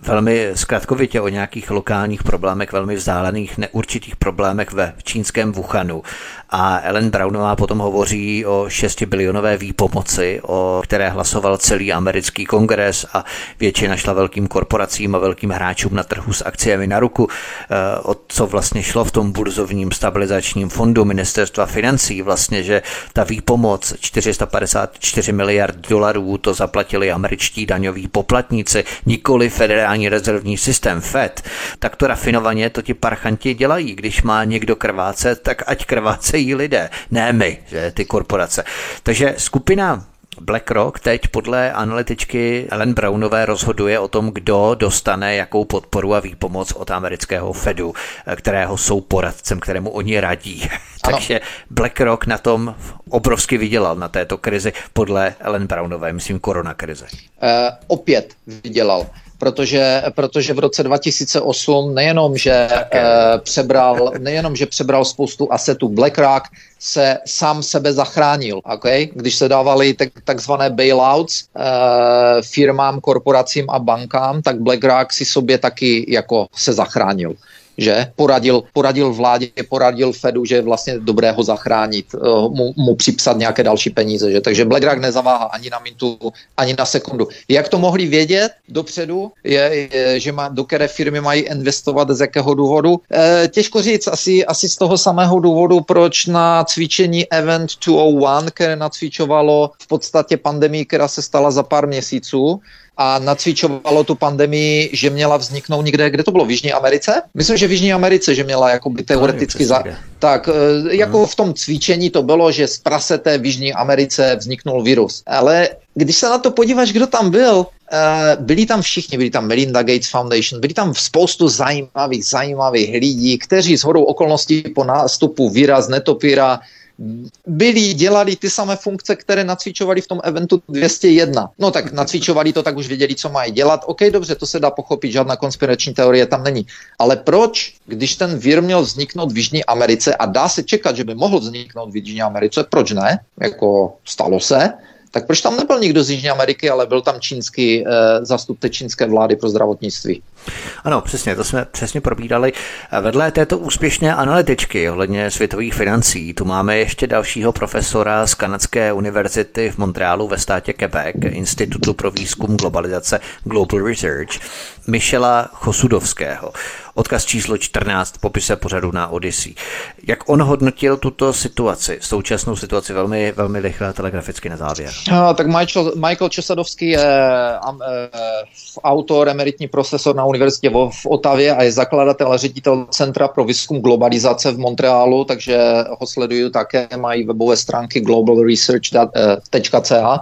velmi zkratkovitě o nějakých lokálních problémech, velmi vzdálených, neurčitých problémech ve čínském Wuhanu. A Ellen Brownová potom hovoří o 6bilionové výpomoci, o které hlasoval celý americký kongres a většina šla velkým korporacím a velkým hráčům na trhu s akciemi na ruku. O co vlastně šlo v tom burzovním stabilizačním fondu ministerstva financí, vlastně, že ta výpomoc 454 miliard dolarů to zaplatili američtí daňoví poplatníci, nikoli federální rezervní systém FED. Tak to rafinovaně to ti parchanti dělají. Když má někdo krvácet, tak ať krvácejí lidé, ne my, že ty korporace. Takže skupina BlackRock teď podle analytičky Ellen Brownové rozhoduje o tom, kdo dostane jakou podporu a výpomoc od amerického Fedu, kterého jsou poradcem, kterému oni radí. Takže BlackRock na tom obrovsky vydělal na této krizi podle Ellen Brownové, myslím koronakrize. Opět vydělal. Protože v roce 2008 nejenom, že přebral spoustu asetů, BlackRock se sám sebe zachránil. Okay? Když se dávaly takzvané bailouts firmám, korporacím a bankám, tak BlackRock si sobě taky jako se zachránil. Že poradil vládě, poradil Fedu, že je vlastně dobré ho zachránit, mu připsat nějaké další peníze. Že? Takže BlackRock nezaváhá ani na minutu, ani na sekundu. Jak to mohli vědět dopředu, že do které firmy mají investovat, z jakého důvodu? Těžko říct, asi z toho samého důvodu, proč na cvičení Event 201, které nacvičovalo v podstatě pandemii, která se stala za pár měsíců, a nacvičovalo tu pandemii, že měla vzniknout někde, kde to bylo, v Jižní Americe? Myslím, že v Jižní Americe, že měla jakoby teoreticky tak jako v tom cvičení to bylo, že z prasete v Jižní Americe vzniknul virus. Ale když se na to podíváš, kdo tam byl, byli tam všichni, byli tam Melinda Gates Foundation, byli tam spoustu zajímavých lidí, kteří shodou okolností po nástupu vira z netopíra dělali ty samé funkce, které nacvičovali v tom eventu 201. No tak nacvičovali to, tak už věděli, co mají dělat. OK, dobře, to se dá pochopit, žádná konspirační teorie tam není. Ale proč, když ten vir měl vzniknout v Jižní Americe a dá se čekat, že by mohl vzniknout v Jižní Americe, proč ne? Jako stalo se. Tak proč tam nebyl nikdo z Jižní Ameriky, ale byl tam zástupce čínské vlády pro zdravotnictví? Ano, přesně, to jsme přesně probírali. Vedle této úspěšné analytičky ohledně světových financí, tu máme ještě dalšího profesora z kanadské univerzity v Montrealu ve státě Quebec, Institutu pro výzkum globalizace Global Research, Michela Chosudovského. Odkaz číslo 14 v popise pořadu na Odyssey. Jak on hodnotil tuto situaci, současnou situaci, velmi, velmi rychle telegraficky na závěr? Tak Michael Chosadovský je autor, emeritní profesor na univerzitě v Otavě a je zakladatel a ředitel Centra pro výzkum globalizace v Montrealu, takže ho sleduju také, mají webové stránky globalresearch.ca.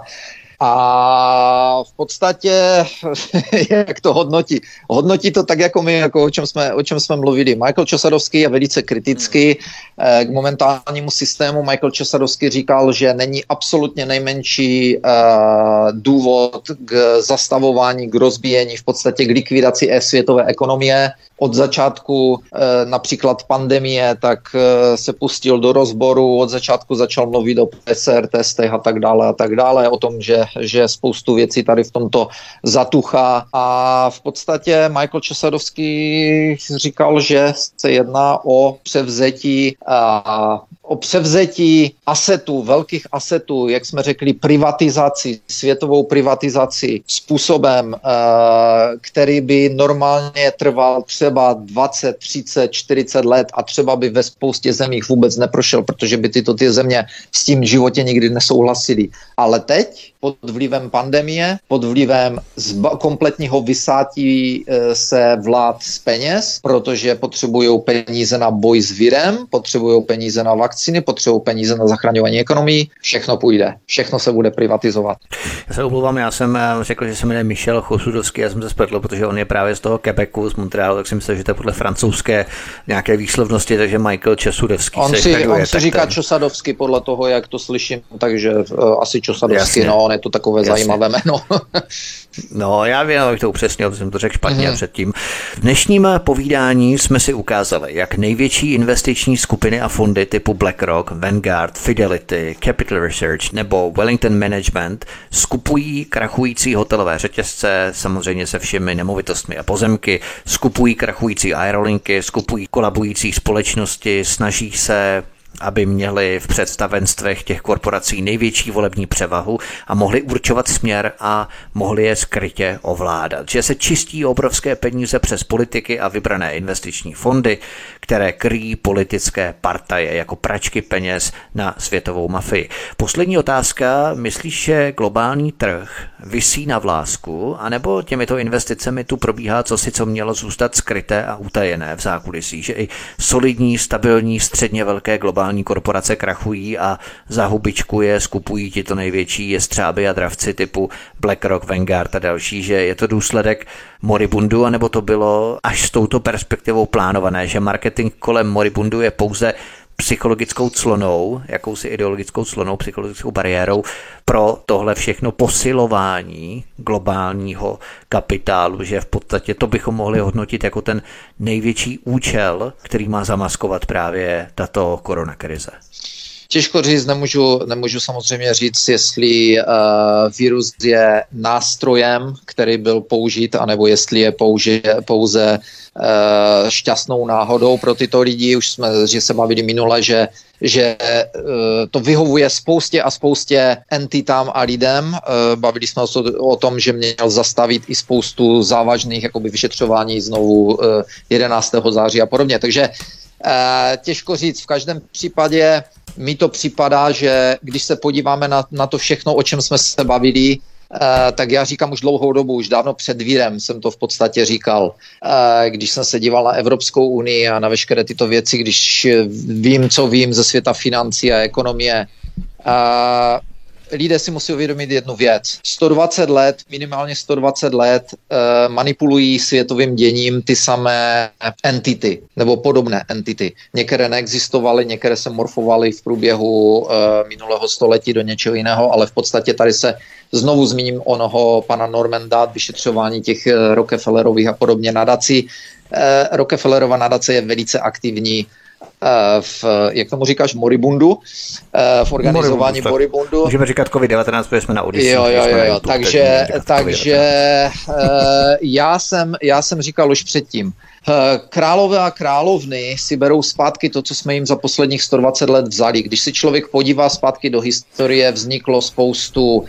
A v podstatě, jak to hodnotí? Hodnotí to tak, jako my, jako o čem jsme mluvili. Michael Chosadovský je velice kritický k momentálnímu systému. Michael Chosadovský říkal, že není absolutně nejmenší důvod k zastavování, k rozbíjení, v podstatě k likvidaci světové ekonomie. Od začátku například pandemie, tak se pustil do rozboru, od začátku začal mluvit o PCR testech a tak dále, o tom, že spoustu věcí tady v tomto zatuchá. A v podstatě Michael Chosadovský říkal, že se jedná o převzetí asetů, velkých asetů, jak jsme řekli, privatizaci, světovou privatizaci způsobem, který by normálně trval třeba 20, 30, 40 let a třeba by ve spoustě zemích vůbec neprošel, protože by ty země s tím životě nikdy nesouhlasily. Ale teď, pod vlivem pandemie, pod vlivem kompletního vysátí se vlád z peněz, protože potřebují peníze na boj s virem, potřebují peníze na vakcíny, potřebují peníze na zachraňování ekonomii, všechno půjde, všechno se bude privatizovat. Já se omlouvám, já jsem řekl, že se jmenuje Michel Chosudovský, já jsem se spletl, protože on je právě z toho Quebecu, z Montrealu, tak si myslel, že to je podle francouzské nějaké výslovnosti, takže Michael Chosadovský. On si říká Chosadovský podle toho, jak to slyším, takže asi Chosadovský, no, on je to takové zajímavé jméno. No, já vím, abych to upřesnil, protože jsem to řekl špatně předtím. V dnešním povídání jsme si ukázali, jak největší investiční skupiny a fondy typu BlackRock, Vanguard, Fidelity, Capital Research nebo Wellington Management skupují krachující hotelové řetězce, samozřejmě se všemi nemovitostmi a pozemky, skupují krachující aerolinky, skupují kolabující společnosti, snaží se, aby měli v představenstvech těch korporací největší volební převahu a mohli určovat směr a mohli je skrytě ovládat. Že se čistí obrovské peníze přes politiky a vybrané investiční fondy, které kryjí politické partaje jako pračky peněz na světovou mafii. Poslední otázka. Myslíš, že globální trh visí na vlásku, anebo těmito investicemi tu probíhá cosi, co mělo zůstat skryté a utajené v zákulisí, že i solidní, stabilní, středně velké globální korporace krachují a za hubičku je skupují ti to největší jestřáby a dravci typu BlackRock, Vanguard a další, že je to důsledek moribundu, anebo to bylo až s touto perspektivou plánované, že marketing kolem moribundu je pouze psychologickou clonou, jakousi ideologickou clonou, psychologickou bariérou pro tohle všechno posilování globálního kapitálu, že v podstatě to bychom mohli hodnotit jako ten největší účel, který má zamaskovat právě tato koronakrize. Těžko říct, nemůžu samozřejmě říct, jestli virus je nástrojem, který byl použit, anebo jestli je pouze šťastnou náhodou pro tyto lidi. Už jsme se bavili minule, že to vyhovuje spoustě entitám a lidem. Bavili jsme se o tom, že měl zastavit i spoustu závažných jakoby vyšetřování znovu 11. září a podobně. Takže těžko říct, v každém případě mi to připadá, že když se podíváme na to všechno, o čem jsme se bavili, tak já říkám už dlouhou dobu, už dávno před vírem jsem to v podstatě říkal, když jsem se díval na Evropskou unii a na veškeré tyto věci, když vím, co vím ze světa financí a ekonomie, lidé si musí uvědomit jednu věc. 120 let, minimálně 120 let manipulují světovým děním ty samé entity, nebo podobné entity. Některé neexistovaly, některé se morfovaly v průběhu minulého století do něčeho jiného, ale v podstatě tady se znovu zmíním onoho pana Normanda, vyšetřování těch Rockefellerových a podobně nadací. Rockefellerova nadace je velice aktivní jak tomu říkáš, moribundu, v organizování moribundu. Můžeme říkat COVID-19, protože jsme na Odyssey. Jo. Takže já jsem říkal už předtím, králové a královny si berou zpátky to, co jsme jim za posledních 120 let vzali. Když si člověk podívá zpátky do historie, vzniklo spoustu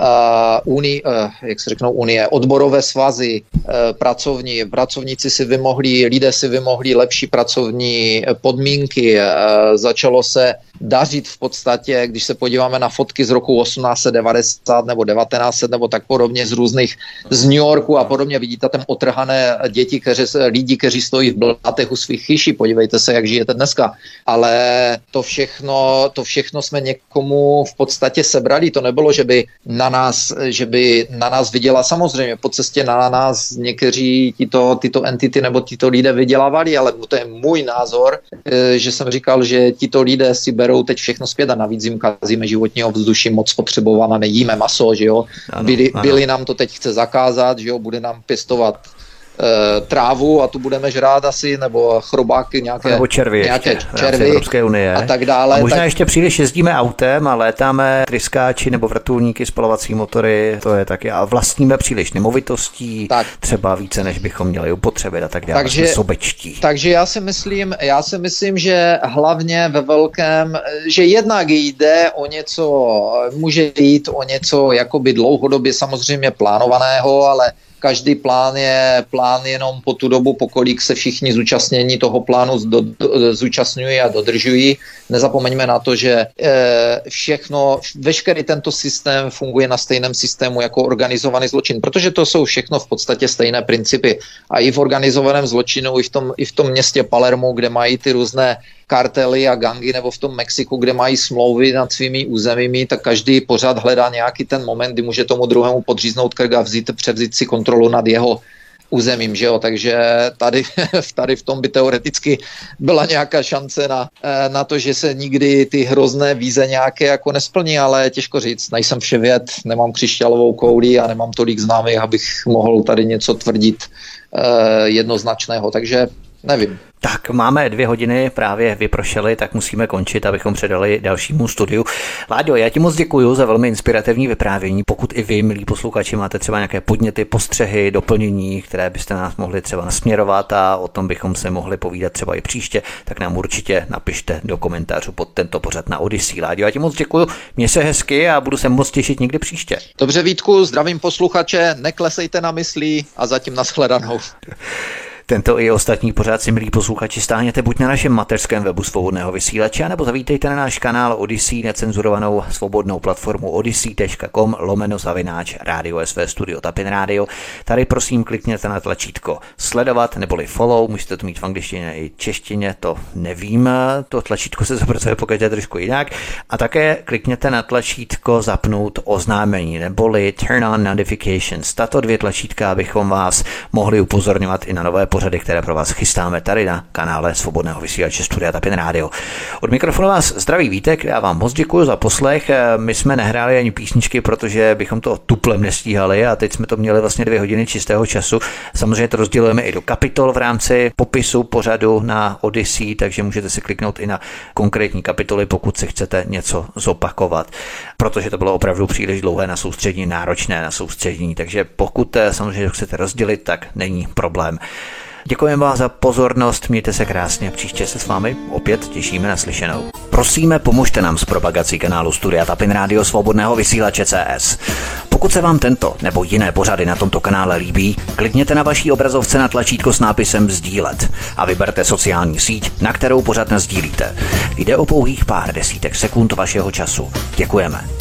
unie, odborové svazy, pracovníci si vymohli, lidé si vymohli lepší pracovní podmínky, začalo se dařit v podstatě, když se podíváme na fotky z roku 1890 nebo 1900 nebo tak podobně z New Yorku a podobně, vidíte tam otrhané lidi, kteří stojí v blatech u svých chyší, podívejte se, jak žijete dneska, ale to všechno jsme někomu v podstatě sebrali, to nebylo, že by na nás vydělala, samozřejmě po cestě na nás někteří tyto entity nebo tyto lidé vydělávali, ale to je můj názor, že jsem říkal, že tyto lidé si berou teď všechno zpět a navíc jim kazíme životního ovzduší, moc spotřebované, nejíme maso, že jo. Byli nám to teď chce zakázat, že jo, bude nám pěstovat trávu a tu budeme žrát asi, nebo chrobáky, nějaké červy Evropské unie a tak dále. A možná ještě příliš jezdíme autem a létáme tryskáči nebo vrtulníky, spalovací motory, to je taky, a vlastníme příliš nemovitostí, třeba více, než bychom měli upotřebit a tak dále. Jsme sobečtí. Takže já si myslím, že hlavně ve velkém, že jednak může jít o něco jakoby dlouhodobě samozřejmě plánovaného, ale každý plán je plán jenom po tu dobu, po kolik se všichni zúčastnění toho plánu zúčastňují a dodržují. Nezapomeňme na to, že veškerý tento systém funguje na stejném systému jako organizovaný zločin, protože to jsou všechno v podstatě stejné principy. A i v organizovaném zločinu, i v tom městě Palermo, kde mají ty různé kartely a gangy, nebo v tom Mexiku, kde mají smlouvy nad svými územími, tak každý pořád hledá nějaký ten moment, kdy může tomu druhému podříznout krk a převzít si kontrolu nad jeho územím, že jo, takže tady v tom by teoreticky byla nějaká šance na to, že se nikdy ty hrozné víze nějaké jako nesplní, ale těžko říct, nejsem vševěd, nemám křišťálovou kouli a nemám tolik známých, abych mohl tady něco tvrdit jednoznačného, takže Nevím. Tak máme 2 hodiny právě vypršely, tak musíme končit, abychom předali dalšímu studiu. Láďo, já ti moc děkuji za velmi inspirativní vyprávění. Pokud i vy, milí posluchači, máte třeba nějaké podněty, postřehy, doplnění, které byste nás mohli třeba nasměrovat a o tom bychom se mohli povídat třeba i příště, tak nám určitě napište do komentářů pod tento pořad na Odyssey. Láďo, já ti moc děkuji, měj se hezky a budu se moc těšit někdy příště. Dobře, Vítku, zdravím posluchače, neklesejte na myslí a zatím nashledanou. Tento i ostatní pořád si, milí posluchači, stáhněte buď na našem mateřském webu Svobodného vysílače, nebo zavítejte na náš kanál Odyssey, necenzurovanou svobodnou platformu odyssey.com/Radio SV Studio Tapin Radio. Tady prosím klikněte na tlačítko sledovat neboli follow, můžete to mít v angličtině i češtině, to nevím, to tlačítko se zapracuje pokaždé trošku jinak. A také klikněte na tlačítko zapnout oznámení neboli turn on notifications. Tato 2 tlačítka, abychom vás mohli upozorňovat i na nové pořady, které pro vás chystáme tady na kanále Svobodného vysílače Studia Tapin Radio. Od mikrofonu vás zdraví Vítek, já vám moc děkuji za poslech. My jsme nehráli ani písničky, protože bychom to tuplem nestíhali a teď jsme to měli vlastně 2 hodiny čistého času. Samozřejmě to rozdělujeme i do kapitol v rámci popisu pořadu na Odyssey, takže můžete si kliknout i na konkrétní kapitoly, pokud si chcete něco zopakovat, protože to bylo opravdu příliš dlouhé na soustředění, náročné na soustředění, takže pokud samozřejmě chcete rozdělit, tak není problém. Děkujeme vám za pozornost, mějte se krásně, příště se s vámi opět těšíme na slyšenou. Prosíme, pomožte nám s propagací kanálu Studia Tapin Radio Svobodného vysílače CS. Pokud se vám tento nebo jiné pořady na tomto kanále líbí, klikněte na vaší obrazovce na tlačítko s nápisem sdílet a vyberte sociální síť, na kterou pořad nasdílíte. Jde o pouhých pár desítek sekund vašeho času. Děkujeme.